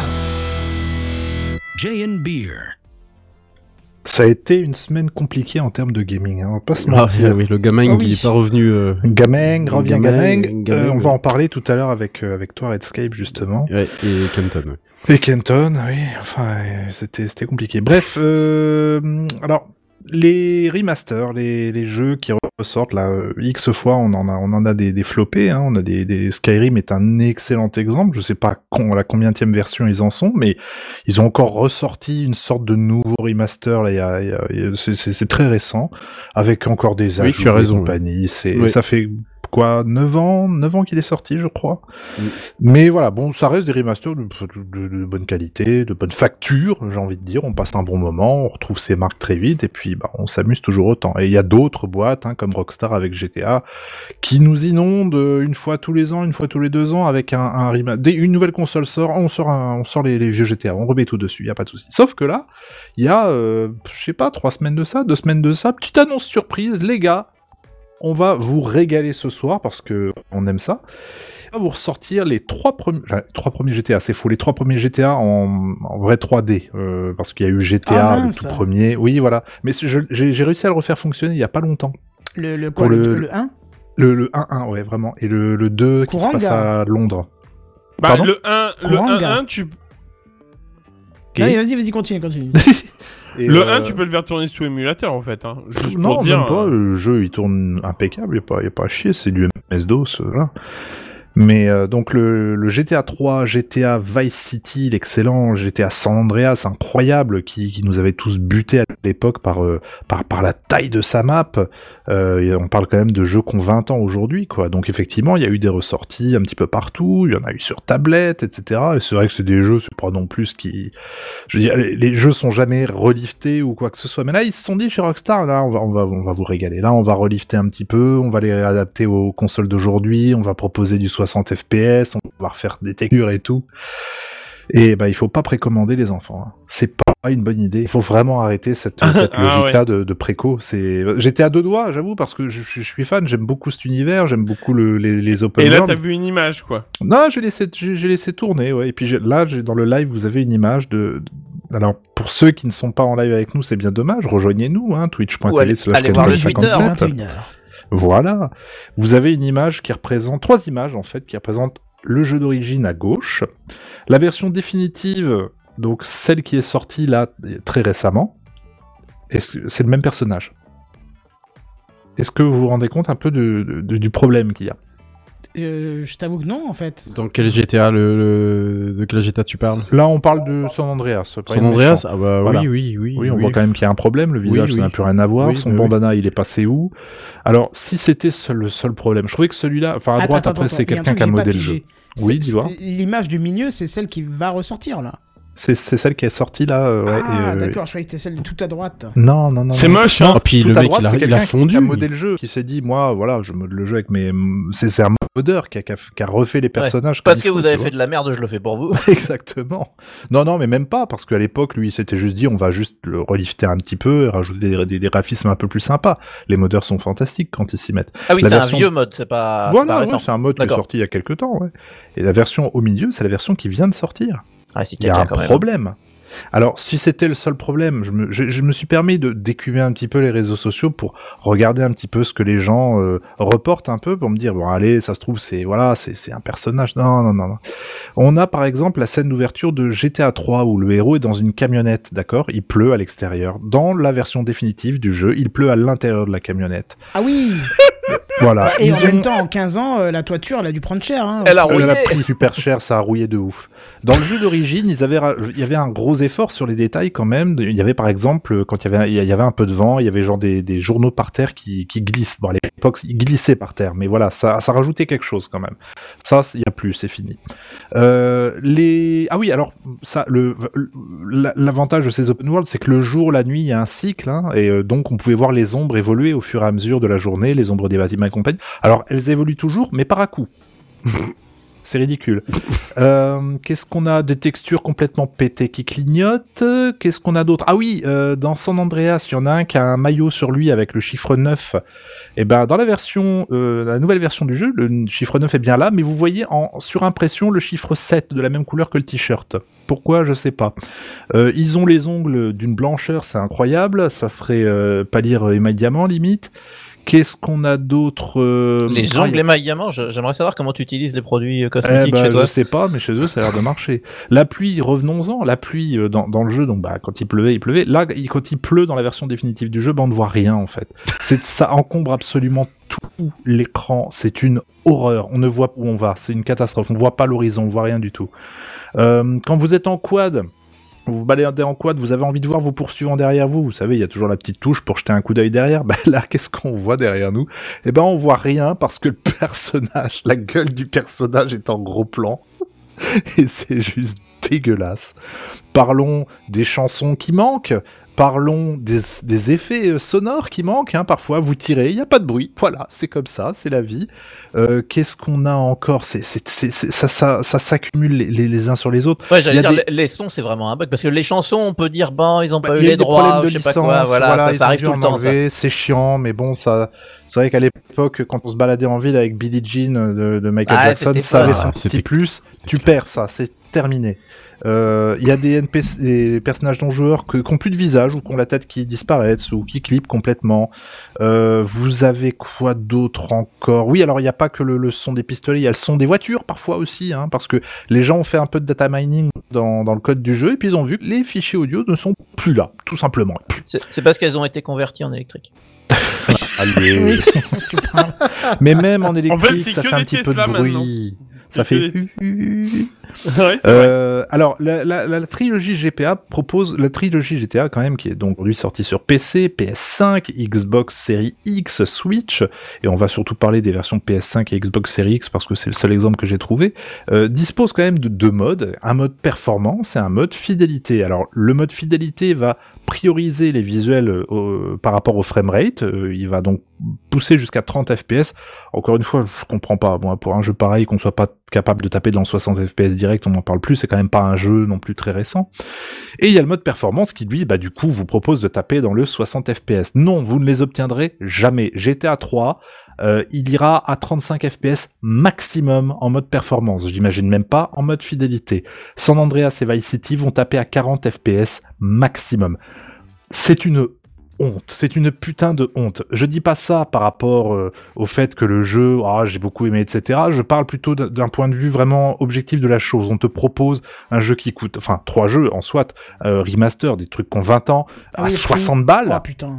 JNBR. Ça a été une semaine compliquée en termes de gaming, hein, on va pas se Ah mentir. oui, le gaming il est pas revenu. Gaming, revient Gaming, gaming. gaming, On ouais. va en parler tout à l'heure avec toi, Redscape, justement. Ouais, et Kenton. Ouais. Et Kenton, oui, enfin, c'était compliqué. Bref, alors, les remasters, les jeux qui ressortent, là, X fois, on en a des floppés, hein, on a des Skyrim est un excellent exemple, je sais pas la combienième version ils en sont, mais ils ont encore ressorti une sorte de nouveau remaster, là, c'est très récent, avec encore des ajouts, tu as raison, des compagnies, Oui. ça fait quoi, 9 ans qu'il est sorti, je crois. Mm. Mais voilà, bon, ça reste des remasters de bonne qualité, de bonne facture, j'ai envie de dire. On passe un bon moment, on retrouve ses marques très vite, et puis bah, on s'amuse toujours autant. Et il y a d'autres boîtes, hein, comme Rockstar avec GTA, qui nous inondent une fois tous les ans, une fois tous les 2 ans, avec un remaster. Dès une nouvelle console sort, on sort les vieux GTA, on remet tout dessus, y a pas de souci. Sauf que là, il y a, je sais pas, 3 semaines de ça, 2 semaines de ça, petite annonce surprise, les gars. On va vous régaler ce soir parce que on aime ça. On va vous ressortir les 3 premiers GTA, c'est faux, les 3 premiers GTA en vrai 3D, parce qu'il y a eu GTA le tout premier. Oui, voilà. Mais j'ai réussi à le refaire fonctionner il y a pas longtemps. Le 1 Le 1-1, ouais, vraiment. Et le 2 qui se passe à Londres. Bah, Pardon le 1, tu... Okay. Vas-y, continue. Et le 1, tu peux le faire tourner sous émulateur, en fait. Hein. Juste non, pour dire. Même pas. Le jeu, il tourne impeccable. Il n'y a pas à chier. C'est du MS-DOS, là. Mais donc le GTA 3, GTA Vice City, l'excellent GTA San Andreas, incroyable, qui nous avait tous butés à l'époque par la taille de sa map. On parle quand même de jeux qui ont 20 ans aujourd'hui, quoi. Donc effectivement, il y a eu des ressorties un petit peu partout. Il y en a eu sur tablette, etc. Et c'est vrai que c'est des jeux, c'est pas non plus ce qui... Je veux dire, les jeux sont jamais reliftés ou quoi que ce soit. Mais là, ils se sont dit chez Rockstar, là, on va vous régaler. Là, on va relifter un petit peu, on va les réadapter aux consoles d'aujourd'hui, on va proposer du 60 FPS, on va refaire des textures et tout. Et bah, il faut pas précommander les enfants. Hein. C'est pas une bonne idée. Il faut vraiment arrêter cette logique-là de préco. J'étais à deux doigts, j'avoue, parce que je suis fan, j'aime beaucoup cet univers, j'aime beaucoup les open world. Et là, t'as vu une image, quoi. Non, j'ai laissé tourner, ouais. Et puis là, dans le live, vous avez une image Alors, pour ceux qui ne sont pas en live avec nous, c'est bien dommage, rejoignez-nous, hein, twitch.tv/Kenton50. Voilà. Vous avez une image qui représente, 3 images, en fait, qui représentent le jeu d'origine à gauche, la version définitive, donc celle qui est sortie là, très récemment, c'est le même personnage. Est-ce que vous vous rendez compte un peu du problème qu'il y a ? Je t'avoue que non, en fait. Dans quel GTA, de quel GTA tu parles ? Là, on parle de San Andreas. San Andreas ? Ah bah voilà. Oui, on voit quand même qu'il y a un problème, le visage, ça n'a plus rien à voir, son bandana, il est passé où ? Alors, si c'était le seul problème, je trouvais que celui-là, enfin à droite, après, c'est quelqu'un qui a modé le jeu. Oui, dis-moi. L'image du milieu, c'est celle qui va ressortir, là. C'est celle qui est sortie là. D'accord, je croyais que c'était celle de tout à droite. Non. C'est moche, hein. Et puis le mec, il a fondu. Qui a modé le jeu, qui s'est dit, moi, voilà, je mode le jeu avec mes. C'est un modeur qui a refait les personnages. Ouais, parce que vous avez fait de la merde, je le fais pour vous. Exactement. Non, mais même pas, parce qu'à l'époque, lui, il s'était juste dit, on va juste le relifter un petit peu, rajouter des graphismes un peu plus sympas. Les modeurs sont fantastiques quand ils s'y mettent. Ah oui, c'est un vieux mode, c'est pas. Voilà, c'est un mode qui est sorti il y a quelques temps, ouais. Et la version au milieu, c'est la version qui vient de sortir. Ah, il y a un problème. Alors, si c'était le seul problème, je me suis permis d'écumer un petit peu les réseaux sociaux pour regarder un petit peu ce que les gens reportent un peu, pour me dire, bon, allez, ça se trouve, c'est un personnage. Non. On a, par exemple, la scène d'ouverture de GTA 3, où le héros est dans une camionnette, d'accord ? Il pleut à l'extérieur. Dans la version définitive du jeu, il pleut à l'intérieur de la camionnette. Ah oui. Voilà. Et en même temps, en 15 ans, la toiture, elle a dû prendre cher. Hein, elle a pris super cher, ça a rouillé de ouf. Dans le jeu d'origine, il y avait un gros effort sur les détails quand même. Il y avait par exemple, quand il y avait un peu de vent, il y avait genre des journaux par terre qui glissent. Bon, à l'époque, ils glissaient par terre, mais voilà, ça rajoutait quelque chose quand même. Ça, il y a plus, c'est fini. Ah oui, alors ça, l'avantage de ces open world, c'est que le jour, la nuit, il y a un cycle, hein, et donc on pouvait voir les ombres évoluer au fur et à mesure de la journée, les ombres des bâtiments et compagnie. Alors, elles évoluent toujours, mais par à coup. C'est ridicule. Qu'est-ce qu'on a ? Des textures complètement pétées qui clignotent. Qu'est-ce qu'on a d'autre ? Ah oui, dans San Andreas, il y en a un qui a un maillot sur lui avec le chiffre 9. Et ben, dans la nouvelle version du jeu, le chiffre 9 est bien là, mais vous voyez en surimpression le chiffre 7 de la même couleur que le t-shirt. Pourquoi ? Je sais pas. Ils ont les ongles d'une blancheur, c'est incroyable. Ça ferait pâlir émail diamant, limite. Qu'est-ce qu'on a d'autre Les ongles émail diamant, j'aimerais savoir comment tu utilises les produits cosmétiques chez toi. Je sais pas, mais chez eux, ça a l'air de marcher. La pluie, revenons-en. La pluie dans le jeu, donc quand il pleuvait. Là, quand il pleut dans la version définitive du jeu, on ne voit rien en fait. Ça encombre absolument tout l'écran. C'est une horreur. On ne voit où on va. C'est une catastrophe. On ne voit pas l'horizon, on ne voit rien du tout. Quand vous êtes en quad, vous baladez en quad, vous avez envie de voir vos poursuivants derrière vous. Vous savez, il y a toujours la petite touche pour jeter un coup d'œil derrière. Là, qu'est-ce qu'on voit derrière nous ? On voit rien parce que le personnage, la gueule du personnage est en gros plan. Et c'est juste dégueulasse. Parlons des chansons qui manquent. Parlons des effets sonores qui manquent, hein. Parfois vous tirez, il n'y a pas de bruit, voilà, c'est comme ça, c'est la vie. Qu'est-ce qu'on a encore ? Ça s'accumule les uns sur les autres. Ouais, j'allais dire, les sons, c'est vraiment un bug, parce que les chansons, on peut dire, ils ont pas eu les droits, je sais pas quoi, voilà, ça arrive tout le temps. C'est chiant, mais bon, c'est vrai qu'à l'époque, quand on se baladait en ville avec Billie Jean de Michael Jackson, ça avait son petit plus, tu perds ça, c'est terminé. Il y a des NPC, des personnages non joueurs qui ont plus de visage ou qui ont la tête qui disparaissent ou qui clippent complètement. Vous avez quoi d'autre encore ? Oui, alors il n'y a pas que le son des pistolets, il y a le son des voitures parfois aussi, hein, parce que les gens ont fait un peu de data mining dans le code du jeu et puis ils ont vu que les fichiers audio ne sont plus là, tout simplement. C'est parce qu'elles ont été converties en électrique. Allez. Mais même en électrique, ça fait un petit peu de bruit. Ça fait. Alors la trilogie GTA propose la trilogie GTA quand même qui est donc aujourd'hui sortie sur PC, PS5, Xbox Series X, Switch et on va surtout parler des versions PS5 et Xbox Series X parce que c'est le seul exemple que j'ai trouvé. Dispose quand même de deux modes, un mode performance et un mode fidélité. Alors le mode fidélité va prioriser les visuels par rapport au framerate, il va donc pousser jusqu'à 30 FPS. Encore une fois, je comprends pas. Bon, pour un jeu pareil, qu'on soit pas capable de taper dans le 60 FPS direct, on n'en parle plus, c'est quand même pas un jeu non plus très récent. Et il y a le mode performance qui, lui, du coup, vous propose de taper dans le 60 FPS. Non, vous ne les obtiendrez jamais. GTA 3, il ira à 35 FPS maximum en mode performance. J'imagine même pas en mode fidélité. San Andreas et Vice City vont taper à 40 FPS maximum. C'est une honte, c'est une putain de honte. Je dis pas ça par rapport au fait que le jeu, j'ai beaucoup aimé, etc. Je parle plutôt d'un point de vue vraiment objectif de la chose. On te propose un jeu qui coûte, 3 jeux en soit, remaster, des trucs qui ont 20 ans, à 60 balles. Oh putain.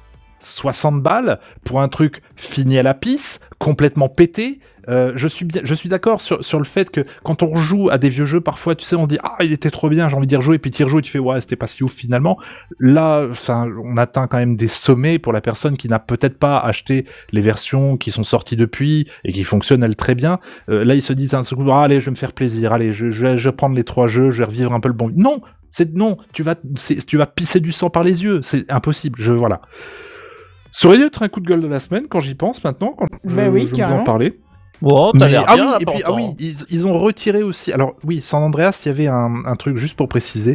60 balles pour un truc fini à la pisse, complètement pété. Je suis d'accord sur le fait que quand on joue à des vieux jeux, parfois, tu sais, on dit il était trop bien, j'ai envie d'y rejouer, et puis tu y rejoues et tu fais c'était pas si ouf finalement. Là, on atteint quand même des sommets pour la personne qui n'a peut-être pas acheté les versions qui sont sorties depuis et qui fonctionnent elles très bien. Là, ils se disent allez, je vais me faire plaisir, allez, je vais prendre les 3 jeux, je vais revivre un peu le bon. Non, tu vas pisser du sang par les yeux, c'est impossible. Voilà. Ça aurait dû être un coup de gueule de la semaine quand j'y pense maintenant, quand je veux en parler. Bon, t'as l'air bien. Ils ont retiré aussi. Alors oui, San Andreas, il y avait un truc juste pour préciser.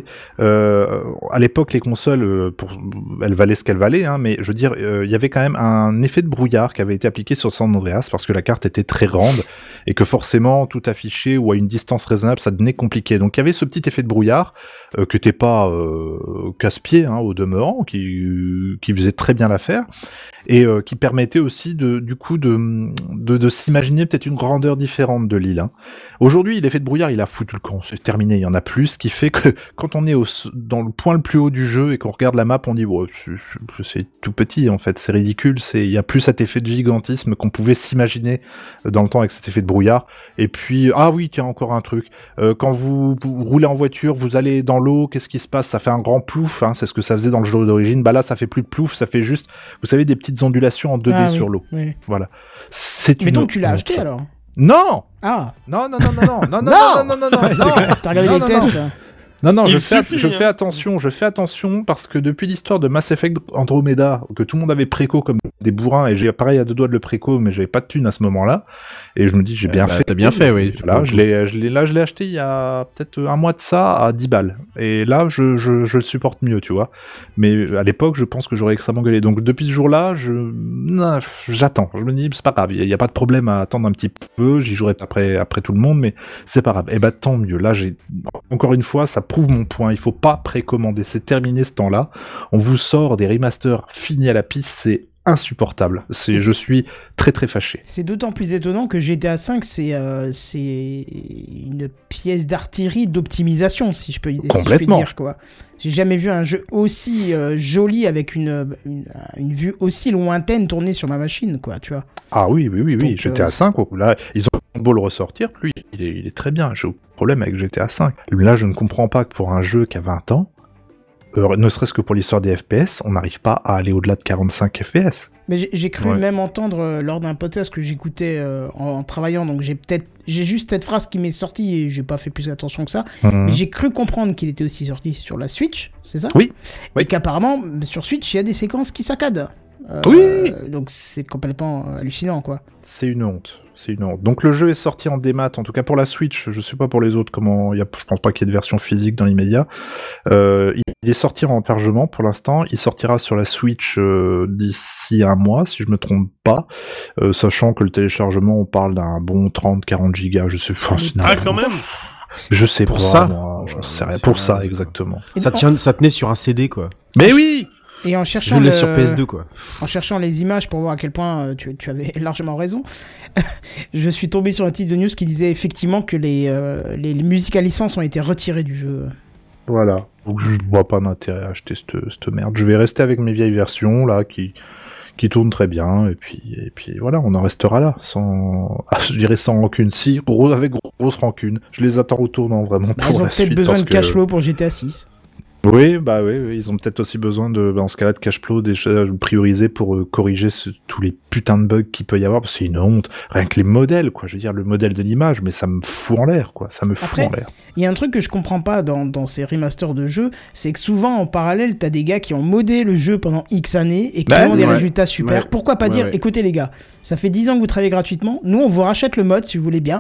À l'époque, les consoles, elles valaient ce qu'elles valaient, mais je veux dire, il y avait quand même un effet de brouillard qui avait été appliqué sur San Andreas parce que la carte était très grande et que forcément tout affiché ou à une distance raisonnable, ça devenait compliqué. Donc il y avait ce petit effet de brouillard qui n'était pas casse-pied au demeurant, qui faisait très bien l'affaire. Et qui permettait aussi de s'imaginer peut-être une grandeur différente de l'île. Aujourd'hui, l'effet de brouillard, il a foutu le camp, c'est terminé, il y en a plus, ce qui fait que quand on est dans le point le plus haut du jeu et qu'on regarde la map, on dit c'est tout petit en fait, c'est ridicule, il y a plus cet effet de gigantisme qu'on pouvait s'imaginer dans le temps avec cet effet de brouillard. Et puis, tiens, encore un truc, quand vous roulez en voiture, vous allez dans l'eau, qu'est-ce qui se passe? Ça fait un grand plouf, c'est ce que ça faisait dans le jeu d'origine. Là, ça fait plus de plouf, ça fait juste, vous savez, des petites ondulations en 2D sur l'eau. Oui. Voilà. Mais donc tu l'as acheté alors? Non. Non. Non. T'as regardé les tests? Non, je fais attention parce que depuis l'histoire de Mass Effect Andromeda, que tout le monde avait préco comme des bourrins, et j'ai pareil à 2 doigts de le préco, mais j'avais pas de thunes à ce moment-là, et je me dis j'ai bien fait. T'as bien fait, oui. Là, je l'ai acheté il y a peut-être un mois de ça à 10 balles, et là je le supporte mieux, tu vois. Mais à l'époque, je pense que j'aurais extrêmement gueulé. Donc depuis ce jour-là, j'attends. Je me dis c'est pas grave, il y a pas de problème à attendre un petit peu. J'y jouerai après tout le monde, mais c'est pas grave. Et tant mieux. Là, encore une fois, ça prouve mon point, il faut pas précommander, c'est terminé ce temps-là. On vous sort des remasters finis à la piste, c'est insupportable. Je suis très très fâché. C'est d'autant plus étonnant que GTA V, c'est une pièce d'artillerie d'optimisation, si je peux dire, quoi. J'ai jamais vu un jeu aussi joli avec une vue aussi lointaine tournée sur ma machine, quoi, tu vois. Ah oui. Donc, GTA V, là, ils ont beau le ressortir, lui, il est très bien. J'ai aucun problème avec GTA V. Là, je ne comprends pas que pour un jeu qui a 20 ans, ne serait-ce que pour l'histoire des FPS, on n'arrive pas à aller au-delà de 45 FPS. Mais j'ai cru même entendre lors d'un podcast que j'écoutais en travaillant, donc j'ai juste cette phrase qui m'est sortie et j'ai pas fait plus attention que ça, mais j'ai cru comprendre qu'il était aussi sorti sur la Switch, c'est ça ? Oui. Et qu'apparemment, sur Switch, il y a des séquences qui saccadent. Oui. Donc c'est complètement hallucinant, quoi. C'est une honte. Donc le jeu est sorti en démat, en tout cas pour la Switch, je sais pas pour les autres je pense pas qu'il y ait de version physique dans l'immédiat. Il est sorti en téléchargement pour l'instant, il sortira sur la Switch d'ici un mois, si je me trompe pas, sachant que le téléchargement, on parle d'un bon 30-40 gigas, je sais pas. Quand même. Je sais pour pas, ça. Moi, j'en sais rien. Pour ça, exactement. Ça tenait sur un CD, quoi. Mais oui. Et en cherchant je l'ai sur PS2, quoi. En cherchant les images pour voir à quel point tu avais largement raison, je suis tombé sur un titre de news qui disait effectivement que les musiques à licence ont été retirées du jeu. Voilà. Donc je vois pas d'intérêt à acheter cette merde. Je vais rester avec mes vieilles versions là qui tournent très bien et puis voilà, on en restera là je dirais sans rancune, avec grosse rancune. Je les attends au tournant vraiment pour la suite. Ils ont peut-être besoin de cash flow pour GTA 6. Oui, ils ont peut-être aussi besoin dans ce cas-là de cash flow déjà prioriser pour corriger tous les putains de bugs qu'il peut y avoir, parce que c'est une honte. Rien que les modèles, quoi. Je veux dire, le modèle de l'image, mais ça me fout en l'air, quoi. Ça me fout en l'air. Il y a un truc que je comprends pas dans ces remasters de jeux, c'est que souvent, en parallèle, t'as des gars qui ont modé le jeu pendant X années et qui ont des résultats super. Pourquoi pas dire, écoutez les gars, ça fait 10 ans que vous travaillez gratuitement, nous on vous rachète le mode si vous voulez bien,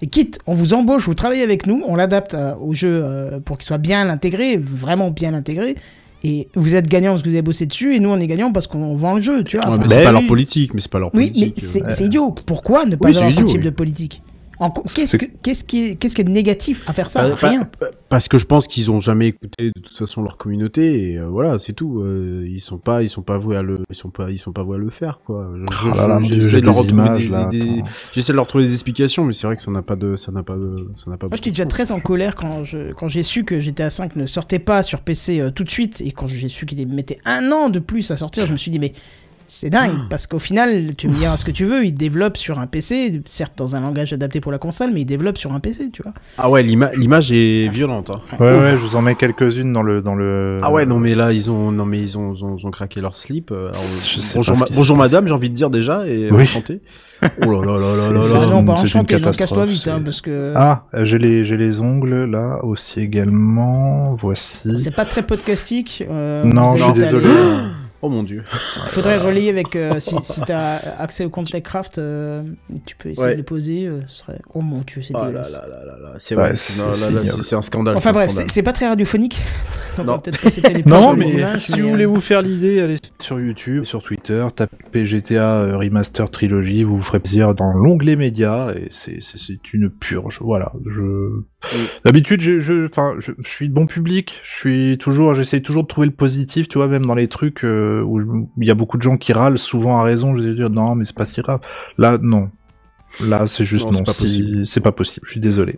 Et quitte, on vous embauche, vous travaillez avec nous, on l'adapte au jeu pour qu'il soit bien intégré, vraiment bien intégré. Et vous êtes gagnant parce que vous avez bossé dessus, et nous on est gagnant parce qu'on vend le jeu, tu vois. Ouais, Enfin, mais c'est pas leur politique, mais c'est pas leur oui, politique. mais c'est idiot. Pourquoi ne pas Oui, avoir c'est ce idiot, type oui. de politique? Qu'est-ce qui est de négatif à faire ça? Rien. Parce que je pense qu'ils ont jamais écouté de toute façon leur communauté et voilà, c'est tout. Ils sont pas voués à le faire quoi. J'essaie de leur retrouver j'essaie de leur trouver des explications, mais c'est vrai que ça n'a pas. Moi, j'étais déjà très en colère quand j'ai su que GTA 5 ne sortait pas sur PC tout de suite, et quand j'ai su qu'il mettait 1 an de plus à sortir, je me suis dit mais c'est dingue, parce qu'au final, tu me diras ce que tu veux, il développe sur un PC, certes dans un langage adapté pour la console, mais il développe sur un PC, tu vois. Ah ouais, l'image est violente. Hein. Ouais, je vous en mets quelques-unes dans le. Ah ouais, non mais là ils ont craqué leur slip. Bonjour madame, j'ai envie de dire déjà et enchanté. Oh là là là là là. Non, pas enchanté, casse-toi vite, hein, parce que. Ah, j'ai les ongles là aussi également. Voici. C'est pas très podcastique. Non, je suis désolé. Oh mon dieu. Il faudrait relayer avec si t'as accès au compte Techcraft, tu peux essayer de le poser. Ce serait... Oh mon dieu, c'est dégueulasse. C'est vrai, c'est un scandale. Enfin bref, c'est pas très radiophonique. Donc non. Peut-être que c'était les non, mais images, si vous voulez vous faire l'idée, allez sur YouTube, sur Twitter, tapez GTA Remaster Trilogy, vous vous ferez plaisir dans l'onglet médias, et c'est une purge. Voilà. D'habitude, je suis de bon public. J'essaie toujours de trouver le positif, tu vois, même dans les trucs où il y a beaucoup de gens qui râlent, souvent à raison. Je vais dire non, mais c'est pas si grave. Là, non. Là, c'est juste non. C'est pas possible. Je suis désolé.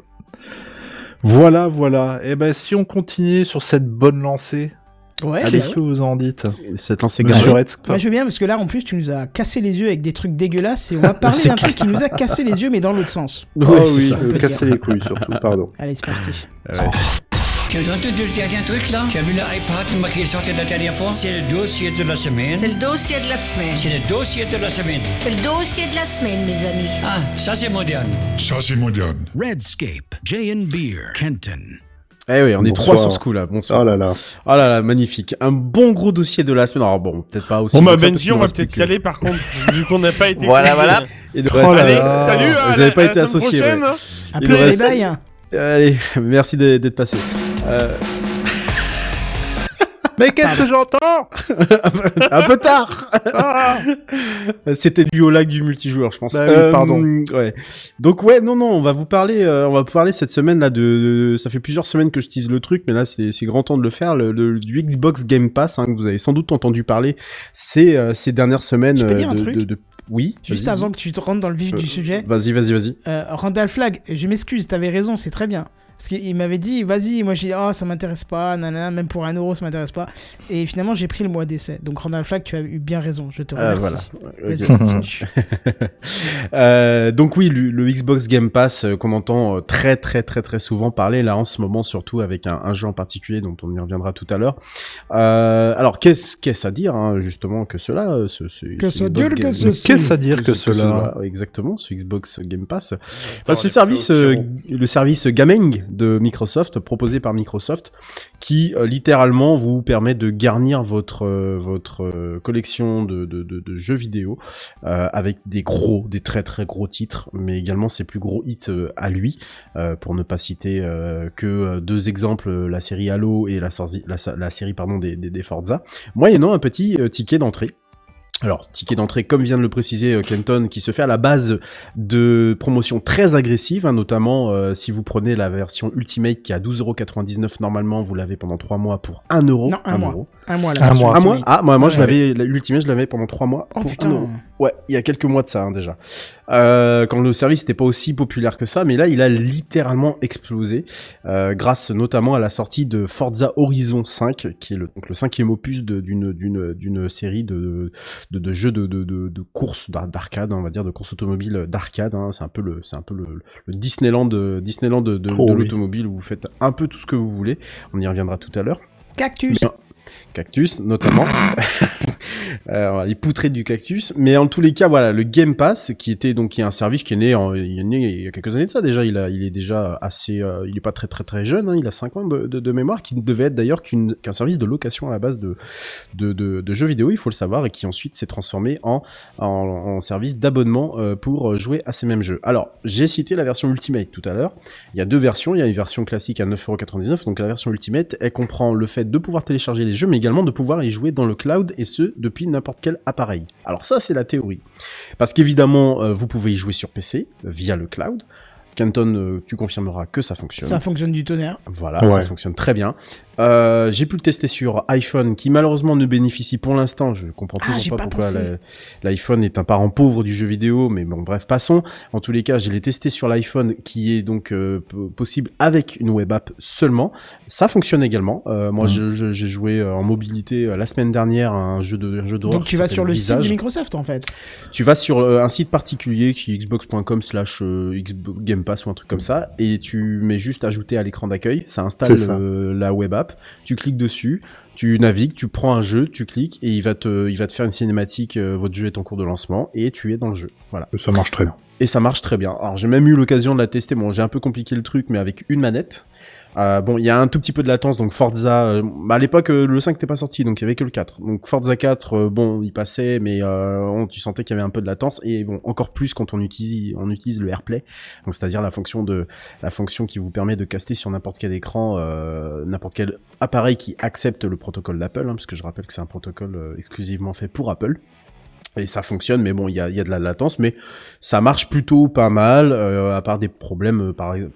Voilà. Et ben, si on continue sur cette bonne lancée. Ouais, qu'est-ce que vous en dites? Cette lancée Monsieur Moi je veux bien, parce que là en plus tu nous as cassé les yeux avec des trucs dégueulasses, et on va parler d'un truc qui nous a cassé les yeux mais dans l'autre sens. Oui, casser les couilles surtout, pardon. Allez, c'est parti. Tu as entendu le dernier truc là? Tu as vu l'iPad qui est sorti la dernière fois? C'est le dossier de la semaine. C'est le dossier de la semaine. C'est le dossier de la semaine. C'est le dossier de la semaine, mes amis. Ah, ça c'est moderne. Redscape, J&B Beer, Kenton. Eh oui, on est trois sur ce coup là. Bonsoir. Oh là là. Oh là là, magnifique. Un bon gros dossier de la semaine. Alors bon, peut-être pas aussi. Bon, Benji, on va peut-être y aller par contre, vu qu'on n'a pas été. Voilà. Et allez, salut. Vous n'avez pas été associés. Ouais. Après les bails. Allez, merci d'être passé. Mais qu'est-ce que j'entends? Un peu tard. C'était dû au lag du multijoueur, je pense. Bah oui, pardon. Ouais. Donc ouais, non, on va vous parler cette semaine là ça fait plusieurs semaines que je tease le truc, mais là c'est grand temps de le faire, du Xbox Game Pass, hein, que vous avez sans doute entendu parler ces dernières semaines. Je peux dire un truc Oui. Juste avant que tu te rentres dans le vif du sujet. Vas-y. Randall Flagg, je m'excuse, t'avais raison, c'est très bien. Parce qu'il m'avait dit, vas-y, moi j'ai dit, ça m'intéresse pas, nanana, même pour 1€ ça m'intéresse pas. Et finalement, j'ai pris le mois d'essai. Donc Randall Flagg, tu as eu bien raison, je te remercie. Voilà. Vas-y, continue. Donc oui, le Xbox Game Pass qu'on entend très souvent parler là en ce moment, surtout avec un jeu en particulier dont on y reviendra tout à l'heure. Alors qu'est-ce à dire justement que cela Qu'est-ce à dire que cela exactement, ce Xbox Game Pass. Parce que le service gaming de Microsoft, proposé par Microsoft, qui littéralement vous permet de garnir votre collection de jeux vidéo avec des très gros titres, mais également ses plus gros hits à lui, pour ne pas citer que deux exemples, la série Halo et la série des Forza, moyennant un petit ticket d'entrée. Alors, ticket d'entrée, comme vient de le préciser Kenton, qui se fait à la base de promotions très agressives, notamment si vous prenez la version Ultimate qui est à 12,99€ normalement, vous l'avez pendant 3 mois pour 1€. Non, un mois. Un mois. Ah, moi je l'avais, l'Ultimate je l'avais pendant 3 mois pour 1€. Ouais, il y a quelques mois de ça déjà. Quand le service n'était pas aussi populaire que ça, mais là il a littéralement explosé, grâce notamment à la sortie de Forza Horizon 5, qui est le 5e opus d'une série de jeux de courses d'arcade, on va dire, de courses automobiles d'arcade. C'est un peu le Disneyland de l'automobile, où vous faites un peu tout ce que vous voulez. On y reviendra tout à l'heure. Cactus, notamment. les poutrées du cactus. Mais en tous les cas, voilà, le Game Pass, qui est un service qui est né il y a quelques années de ça déjà. Il est déjà assez, il est pas très très très jeune, hein, il a 5 ans de mémoire, qui ne devait être d'ailleurs qu'un service de location à la base de jeux vidéo, il faut le savoir, et qui ensuite s'est transformé en service d'abonnement pour jouer à ces mêmes jeux. Alors, j'ai cité la version Ultimate tout à l'heure. Il y a deux versions. Il y a une version classique à 9,99€. Donc la version Ultimate, elle comprend le fait de pouvoir télécharger les jeux, mais également de pouvoir y jouer dans le cloud, et ce, depuis n'importe quel appareil. Alors ça, c'est la théorie. Parce qu'évidemment, vous pouvez y jouer sur PC, via le cloud. Kenton, tu confirmeras que ça fonctionne. Ça fonctionne du tonnerre. Voilà, ouais. Ça fonctionne très bien. J'ai pu le tester sur iPhone, qui malheureusement ne bénéficie pour l'instant, je comprends toujours pas pourquoi l'iPhone est un parent pauvre du jeu vidéo, mais bon, bref, passons. En tous les cas, je l'ai testé sur l'iPhone, qui est donc possible avec une web app seulement. Ça fonctionne également. Moi, j'ai joué en mobilité la semaine dernière à un jeu d'horreur. Donc tu vas sur le site de Microsoft, en fait. Tu vas sur un site particulier qui est xbox.com/Game Pass ou un truc comme ça, et tu mets juste ajouter à l'écran d'accueil, ça installe la web app, tu cliques dessus, tu navigues, tu prends un jeu, tu cliques, et il va te faire une cinématique, votre jeu est en cours de lancement, et tu es dans le jeu. Voilà. Ça marche très bien. Et ça marche très bien. Alors j'ai même eu l'occasion de la tester, bon j'ai un peu compliqué le truc, mais avec une manette. Bon, il y a un tout petit peu de latence, donc Forza, à l'époque, le 5 n'était pas sorti, donc il y avait que le 4. Donc Forza 4, bon, il passait, mais tu sentais qu'il y avait un peu de latence, et bon, encore plus quand on utilise le AirPlay, donc c'est-à-dire la fonction qui vous permet de caster sur n'importe quel écran, n'importe quel appareil qui accepte le protocole d'Apple, hein, parce que je rappelle que c'est un protocole exclusivement fait pour Apple. Et ça fonctionne, mais bon, il y a de la latence, mais ça marche plutôt pas mal, à part des problèmes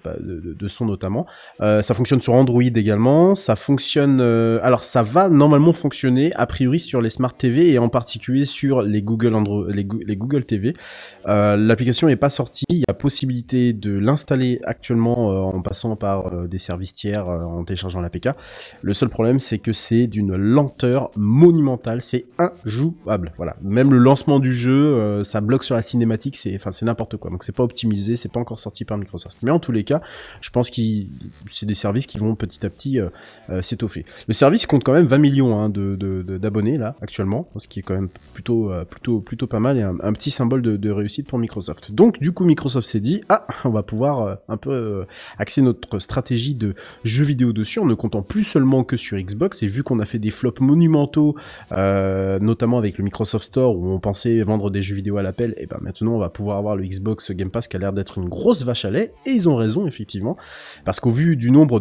de son notamment. Ça fonctionne sur Android également. Ça fonctionne. Alors, ça va normalement fonctionner a priori sur les Smart TV, et en particulier sur les Google Google TV. L'application est pas sortie. Il y a possibilité de l'installer actuellement en passant par des services tiers, en téléchargeant l'APK. Le seul problème, c'est que c'est d'une lenteur monumentale. C'est injouable. Voilà. Même le lancement du jeu, ça bloque sur la cinématique, c'est n'importe quoi. Donc c'est pas optimisé, c'est pas encore sorti par Microsoft. Mais en tous les cas, je pense que c'est des services qui vont petit à petit s'étoffer. Le service compte quand même 20 millions d'abonnés là actuellement, ce qui est quand même plutôt pas mal, et un petit symbole de réussite pour Microsoft. Donc du coup Microsoft s'est dit on va pouvoir un peu axer notre stratégie de jeux vidéo dessus, en ne comptant plus seulement que sur Xbox. Et vu qu'on a fait des flops monumentaux, notamment avec le Microsoft Store, où on pensait vendre des jeux vidéo à l'appel, et ben maintenant on va pouvoir avoir le Xbox Game Pass, qui a l'air d'être une grosse vache à lait, et ils ont raison effectivement, parce qu'au vu du nombre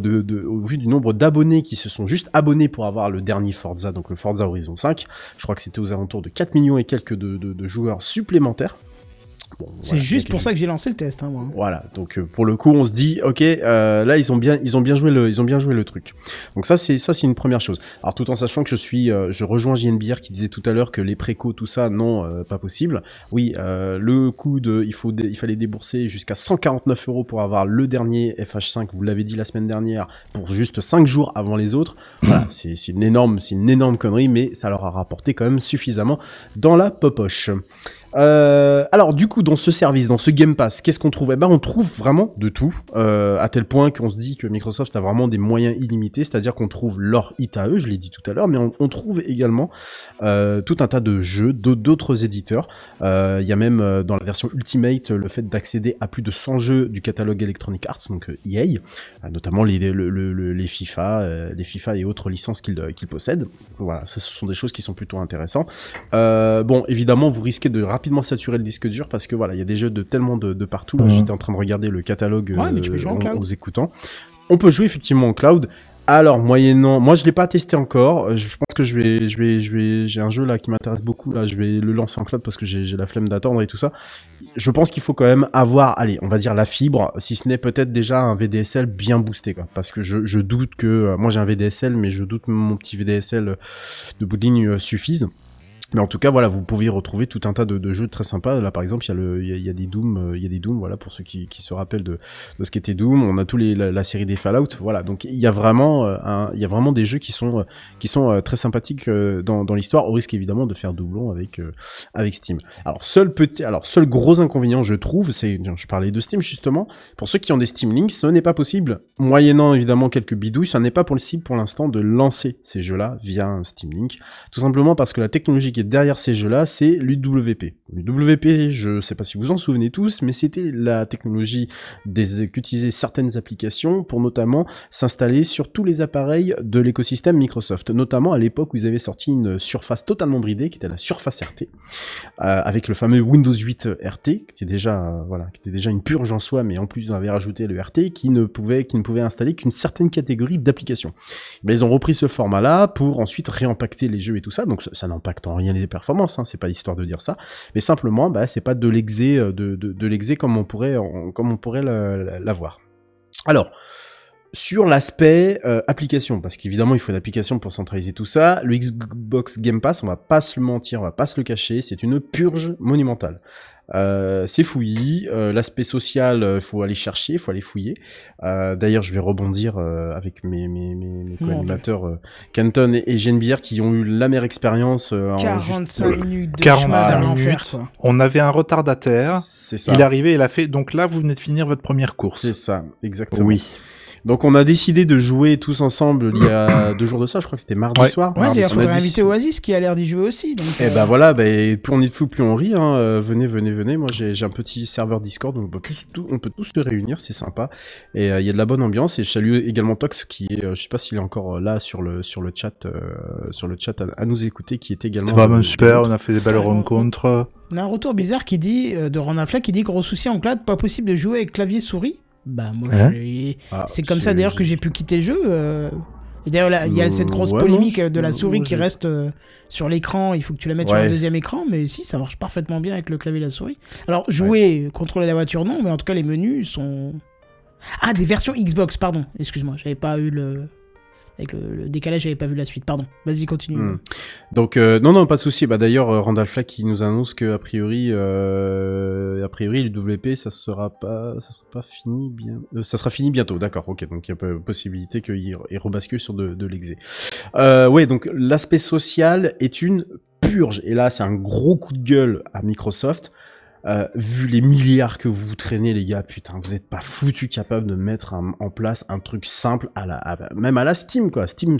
d'abonnés qui se sont juste abonnés pour avoir le dernier Forza, donc le Forza Horizon 5, je crois que c'était aux alentours de 4 millions et quelques de joueurs supplémentaires. Bon, c'est juste pour ça que j'ai lancé le test, hein, moi. Voilà, donc pour le coup on se dit ok, là ils ont bien joué le truc. Donc ça c'est une première chose. Alors tout en sachant que je rejoins JNBR qui disait tout à l'heure que les précos, tout ça, non, pas possible. Oui, le coût il fallait débourser jusqu'à 149 € pour avoir le dernier FH5, vous l'avez dit la semaine dernière, pour juste 5 jours avant les autres. Voilà, c'est une énorme connerie, mais ça leur a rapporté quand même suffisamment dans la popoche. Alors du coup dans ce service, dans ce Game Pass, qu'est-ce qu'on trouve ? On trouve vraiment de tout, à tel point qu'on se dit que Microsoft a vraiment des moyens illimités, c'est-à-dire qu'on trouve leur hit à eux, je l'ai dit tout à l'heure, mais on trouve également tout un tas de jeux d'autres éditeurs. Il y a même dans la version Ultimate le fait d'accéder à plus de 100 jeux du catalogue Electronic Arts, donc EA, notamment les FIFA et autres licences qu'ils possèdent. Voilà, ce sont des choses qui sont plutôt intéressantes. Bon, évidemment, vous risquez de rapidement saturer le disque dur, parce que voilà, il y a des jeux de tellement de partout. Là, j'étais en train de regarder le catalogue en vous écoutant. On peut jouer effectivement en cloud. Alors moyennant, moi je l'ai pas testé encore. Je pense que j'ai un jeu là qui m'intéresse beaucoup. Là, je vais le lancer en cloud parce que j'ai la flemme d'attendre et tout ça. Je pense qu'il faut quand même avoir, allez, on va dire la fibre, si ce n'est peut-être déjà un VDSL bien boosté, quoi. Parce que je doute que, moi j'ai un VDSL, mais je doute que mon petit VDSL de bout de ligne suffise. Mais en tout cas, voilà, vous pouvez retrouver tout un tas de jeux très sympas. Là, par exemple, il y a des Doom, voilà, pour ceux qui se rappellent de ce qu'était Doom. On a la série des Fallout, voilà. Donc, il y a vraiment des jeux qui sont très sympathiques dans l'histoire, au risque évidemment de faire doublon avec Steam. Alors, seul gros inconvénient, je trouve, je parlais de Steam justement. Pour ceux qui ont des Steam Links, ce n'est pas possible, moyennant évidemment quelques bidouilles, ça n'est pas possible pour l'instant de lancer ces jeux-là via un Steam Link. Tout simplement parce que la technologie qui qui est derrière ces jeux-là, c'est l'UWP. L'UWP, je sais pas si vous vous en souvenez tous, mais c'était la technologie qu'utilisaient certaines applications pour notamment s'installer sur tous les appareils de l'écosystème Microsoft, notamment à l'époque où ils avaient sorti une surface totalement bridée, qui était la Surface RT, avec le fameux Windows 8 RT, qui était déjà une purge en soi, mais en plus on avait rajouté le RT qui ne pouvait installer qu'une certaine catégorie d'applications. Mais ils ont repris ce format-là pour ensuite réimpacter les jeux et tout ça, donc ça n'impacte en rien les performances, hein, c'est pas histoire de dire ça, mais simplement, c'est pas de l'exé, de l'exé comme on pourrait l'avoir. Alors, sur l'aspect application, parce qu'évidemment il faut une application pour centraliser tout ça, le Xbox Game Pass, on va pas se le mentir, on va pas se le cacher, c'est une purge monumentale. C'est fouillis, l'aspect social, faut aller chercher, faut aller fouiller. D'ailleurs, je vais rebondir avec mes co-animateurs Kenton et Genebière qui ont eu l'amère expérience. 45 minutes de 45 chemin vers minutes. l'enfer, quoi. On avait un retardataire. C'est ça. Il est arrivé, il a fait. Donc là, vous venez de finir votre première course. C'est ça, exactement. Oui. Donc on a décidé de jouer tous ensemble il y a 2 jours de ça, je crois que c'était mardi soir. Ouais, d'ailleurs, On faudrait a inviter Oasis qui a l'air d'y jouer aussi. Donc, Et voilà, plus on est de fous, plus on rit. Hein. Venez. Moi, j'ai un petit serveur Discord, donc on peut tous se réunir, c'est sympa. Et il y a de la bonne ambiance. Et je salue également Tox qui est, je sais pas s'il est encore là sur le chat, à nous écouter, qui est également. C'est vraiment super. On a fait des belles rencontres. On a un retour bizarre qui dit de Randall Fleck qui dit gros souci en cloud, pas possible de jouer avec clavier souris. Bah moi c'est comme ça d'ailleurs que j'ai pu quitter le jeu. Et d'ailleurs il y a cette grosse polémique de la souris qui reste sur l'écran, il faut que tu la mettes sur un deuxième écran, mais si ça marche parfaitement bien avec le clavier et la souris. Alors jouer, contrôler la voiture non, mais en tout cas les menus sont... Ah, des versions Xbox, pardon, excuse-moi, j'avais pas eu le... Avec le décalage, j'avais pas vu la suite. Pardon. Vas-y, continue. Donc non, pas de souci. Randall Fleck qui nous annonce que a priori, l'UWP ça sera pas fini bien. Ça sera fini bientôt. D'accord. Ok. Donc il y a possibilité qu'il rebascule sur de l'exé. Ouais. Donc l'aspect social est une purge. Et là, c'est un gros coup de gueule à Microsoft. Vu les milliards que vous traînez, les gars, putain, vous êtes pas foutus capables de mettre en place un truc simple même à la Steam, quoi. Steam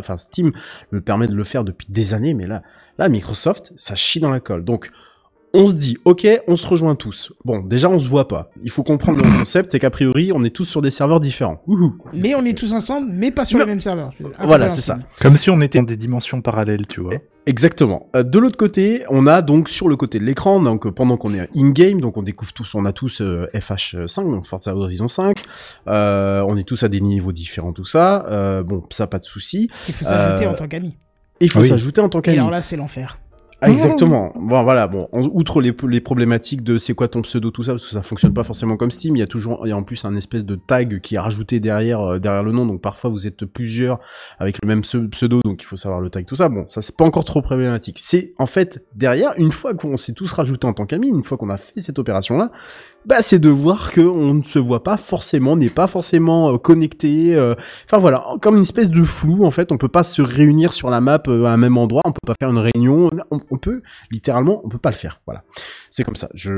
me permet de le faire depuis des années, mais là, Microsoft, ça chie dans la colle. Donc, on se dit, ok, on se rejoint tous. Bon, déjà, on se voit pas. Il faut comprendre le concept, c'est qu'a priori, on est tous sur des serveurs différents. Mais on est tous ensemble, mais pas sur les mêmes serveurs. Voilà, c'est ça. Comme si on était dans des dimensions parallèles, tu vois. Exactement. De l'autre côté, on a donc sur le côté de l'écran, donc pendant qu'on est in-game, donc on a tous FH5, donc Forza Horizon 5, on est tous à des niveaux différents, tout ça. Bon, ça, pas de souci. Il faut s'ajouter en tant qu'ami. S'ajouter en tant qu'ami. Et alors là, c'est l'enfer. Ah, exactement. Bon, voilà. Bon, outre les problématiques de c'est quoi ton pseudo, tout ça, parce que ça fonctionne pas forcément comme Steam. Il y a en plus un espèce de tag qui est rajouté derrière le nom. Donc parfois vous êtes plusieurs avec le même pseudo, donc il faut savoir le tag, tout ça. Bon, ça c'est pas encore trop problématique. C'est en fait derrière, une fois qu'on s'est tous rajoutés en tant qu'amis, une fois qu'on a fait cette opération-là, c'est de voir que on ne se voit pas forcément, n'est pas forcément connecté. Enfin voilà, comme une espèce de flou. En fait, on peut pas se réunir sur la map à un même endroit. On peut pas faire une réunion. On peut littéralement, on peut pas le faire. Voilà, c'est comme ça. Je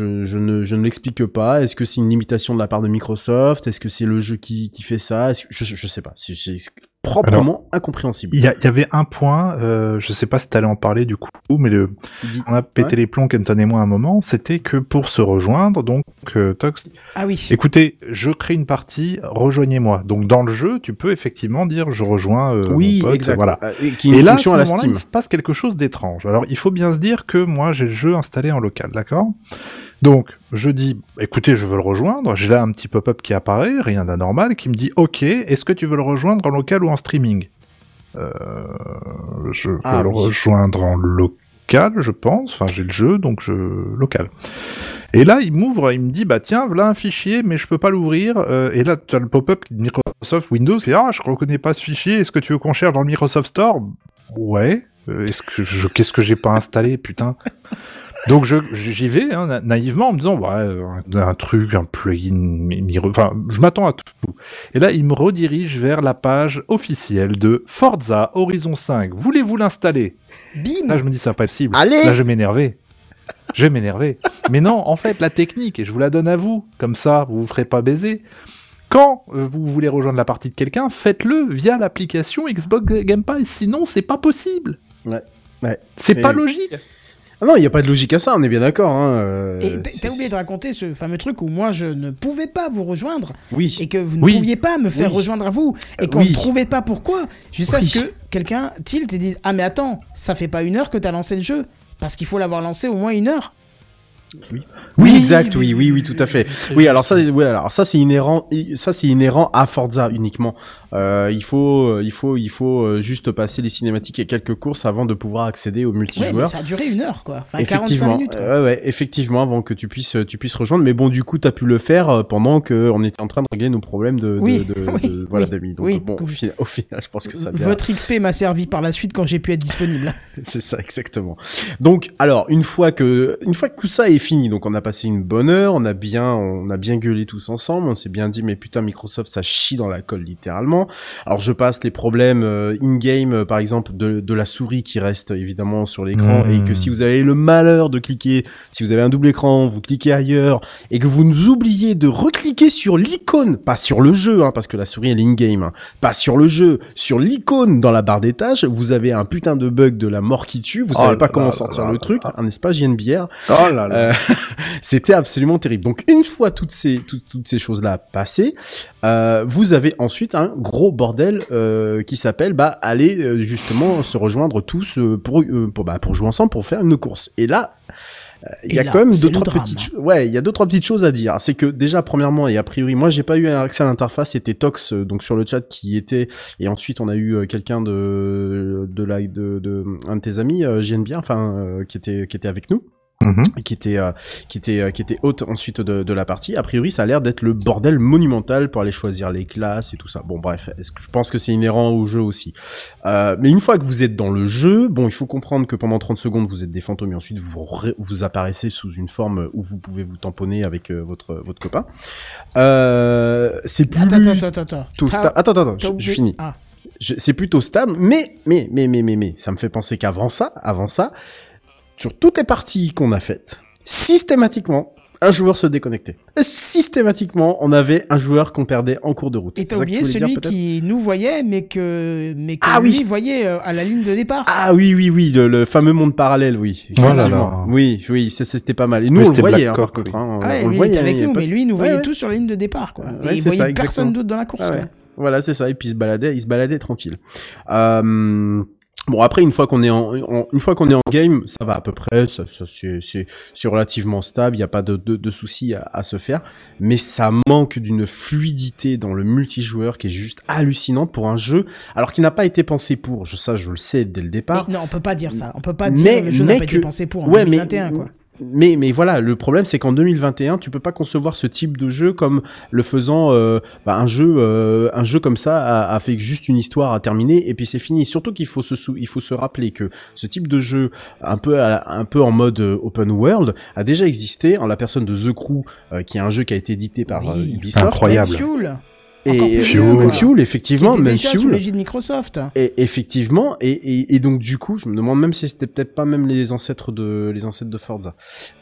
ne l'explique pas. Est-ce que c'est une limitation de la part de Microsoft? Est-ce que c'est le jeu qui fait ça? Je sais pas. C'est proprement incompréhensible. Il y avait un point, je sais pas si t'allais en parler du coup, mais on a pété les plombs, Kenton et moi, à un moment, c'était que pour se rejoindre, donc Tox, écoutez, je crée une partie, rejoignez-moi. Donc dans le jeu, tu peux effectivement dire je rejoins mon pote, exact. Voilà. Et là, à ce moment-là, il se passe quelque chose d'étrange. Alors il faut bien se dire que moi j'ai le jeu installé en local, d'accord ? Donc, je dis, écoutez, je veux le rejoindre. J'ai là un petit pop-up qui apparaît, rien d'anormal, qui me dit, ok, est-ce que tu veux le rejoindre en local ou en streaming ? Je peux le rejoindre en local, je pense. Enfin, j'ai le jeu, donc local. Et là, il m'ouvre, il me dit, tiens, voilà un fichier, mais je peux pas l'ouvrir. Et là, tu as le pop-up Microsoft Windows qui fait, je reconnais pas ce fichier, est-ce que tu veux qu'on cherche dans le Microsoft Store ? Ouais. Qu'est-ce que j'ai pas installé, putain ? Donc j'y vais naïvement en me disant un truc, un plugin, enfin je m'attends à tout. Et là il me redirige vers la page officielle de Forza Horizon 5. Voulez-vous l'installer ? Bim ! Là je me dis c'est pas possible. Allez ! Là je vais m'énerver. Mais non, en fait la technique, et je vous la donne à vous, comme ça vous vous ferez pas baiser. Quand vous voulez rejoindre la partie de quelqu'un, faites-le via l'application Xbox Game Pass, sinon c'est pas possible. Ouais. Ouais. C'est pas logique. Ah non, il n'y a pas de logique à ça, on est bien d'accord. Hein, Et t'as oublié de raconter ce fameux truc où moi je ne pouvais pas vous rejoindre. Oui. Et que vous ne pouviez pas me faire rejoindre à vous. Et qu'on ne trouvait pas pourquoi. Jusqu'à ce que quelqu'un tilt et dise ah mais attends, ça fait pas 1 heure que t'as lancé le jeu. Parce qu'il faut l'avoir lancé au moins 1 heure. Oui, exact, oui, tout à fait. Oui, alors ça c'est inhérent à Forza uniquement. Il faut juste passer les cinématiques et quelques courses avant de pouvoir accéder au multijoueur. Ouais, mais ça a duré 1 heure, quoi. Enfin, effectivement, 45 minutes. Quoi. Ouais, effectivement, avant que tu puisses rejoindre. Mais bon, du coup, t'as pu le faire pendant qu'on était en train de régler nos problèmes d'amis. Donc bon, au final, je pense que ça. Votre XP m'a servi par la suite quand j'ai pu être disponible. C'est ça, exactement. Donc, alors, une fois que tout ça est fini, donc on a passé une bonne heure, on a bien gueulé tous ensemble, on s'est bien dit mais putain Microsoft ça chie dans la colle littéralement. Alors je passe les problèmes in-game par exemple de la souris qui reste évidemment sur l'écran et que si vous avez le malheur de cliquer, si vous avez un double écran, vous cliquez ailleurs et que vous nous oubliez de recliquer sur l'icône, pas sur le jeu parce que la souris elle est in-game, pas sur le jeu, sur l'icône dans la barre des tâches, vous avez un putain de bug de la mort qui tue, vous savez pas comment sortir le truc, n'est-ce pas JNBR? Oh là là. C'était absolument terrible. Donc une fois toutes ces choses-là passées, vous avez ensuite un gros bordel qui s'appelle aller justement se rejoindre tous pour jouer ensemble pour faire une course. Et là il y a quand même deux trois petites choses à dire. C'est que déjà premièrement et a priori moi j'ai pas eu accès à l'interface, c'était Tox donc sur le chat qui était et ensuite on a eu quelqu'un de un de tes amis JNBR qui était avec nous. Qui était hôte ensuite de la partie. A priori, ça a l'air d'être le bordel monumental pour aller choisir les classes et tout ça. Bon, bref, je pense que c'est inhérent au jeu aussi. Mais une fois que vous êtes dans le jeu, bon, il faut comprendre que pendant 30 secondes, vous êtes des fantômes et ensuite vous apparaissez sous une forme où vous pouvez vous tamponner avec votre copain. C'est plus... Attends, je finis. C'est plutôt stable, mais, ça me fait penser qu'avant ça, sur toutes les parties qu'on a faites, systématiquement, un joueur se déconnectait. Systématiquement, on avait un joueur qu'on perdait en cours de route. Et t'as oublié celui qui nous voyait, mais que lui voyait à la ligne de départ. Ah oui, le fameux monde parallèle, oui. Voilà. Oui, ça c'était pas mal. Et nous, on le voyait, par contre. On le voyait avec nous, mais lui, il nous voyait tous sur la ligne de départ, quoi. Et il voyait personne d'autre dans la course, quoi. Voilà, c'est ça. Et puis il se baladait tranquille. Bon après une fois qu'on est en game, ça va à peu près, c'est relativement stable, il y a pas de soucis à se faire, mais ça manque d'une fluidité dans le multijoueur qui est juste hallucinante pour un jeu alors qu'il n'a pas été pensé pour. Ça je le sais dès le départ. Mais non, on peut pas dire ça. On peut pas dire que le jeu n'a pas été pensé pour en 2021 quoi. Mais voilà, le problème c'est qu'en 2021, tu peux pas concevoir ce type de jeu comme le faisant un jeu comme ça a fait juste une histoire à terminer et puis c'est fini. Surtout qu'il faut se rappeler que ce type de jeu un peu en mode open world a déjà existé en la personne de The Crew qui est un jeu qui a été édité par Ubisoft. Incroyable. Et Fuel, effectivement, qui était même déjà Fuel. sous l'égide Microsoft. Et effectivement, et donc du coup, je me demande même si c'était peut-être pas même les ancêtres de Forza.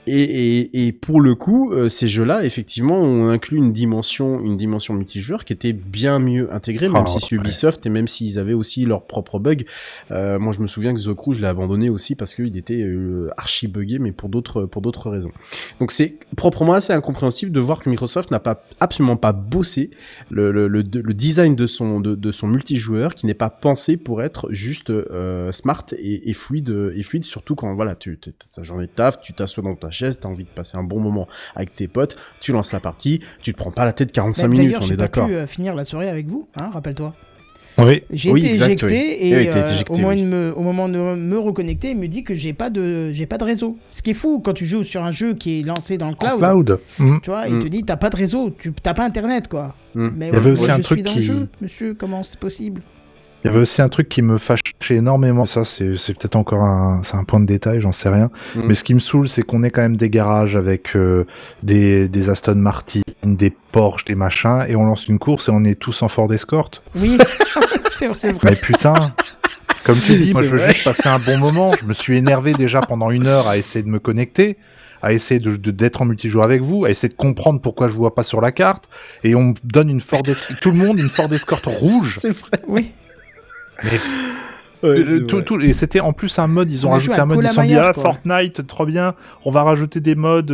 Et pour le coup, ces jeux-là, effectivement, ont inclus une dimension multijoueur qui était bien mieux intégrée, même si c'est Ubisoft et même s'ils avaient aussi leurs propres bugs. Moi, je me souviens que The Crew, je l'ai abandonné aussi parce qu'il était archi buggé, mais pour d'autres raisons. Donc c'est proprement assez incompréhensible de voir que Microsoft n'a absolument pas bossé le design de son multijoueur qui n'est pas pensé pour être juste smart et fluide, surtout quand voilà ta journée de taf, tu t'assois dans ta chaise, t'as envie de passer un bon moment avec tes potes, tu lances la partie, tu te prends pas la tête 45 minutes, on est d'accord. D'ailleurs, j'ai pas pu finir la soirée avec vous, rappelle-toi. Oui. J'ai été éjecté et au moment de me reconnecter, il me dit que j'ai pas de réseau. Ce qui est fou quand tu joues sur un jeu qui est lancé dans le cloud. Tu vois, il te dit t'as pas de réseau, t'as pas internet quoi. Mais il y avait aussi un truc dans le jeu, monsieur, comment c'est possible? Il y avait aussi un truc qui me fâchait énormément. Ça, c'est peut-être encore un point de détail, j'en sais rien. Mais ce qui me saoule, c'est qu'on ait quand même des garages avec des Aston Martin, des Porsche, des machins, et on lance une course et on est tous en Ford Escort. Oui, c'est vrai. Mais putain, comme tu dis, moi je veux juste passer un bon moment. Je me suis énervé déjà pendant 1 heure à essayer de me connecter, à essayer d'être en multijoueur avec vous, à essayer de comprendre pourquoi je vois pas sur la carte, et on me donne tout le monde une Ford Escort rouge. C'est vrai. Oui. Et c'était en plus un mode, ils ont On a rajouté joué à un mode, ils se sont dit, Colamaillage, quoi. Fortnite, trop bien, on va rajouter des modes,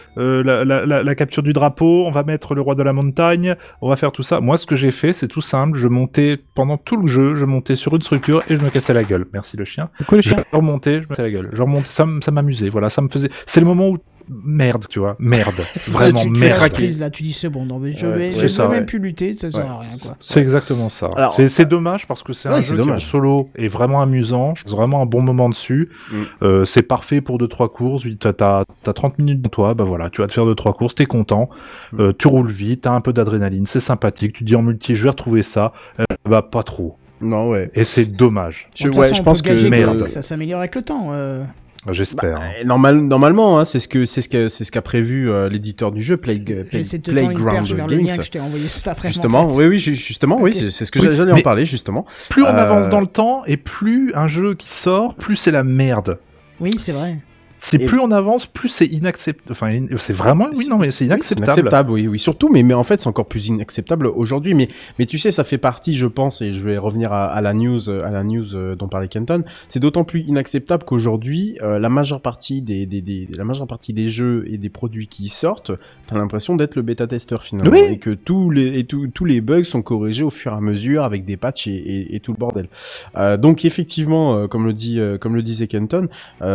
la capture du drapeau, on va mettre le roi de la montagne, on va faire tout ça. Moi, ce que j'ai fait, c'est tout simple, je montais, pendant tout le jeu, je montais sur une structure et je me cassais la gueule. Merci le chien. Pourquoi le chien? Je remontais, je me cassais la gueule. Je remontais, ça m'amusait, voilà, ça me faisait... C'est le moment où merde, tu vois, merde, vraiment tu merde. prise, là, tu dis c'est bon, non, mais je Ouais, vais ça, même ouais. plus lutter, ça sert à rien, quoi. C'est exactement ça. Alors, c'est dommage parce que c'est un ouais, jeu c'est qui en dommage. solo est vraiment amusant. Je passe vraiment un bon moment dessus. C'est parfait pour 2-3 courses. Oui, t'as 30 minutes de toi, bah voilà, tu vas te faire 2-3 courses, t'es content, tu roules vite, t'as un peu d'adrénaline, c'est sympathique. Tu dis en multi, je vais retrouver ça, bah pas trop. Non, ouais. Et c'est dommage. De toute façon, je on pense peut gager merde. ça s'améliore avec le temps. J'espère. Normalement, hein, c'est ce qu'a prévu l'éditeur du jeu, J'essaie de te tendre une perche vers le lien que je t'ai envoyé cet après-midi. Justement, en fait. justement, Okay. oui, c'est ce que j'allais en parler, justement. Plus on avance dans le temps et plus un jeu qui sort, plus c'est la merde. Oui, c'est vrai. Plus on avance, plus c'est inacceptable. Enfin, c'est vraiment, oui, non, mais c'est inacceptable. C'est inacceptable, oui. Surtout, mais en fait, c'est encore plus inacceptable aujourd'hui. Mais tu sais, ça fait partie, je pense, et je vais revenir à la news dont parlait Kenton. C'est d'autant plus inacceptable qu'aujourd'hui, la majeure partie des jeux et des produits qui sortent, t'as l'impression d'être le bêta-testeur finalement, oui. et que tous les bugs sont corrigés au fur et à mesure avec des patchs et tout le bordel. Donc effectivement, comme le disait Kenton,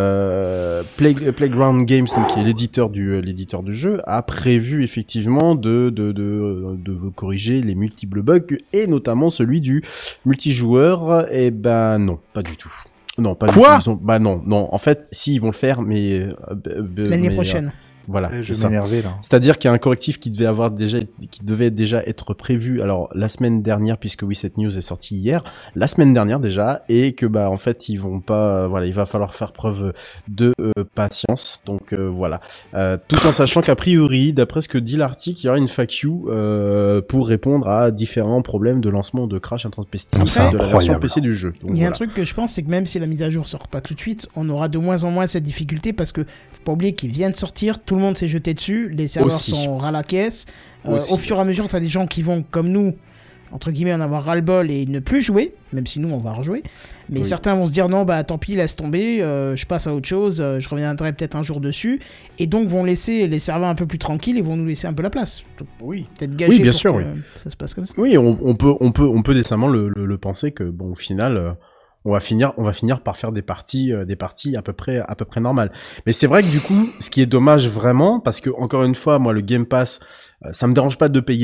Playground Games, donc qui est l'éditeur du jeu, a prévu effectivement de corriger les multiples bugs et notamment celui du multijoueur. Et ben non, pas du tout. Non, pas Quoi du tout. Non. En fait, si ils vont le faire, mais l'année prochaine. Voilà, Je c'est vais ça. m'énerver là. C'est-à-dire qu'il y a un correctif qui devait déjà être prévu. Alors la semaine dernière, puisque oui, cette news est sortie hier, la semaine dernière déjà, et que en fait ils vont pas, il va falloir faire preuve de patience. Donc voilà, tout en sachant qu'a priori, d'après ce que dit l'article, il y aura une FAQ pour répondre à différents problèmes de lancement de crash intempestif de la version PC du jeu. Donc, il y a un truc que je pense, c'est que même si la mise à jour sort pas tout de suite, on aura de moins en moins cette difficulté parce que faut pas oublier qu'il vient de sortir. Tout le monde s'est jeté dessus, les serveurs sont ras la caisse. Au fur et à mesure, tu as des gens qui vont, comme nous, entre guillemets, en avoir ras-le-bol et ne plus jouer, même si nous, on va rejouer. Mais certains vont se dire, non, tant pis, laisse tomber, je passe à autre chose, je reviendrai peut-être un jour dessus. Et donc, vont laisser les serveurs un peu plus tranquilles et vont nous laisser un peu la place. Donc, peut-être gager bien pour sûr, que ça se passe comme ça. Oui, on peut décemment le penser que, au final... on va finir par faire des parties à peu près normales. Mais c'est vrai que du coup, ce qui est dommage vraiment, parce que encore une fois, moi le Game Pass, ça me dérange pas de payer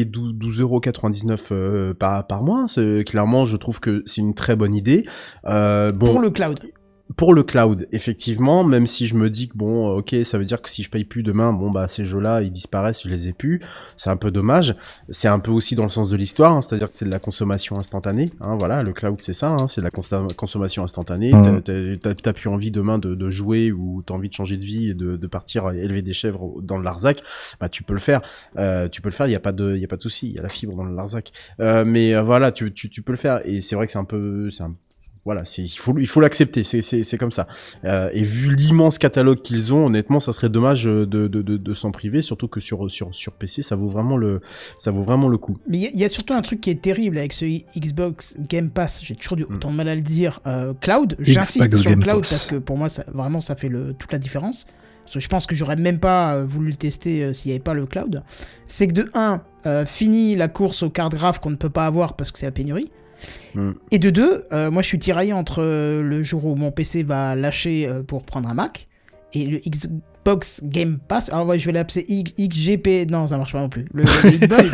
12,99€ par mois. Clairement, je trouve que c'est une très bonne idée. Pour le cloud. Pour le cloud, effectivement, même si je me dis que ok, ça veut dire que si je paye plus demain, ces jeux-là, ils disparaissent, je les ai plus. C'est un peu dommage. C'est un peu aussi dans le sens de l'histoire, c'est-à-dire que c'est de la consommation instantanée. Voilà, le cloud, c'est ça, c'est de la consommation instantanée. T'as plus envie demain de jouer ou t'as envie de changer de vie et de partir élever des chèvres dans le Larzac, tu peux le faire. Il y a pas de souci. Il y a la fibre dans le Larzac. Mais voilà, tu peux le faire. Et c'est vrai que voilà, il faut l'accepter, c'est comme ça. Et vu l'immense catalogue qu'ils ont, honnêtement, ça serait dommage de s'en priver, surtout que sur PC, ça vaut vraiment le coup. Mais il y a surtout un truc qui est terrible avec ce Xbox Game Pass, j'ai toujours autant de mal à le dire, cloud, j'insiste sur le cloud parce que pour moi, ça fait toute la différence. Parce que je pense que j'aurais même pas voulu le tester s'il n'y avait pas le cloud. C'est que de 1, fini la course aux cartes graphes qu'on ne peut pas avoir parce que c'est la pénurie. Et de 2, moi je suis tiraillé entre le jour où mon PC va lâcher pour prendre un Mac et le Xbox Game Pass. Alors ouais, je vais l'appeler XGP. Non, ça marche pas non plus. Le Xbox.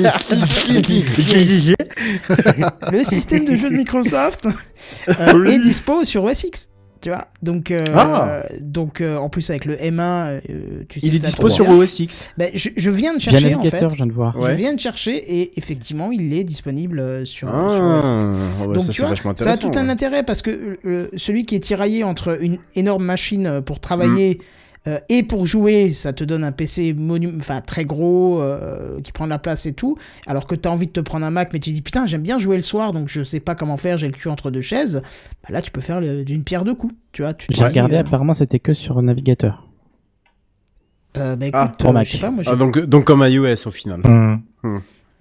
Le système de jeu de Microsoft est dispo sur OS X. Tu vois, donc en plus avec le M1, tu sais, il est dispo sur OS X. Je viens de chercher en fait. Je viens de voir. Je viens de chercher et effectivement, il est disponible sur OS X. Donc tu vois, ça a tout un intérêt parce que celui qui est tiraillé entre une énorme machine pour travailler et pour jouer, ça te donne un PC très gros qui prend de la place et tout, alors que tu as envie de te prendre un Mac mais tu te dis putain j'aime bien jouer le soir donc je sais pas comment faire, j'ai le cul entre deux chaises, là tu peux faire d'une pierre deux coups, tu vois. J'ai regardé, apparemment c'était que sur navigateur. Écoute, pour Mac. je sais pas, moi, donc comme iOS au final.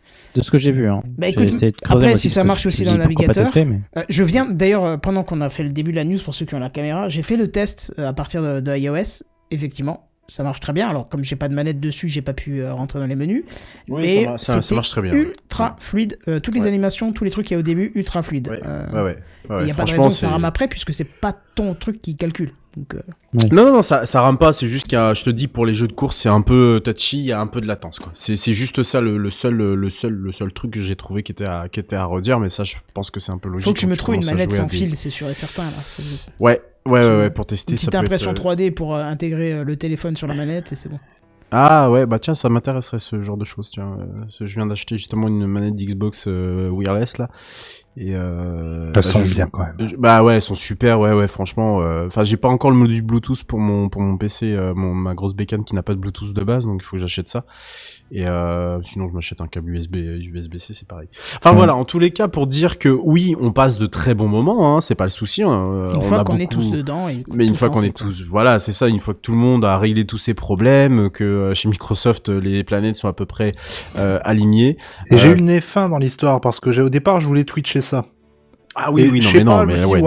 De ce que j'ai vu. Hein. Bah écoute, après, si ça marche aussi dans le navigateur. Je viens, d'ailleurs, pendant qu'on a fait le début de la news, pour ceux qui ont la caméra, j'ai fait le test à partir de iOS. Effectivement, ça marche très bien. Alors, comme j'ai pas de manette dessus, j'ai pas pu rentrer dans les menus. Oui, mais ça marche très bien. Ultra fluide. Toutes les animations, tous les trucs qu'il y a au début, ultra fluide. Ouais. Il n'y a pas de raison que ça rame après, puisque c'est pas ton truc qui calcule. Donc, Non, ça rame pas, c'est juste je te dis, pour les jeux de course, c'est un peu touchy, il y a un peu de latence, quoi. C'est juste ça le seul truc que j'ai trouvé qui était à redire, mais ça, je pense que c'est un peu logique. Faut que je me trouve une manette sans fil, c'est sûr et certain, là. Ouais, pour tester, ça peut être... Une petite impression 3D pour intégrer le téléphone sur la manette, et c'est bon. Ah ouais, bah tiens, ça m'intéresserait ce genre de choses, tiens. Je viens d'acheter justement une manette d'Xbox wireless, là. Et elles sont bien quand même. Bah ouais, elles sont super, ouais, franchement. Enfin, j'ai pas encore le module Bluetooth pour mon PC, ma grosse bécane qui n'a pas de Bluetooth de base, donc il faut que j'achète ça. Et sinon, je m'achète un câble USB-C, c'est pareil. Enfin voilà, en tous les cas, pour dire que oui, on passe de très bons moments, hein, c'est pas le souci. Hein, une fois qu'on est tous dedans. Mais une fois qu'on est tous, voilà, c'est ça. Une fois que tout le monde a réglé tous ses problèmes, que chez Microsoft les planètes sont à peu près alignées. Et j'ai eu le nez fin dans l'histoire parce que au départ, je voulais twitcher ça. Ah oui, mais on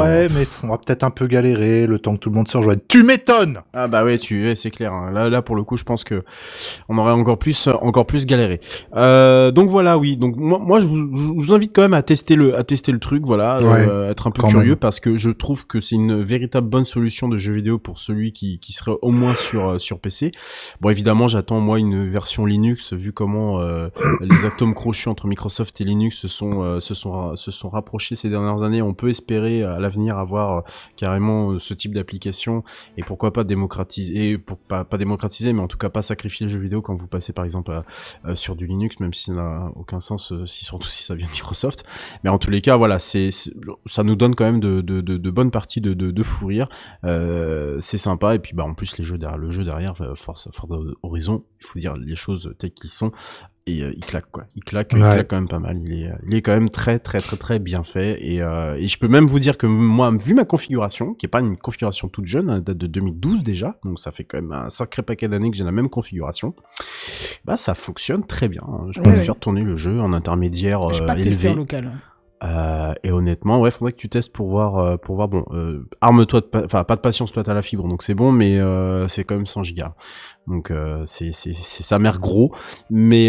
va peut-être un peu galérer le temps que tout le monde se rejoigne. Tu m'étonnes. Ah bah ouais, c'est clair. Hein. Là, pour le coup, je pense que on aurait encore plus galéré. Donc voilà, oui. Donc moi, je vous invite quand même à tester le truc, voilà, être un peu curieux parce que je trouve que c'est une véritable bonne solution de jeu vidéo pour celui qui serait au moins sur PC. Bon, évidemment, j'attends moi une version Linux vu comment les atomes crochus entre Microsoft et Linux se sont rapprochés ces dernières années. On peut espérer à l'avenir avoir carrément ce type d'application et pourquoi pas démocratiser, pas démocratiser, mais en tout cas pas sacrifier le jeu vidéo quand vous passez par exemple sur du Linux, même si ça n'a aucun sens, surtout si ça vient de Microsoft. Mais en tous les cas, voilà, ça nous donne quand même de bonnes parties de fou rire. C'est sympa et puis bah en plus le jeu derrière, Forza Horizon, il faut dire les choses telles qu'ils sont. Et il claque quoi, il claque quand même pas mal. Il est quand même très très très très bien fait et je peux même vous dire que moi, vu ma configuration, qui est pas une configuration toute jeune, elle date de 2012 déjà, donc ça fait quand même un sacré paquet d'années que j'ai la même configuration. Bah ça fonctionne très bien. Je peux faire tourner le jeu en intermédiaire élevé. J'ai pas testé en local. Et honnêtement, ouais, faudrait que tu testes pour voir bon, arme-toi pas de patience, toi t'as la fibre, donc c'est bon, mais c'est quand même 100 gigas. Donc c'est sa mère gros, mais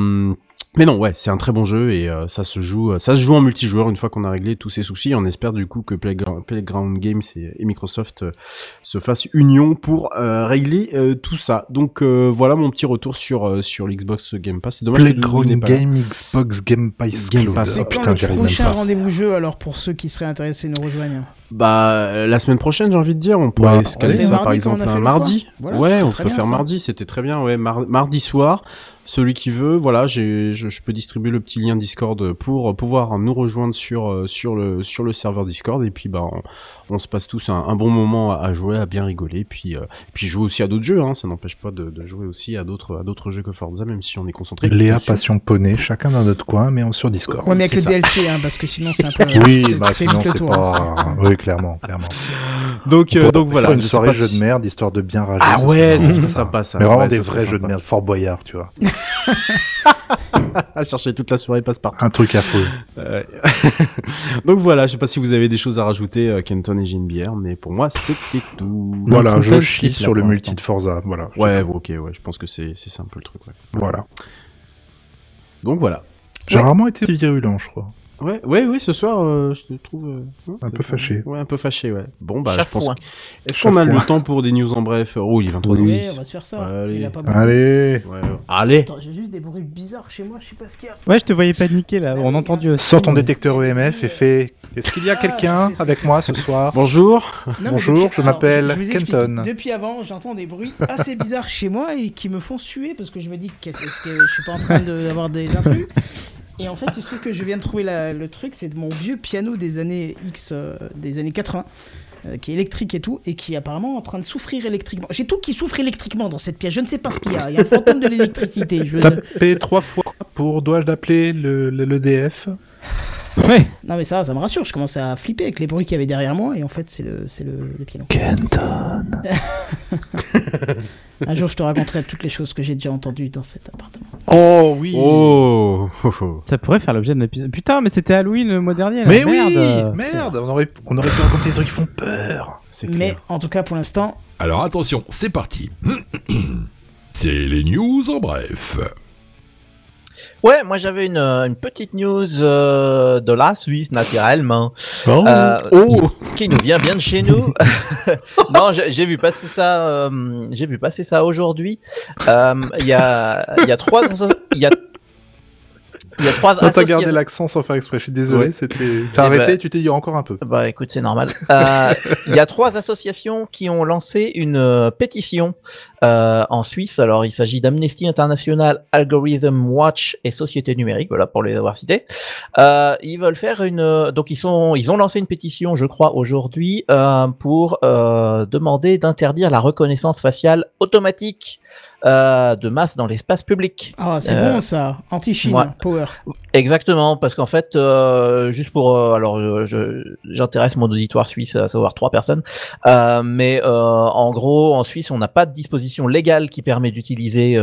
non, ouais, c'est un très bon jeu et ça se joue en multijoueur une fois qu'on a réglé tous ces soucis. On espère du coup que Playground Games et Microsoft se fassent union pour régler tout ça. Donc voilà mon petit retour sur l'Xbox Game Pass. C'est dommage Playground Game, Xbox Game Pass. C'est quand le prochain rendez-vous jeu alors pour ceux qui seraient intéressés nous rejoignent? Bah la semaine prochaine, j'ai envie de dire, on pourrait escaler ça par exemple un mardi. Voilà, ouais, on peut faire mardi, c'était très bien, ouais, mardi soir. Celui qui veut, voilà, je peux distribuer le petit lien Discord pour pouvoir nous rejoindre sur le serveur Discord et puis bah on se passe tous un bon moment à jouer, à bien rigoler, puis jouer aussi à d'autres jeux, hein, ça n'empêche pas de jouer aussi à d'autres jeux que Forza, même si on est concentré. Léa Passion Poney, chacun dans notre coin, mais on sur Discord. Ouais, mais avec le DLC, hein, parce que sinon c'est un peu. Oui, bah sinon c'est pas. Oui, clairement. Donc voilà. Une soirée jeu de merde, histoire de bien rager. Ah ouais, ça serait sympa ça. Mais vraiment des vrais jeux de merde, Fort Boyard, tu vois. À chercher toute la soirée passe-partout. Un truc à fou. Donc voilà, je sais pas si vous avez des choses à rajouter, Kenton et JNBR, mais pour moi c'était tout. Voilà, je chie sur le multi de Forza, voilà. Ouais, ok, ouais, je pense que c'est un peu le truc, ouais. Voilà. Donc voilà. J'ai rarement été virulent, je crois. Ouais, ce soir, je te trouve un peu fâché. Ouais, un peu fâché, ouais. Bon, bah, je pense. Est-ce qu'on a le temps pour des news en bref? Oh, il est 23h06. Oui, on va se faire ça. Allez. Il a pas beaucoup. Allez. Ouais. Allez. Attends, j'ai juste des bruits bizarres chez moi, je sais pas ce qu'il y a. Ouais, je te voyais paniquer là, on a entendu aussi. Sors ton détecteur EMF et fais. Est-ce qu'il y a quelqu'un avec moi ce soir? Bonjour. Bonjour, je m'appelle Kenton. Depuis avant, j'entends des bruits assez bizarres chez moi et qui me font suer parce que je me dis qu'est-ce que je suis pas en train d'avoir des intrus. Et en fait, il se trouve que je viens de trouver le truc, c'est de mon vieux piano des années des années 80, qui est électrique et tout, et qui est apparemment en train de souffrir électriquement. J'ai tout qui souffre électriquement dans cette pièce, je ne sais pas ce qu'il y a. Il y a un fantôme de l'électricité. Tapez 3 fois dois-je d'appeler l'EDF? Ouais. Non mais ça me rassure, je commence à flipper avec les bruits qu'il y avait derrière moi, et en fait c'est le piano. Kenton. Un jour je te raconterai toutes les choses que j'ai déjà entendues dans cet appartement. Oh oui. Oh. Ça pourrait faire l'objet d'un épisode. Putain, mais c'était Halloween le mois dernier. Là. Mais merde. oui, merde. On aurait pu raconter des trucs qui font peur. C'est clair. Mais en tout cas, pour l'instant, Alors attention, c'est parti. C'est les news en bref. Ouais, moi j'avais une petite news de la Suisse naturellement, qui nous vient bien de chez nous. Non, j'ai vu passer ça. J'ai vu passer ça aujourd'hui. Il y a trois T'as gardé l'accent sans faire exprès, je suis désolé, Ouais. T'as arrêté, tu t'es dit encore un peu. Bah écoute, c'est normal. Il y a 3 associations qui ont lancé une pétition en Suisse. Alors il s'agit d'Amnesty International, Algorithm Watch et Société Numérique, voilà pour les avoir cités. Ils veulent faire donc ils ont lancé une pétition, je crois, aujourd'hui pour demander d'interdire la reconnaissance faciale automatique de masse dans l'espace public. Ah, c'est bon ça, anti-Chine, ouais. power. Exactement, parce qu'en fait, juste pour, j'intéresse mon auditoire suisse, à savoir 3 personnes, mais en gros, en Suisse, on n'a pas de disposition légale qui permet d'utiliser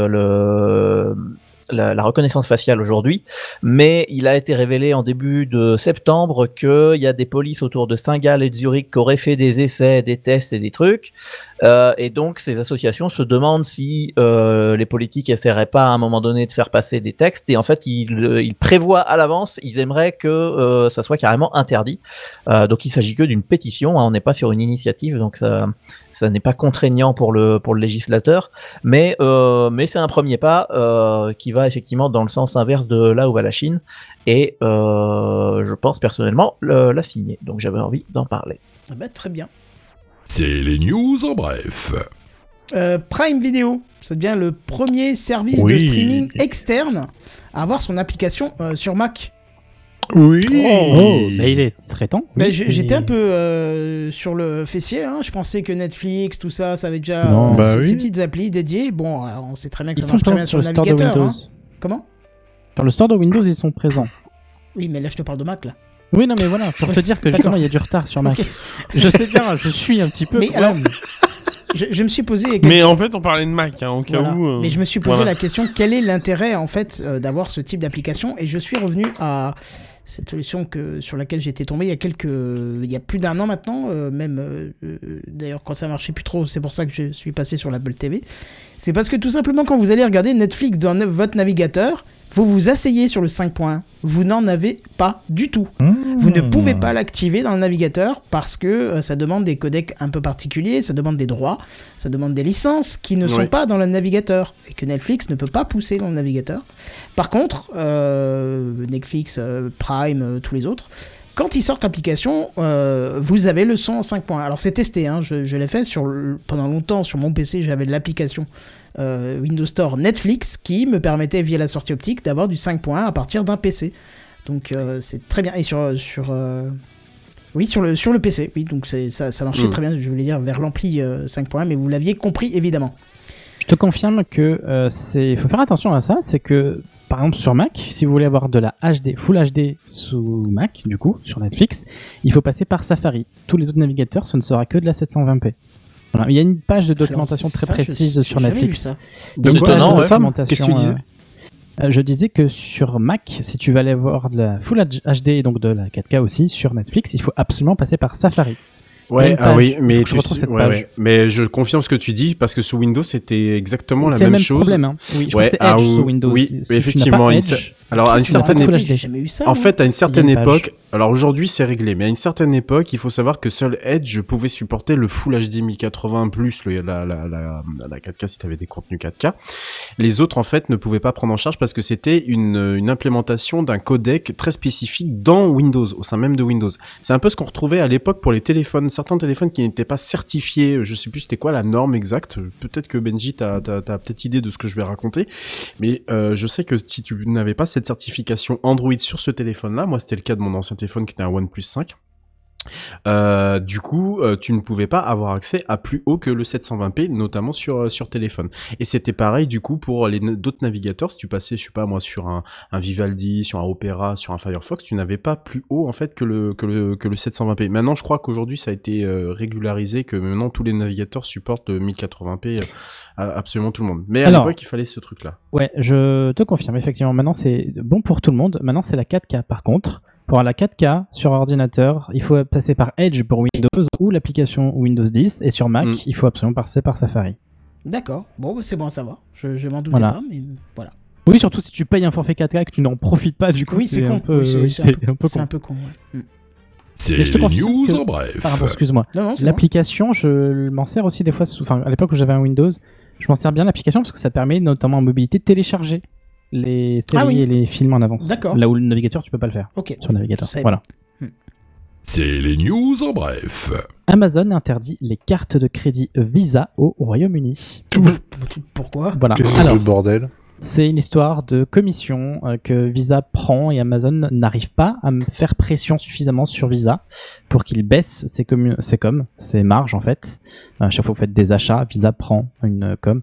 la reconnaissance faciale aujourd'hui, mais il a été révélé en début de septembre qu'il y a des polices autour de Saint-Gall et de Zurich qui auraient fait des essais, des tests et des trucs, et donc ces associations se demandent si les politiques essaieraient pas à un moment donné de faire passer des textes, et en fait ils prévoient à l'avance, ils aimeraient que ça soit carrément interdit. Donc il s'agit que d'une pétition, hein, on n'est pas sur une initiative, donc ça n'est pas contraignant pour le législateur, mais c'est un premier pas qui va effectivement dans le sens inverse de là où va la Chine, et je pense personnellement la signer, donc j'avais envie d'en parler. Ah bah, très bien. C'est les news en bref. Prime Video, ça devient le premier service de streaming externe à avoir son application sur Mac. Oui. Mais il serait temps. Bah, Oui, j'étais un peu sur le fessier, hein. Je pensais que Netflix, tout ça, ça avait déjà ces petites applis dédiées. Bon, alors, on sait très bien que ça marche très bien sur le store de navigateur. Windows. Hein. Comment ? Sur le store de Windows, ils sont présents. Oui, mais là, je te parle de Mac, là. Oui, non, mais voilà, pour te dire que justement, il y a du retard sur Mac. Okay. Je sais bien, je suis un petit peu... Mais alors, je me suis posé... Mais en fait, on parlait de Mac, hein, au cas où... Mais je me suis posé la question, quel est l'intérêt, en fait, d'avoir ce type d'application ? Et je suis revenu à cette solution sur laquelle j'étais tombé il y a plus d'1 an maintenant, d'ailleurs, quand ça marchait plus trop, c'est pour ça que je suis passé sur l'Apple TV. C'est parce que tout simplement, quand vous allez regarder Netflix dans votre navigateur, vous vous asseyez sur le 5.1, vous n'en avez pas du tout. Vous ne pouvez pas l'activer dans le navigateur parce que ça demande des codecs un peu particuliers, ça demande des droits, ça demande des licences qui ne sont pas dans le navigateur et que Netflix ne peut pas pousser dans le navigateur. Par contre, Netflix, Prime, tous les autres, quand ils sortent l'application, vous avez le son en 5.1. Alors c'est testé, hein, je l'ai fait pendant longtemps sur mon PC, j'avais l'application Windows Store Netflix qui me permettait via la sortie optique d'avoir du 5.1 à partir d'un PC. Donc c'est très bien. Et sur le PC, oui, donc ça marchait très bien, je voulais dire vers l'ampli 5.1, mais vous l'aviez compris évidemment. Je te confirme que il faut faire attention à ça, c'est que par exemple sur Mac, si vous voulez avoir de la HD, Full HD sous Mac, du coup, sur Netflix, il faut passer par Safari. Tous les autres navigateurs, ce ne sera que de la 720p. Voilà. Il y a une page de documentation très précise sur Netflix. De quoi, non, qu'est-ce que tu disais ? Je disais que sur Mac, si tu veux aller voir de la Full HD et donc de la 4K aussi sur Netflix, il faut absolument passer par Safari. Ouais, mais mais je confirme ce que tu dis parce que sous Windows c'était exactement la même chose. C'est le même problème. Hein. Oui, je crois que c'est Edge sous Windows. Oui, si effectivement. Alors à une certaine époque, en fait, à une certaine époque, alors aujourd'hui c'est réglé, mais à une certaine époque, il faut savoir que seul Edge pouvait supporter le Full HD 1080 plus la 4K si t'avais des contenus 4K. Les autres en fait ne pouvaient pas prendre en charge parce que c'était une implémentation d'un codec très spécifique dans Windows, au sein même de Windows. C'est un peu ce qu'on retrouvait à l'époque pour les téléphones, certains téléphones qui n'étaient pas certifiés, je sais plus c'était quoi la norme exacte, peut-être que Benji t'as peut-être idée de ce que je vais raconter, mais je sais que si tu n'avais pas cette certification Android sur ce téléphone-là, moi c'était le cas de mon ancien téléphone qui était un OnePlus 5, Du coup, tu ne pouvais pas avoir accès à plus haut que le 720p, notamment sur téléphone. Et c'était pareil du coup pour d'autres navigateurs. Si tu passais, je sais pas moi, sur un Vivaldi, sur un Opera, sur un Firefox, tu n'avais pas plus haut en fait que le 720p. Maintenant, je crois qu'aujourd'hui ça a été régularisé, que maintenant tous les navigateurs supportent le 1080p, absolument tout le monde. Mais à l'époque, il fallait ce truc-là. Ouais, je te confirme. Effectivement, maintenant c'est bon pour tout le monde. Maintenant, c'est la 4K. Par contre, pour la 4K sur ordinateur, il faut passer par Edge pour Windows ou l'application Windows 10, et sur Mac, il faut absolument passer par Safari. D'accord. Bon, c'est bon à savoir. Je m'en doutais pas, mais voilà. Oui, surtout si tu payes un forfait 4K et que tu n'en profites pas, du coup, oui, c'est con. C'est un peu con. Ouais. C'est les news en bref. Pardon, excuse-moi. Non, l'application, je m'en sers aussi des fois. Enfin, à l'époque où j'avais un Windows, je m'en sers bien l'application parce que ça permet notamment en mobilité de télécharger les séries et les films en avance. D'accord. Là où le navigateur, tu peux pas le faire. Ok. Sur le navigateur. Voilà. C'est les news en bref. Amazon interdit les cartes de crédit Visa au Royaume-Uni. Pourquoi ? Voilà. Alors, le bordel. C'est une histoire de commission que Visa prend, et Amazon n'arrive pas à faire pression suffisamment sur Visa pour qu'il baisse ses marges en fait. À chaque fois que vous faites des achats, Visa prend une com.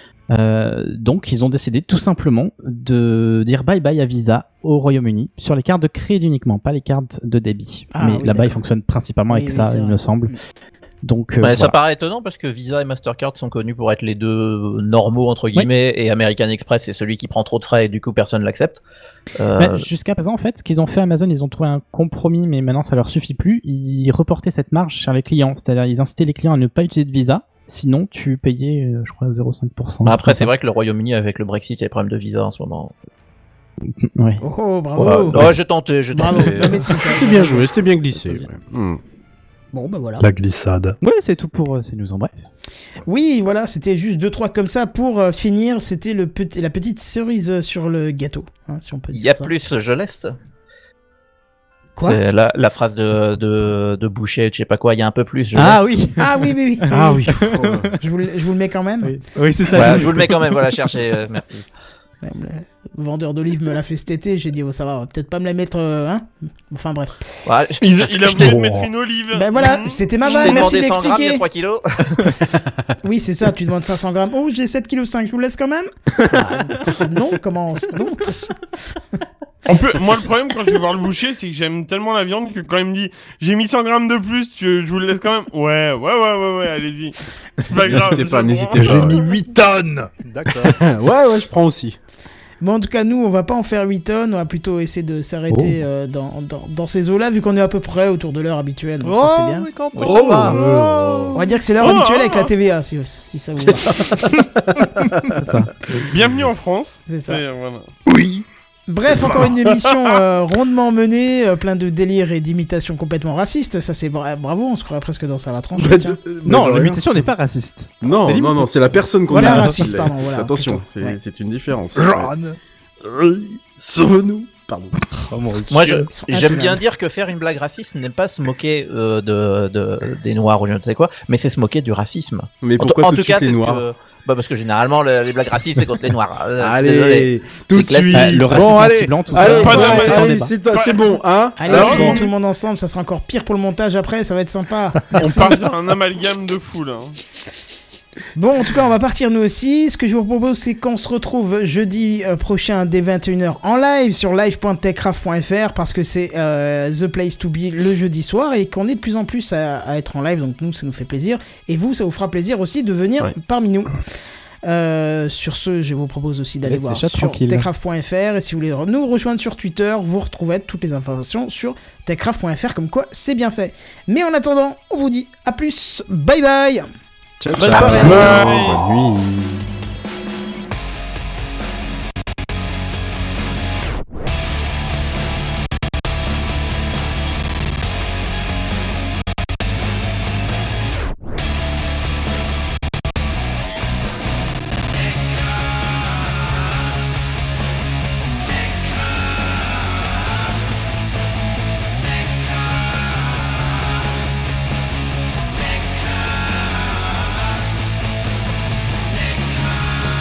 Donc ils ont décidé tout simplement de dire bye bye à Visa au Royaume-Uni sur les cartes de crédit uniquement, pas les cartes de débit. Mais là-bas ils fonctionnent principalement avec ça, il me semble. Donc, ça paraît étonnant parce que Visa et Mastercard sont connus pour être les deux normaux entre guillemets, et American Express c'est celui qui prend trop de frais et du coup personne l'accepte. Jusqu'à présent en fait, ce qu'ils ont fait Amazon, ils ont trouvé un compromis, mais maintenant ça leur suffit plus. Ils reportaient cette marge sur les clients, c'est-à-dire ils incitaient les clients à ne pas utiliser de Visa. Sinon, tu payais, je crois, 0,5%. Après, c'est vrai que le Royaume-Uni, avec le Brexit, il y a des problèmes de visa en ce moment. Ouais. Oh, bravo. Ouais, je tentais. Bravo. C'était bien joué, c'était bien glissé. Bon, bah voilà. La glissade. Ouais, c'est tout pour ces news en bref. Oui, voilà, c'était juste 2-3 comme ça pour finir. C'était la petite cerise sur le gâteau, hein, si on peut dire ça. Il y a plus, je laisse. Quoi ? La phrase de Boucher, je sais pas quoi, il y a un peu plus. Je laisse. Oui. Ah oui. Ah oui. Je vous le mets quand même. Oui, c'est ça. Ouais, je vous le mets quand même, voilà, cherchez, merci. Le vendeur d'olives me l'a fait cet été, j'ai dit ça va, on va peut-être pas me la mettre, hein. Enfin bref. Ouais, il a voulu te mettre une olive. Ben voilà, c'était ma vanne, merci demandé 100 grammes, il y a d'expliquer. 3 kilos. Oui, c'est ça, tu demandes 500 grammes. Oh, j'ai 7,5 kg, je vous laisse quand même. Non, comment non. Moi, le problème quand je vais voir le boucher, c'est que j'aime tellement la viande que quand il me dit j'ai mis 100 grammes de plus, je vous le laisse quand même. Ouais, allez-y. C'est pas grave. N'hésitez pas. J'ai mis 8 tonnes. D'accord. Ouais, je prends aussi. Bon, en tout cas, nous, on va pas en faire 8 tonnes, on va plutôt essayer de s'arrêter dans ces eaux-là, vu qu'on est à peu près autour de l'heure habituelle. Donc ça, c'est bien. On va dire que c'est l'heure habituelle avec la TVA, si ça vous va. C'est ça. Bienvenue en France. C'est ça. Voilà. Oui. Bref, encore une émission rondement menée, plein de délires et d'imitations complètement racistes. Ça, c'est bravo, on se croirait presque dans la tranche. Non, l'imitation n'est pas raciste. Non, c'est la personne qu'on voilà, a raciste, pardon. Voilà, attention, plutôt. c'est une différence. Sauve-nous. Pardon. Moi, j'aime bien dire que faire une blague raciste n'est pas se moquer des Noirs ou je ne sais quoi, mais c'est se moquer du racisme. Mais pourquoi tout de suite les Noirs parce que généralement les blagues racistes c'est contre les Noirs. Allez, tout de suite. Le racisme anti-blanc, tout ça. Allez, c'est bon, hein. Allez, tout le monde ensemble, ça sera encore pire pour le montage après, ça va être sympa. On part sur un amalgame de fou là. Bon, en tout cas, on va partir nous aussi. Ce que je vous propose, c'est qu'on se retrouve jeudi prochain dès 21h en live sur live.techcraft.fr parce que c'est the place to be le jeudi soir et qu'on est de plus en plus à être en live. Donc nous, ça nous fait plaisir. Et vous, ça vous fera plaisir aussi de venir parmi nous. Sur ce, je vous propose aussi d'aller voir sur techcraft.fr et si vous voulez nous rejoindre sur Twitter, vous retrouverez toutes les informations sur techcraft.fr comme quoi c'est bien fait. Mais en attendant, on vous dit à plus. Bye bye. Ciao, bonne soirée. Bonne nuit.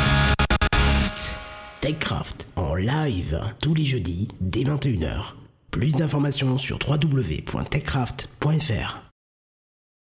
TechCraft en live tous les jeudis dès 21h. Plus d'informations sur www.techcraft.fr.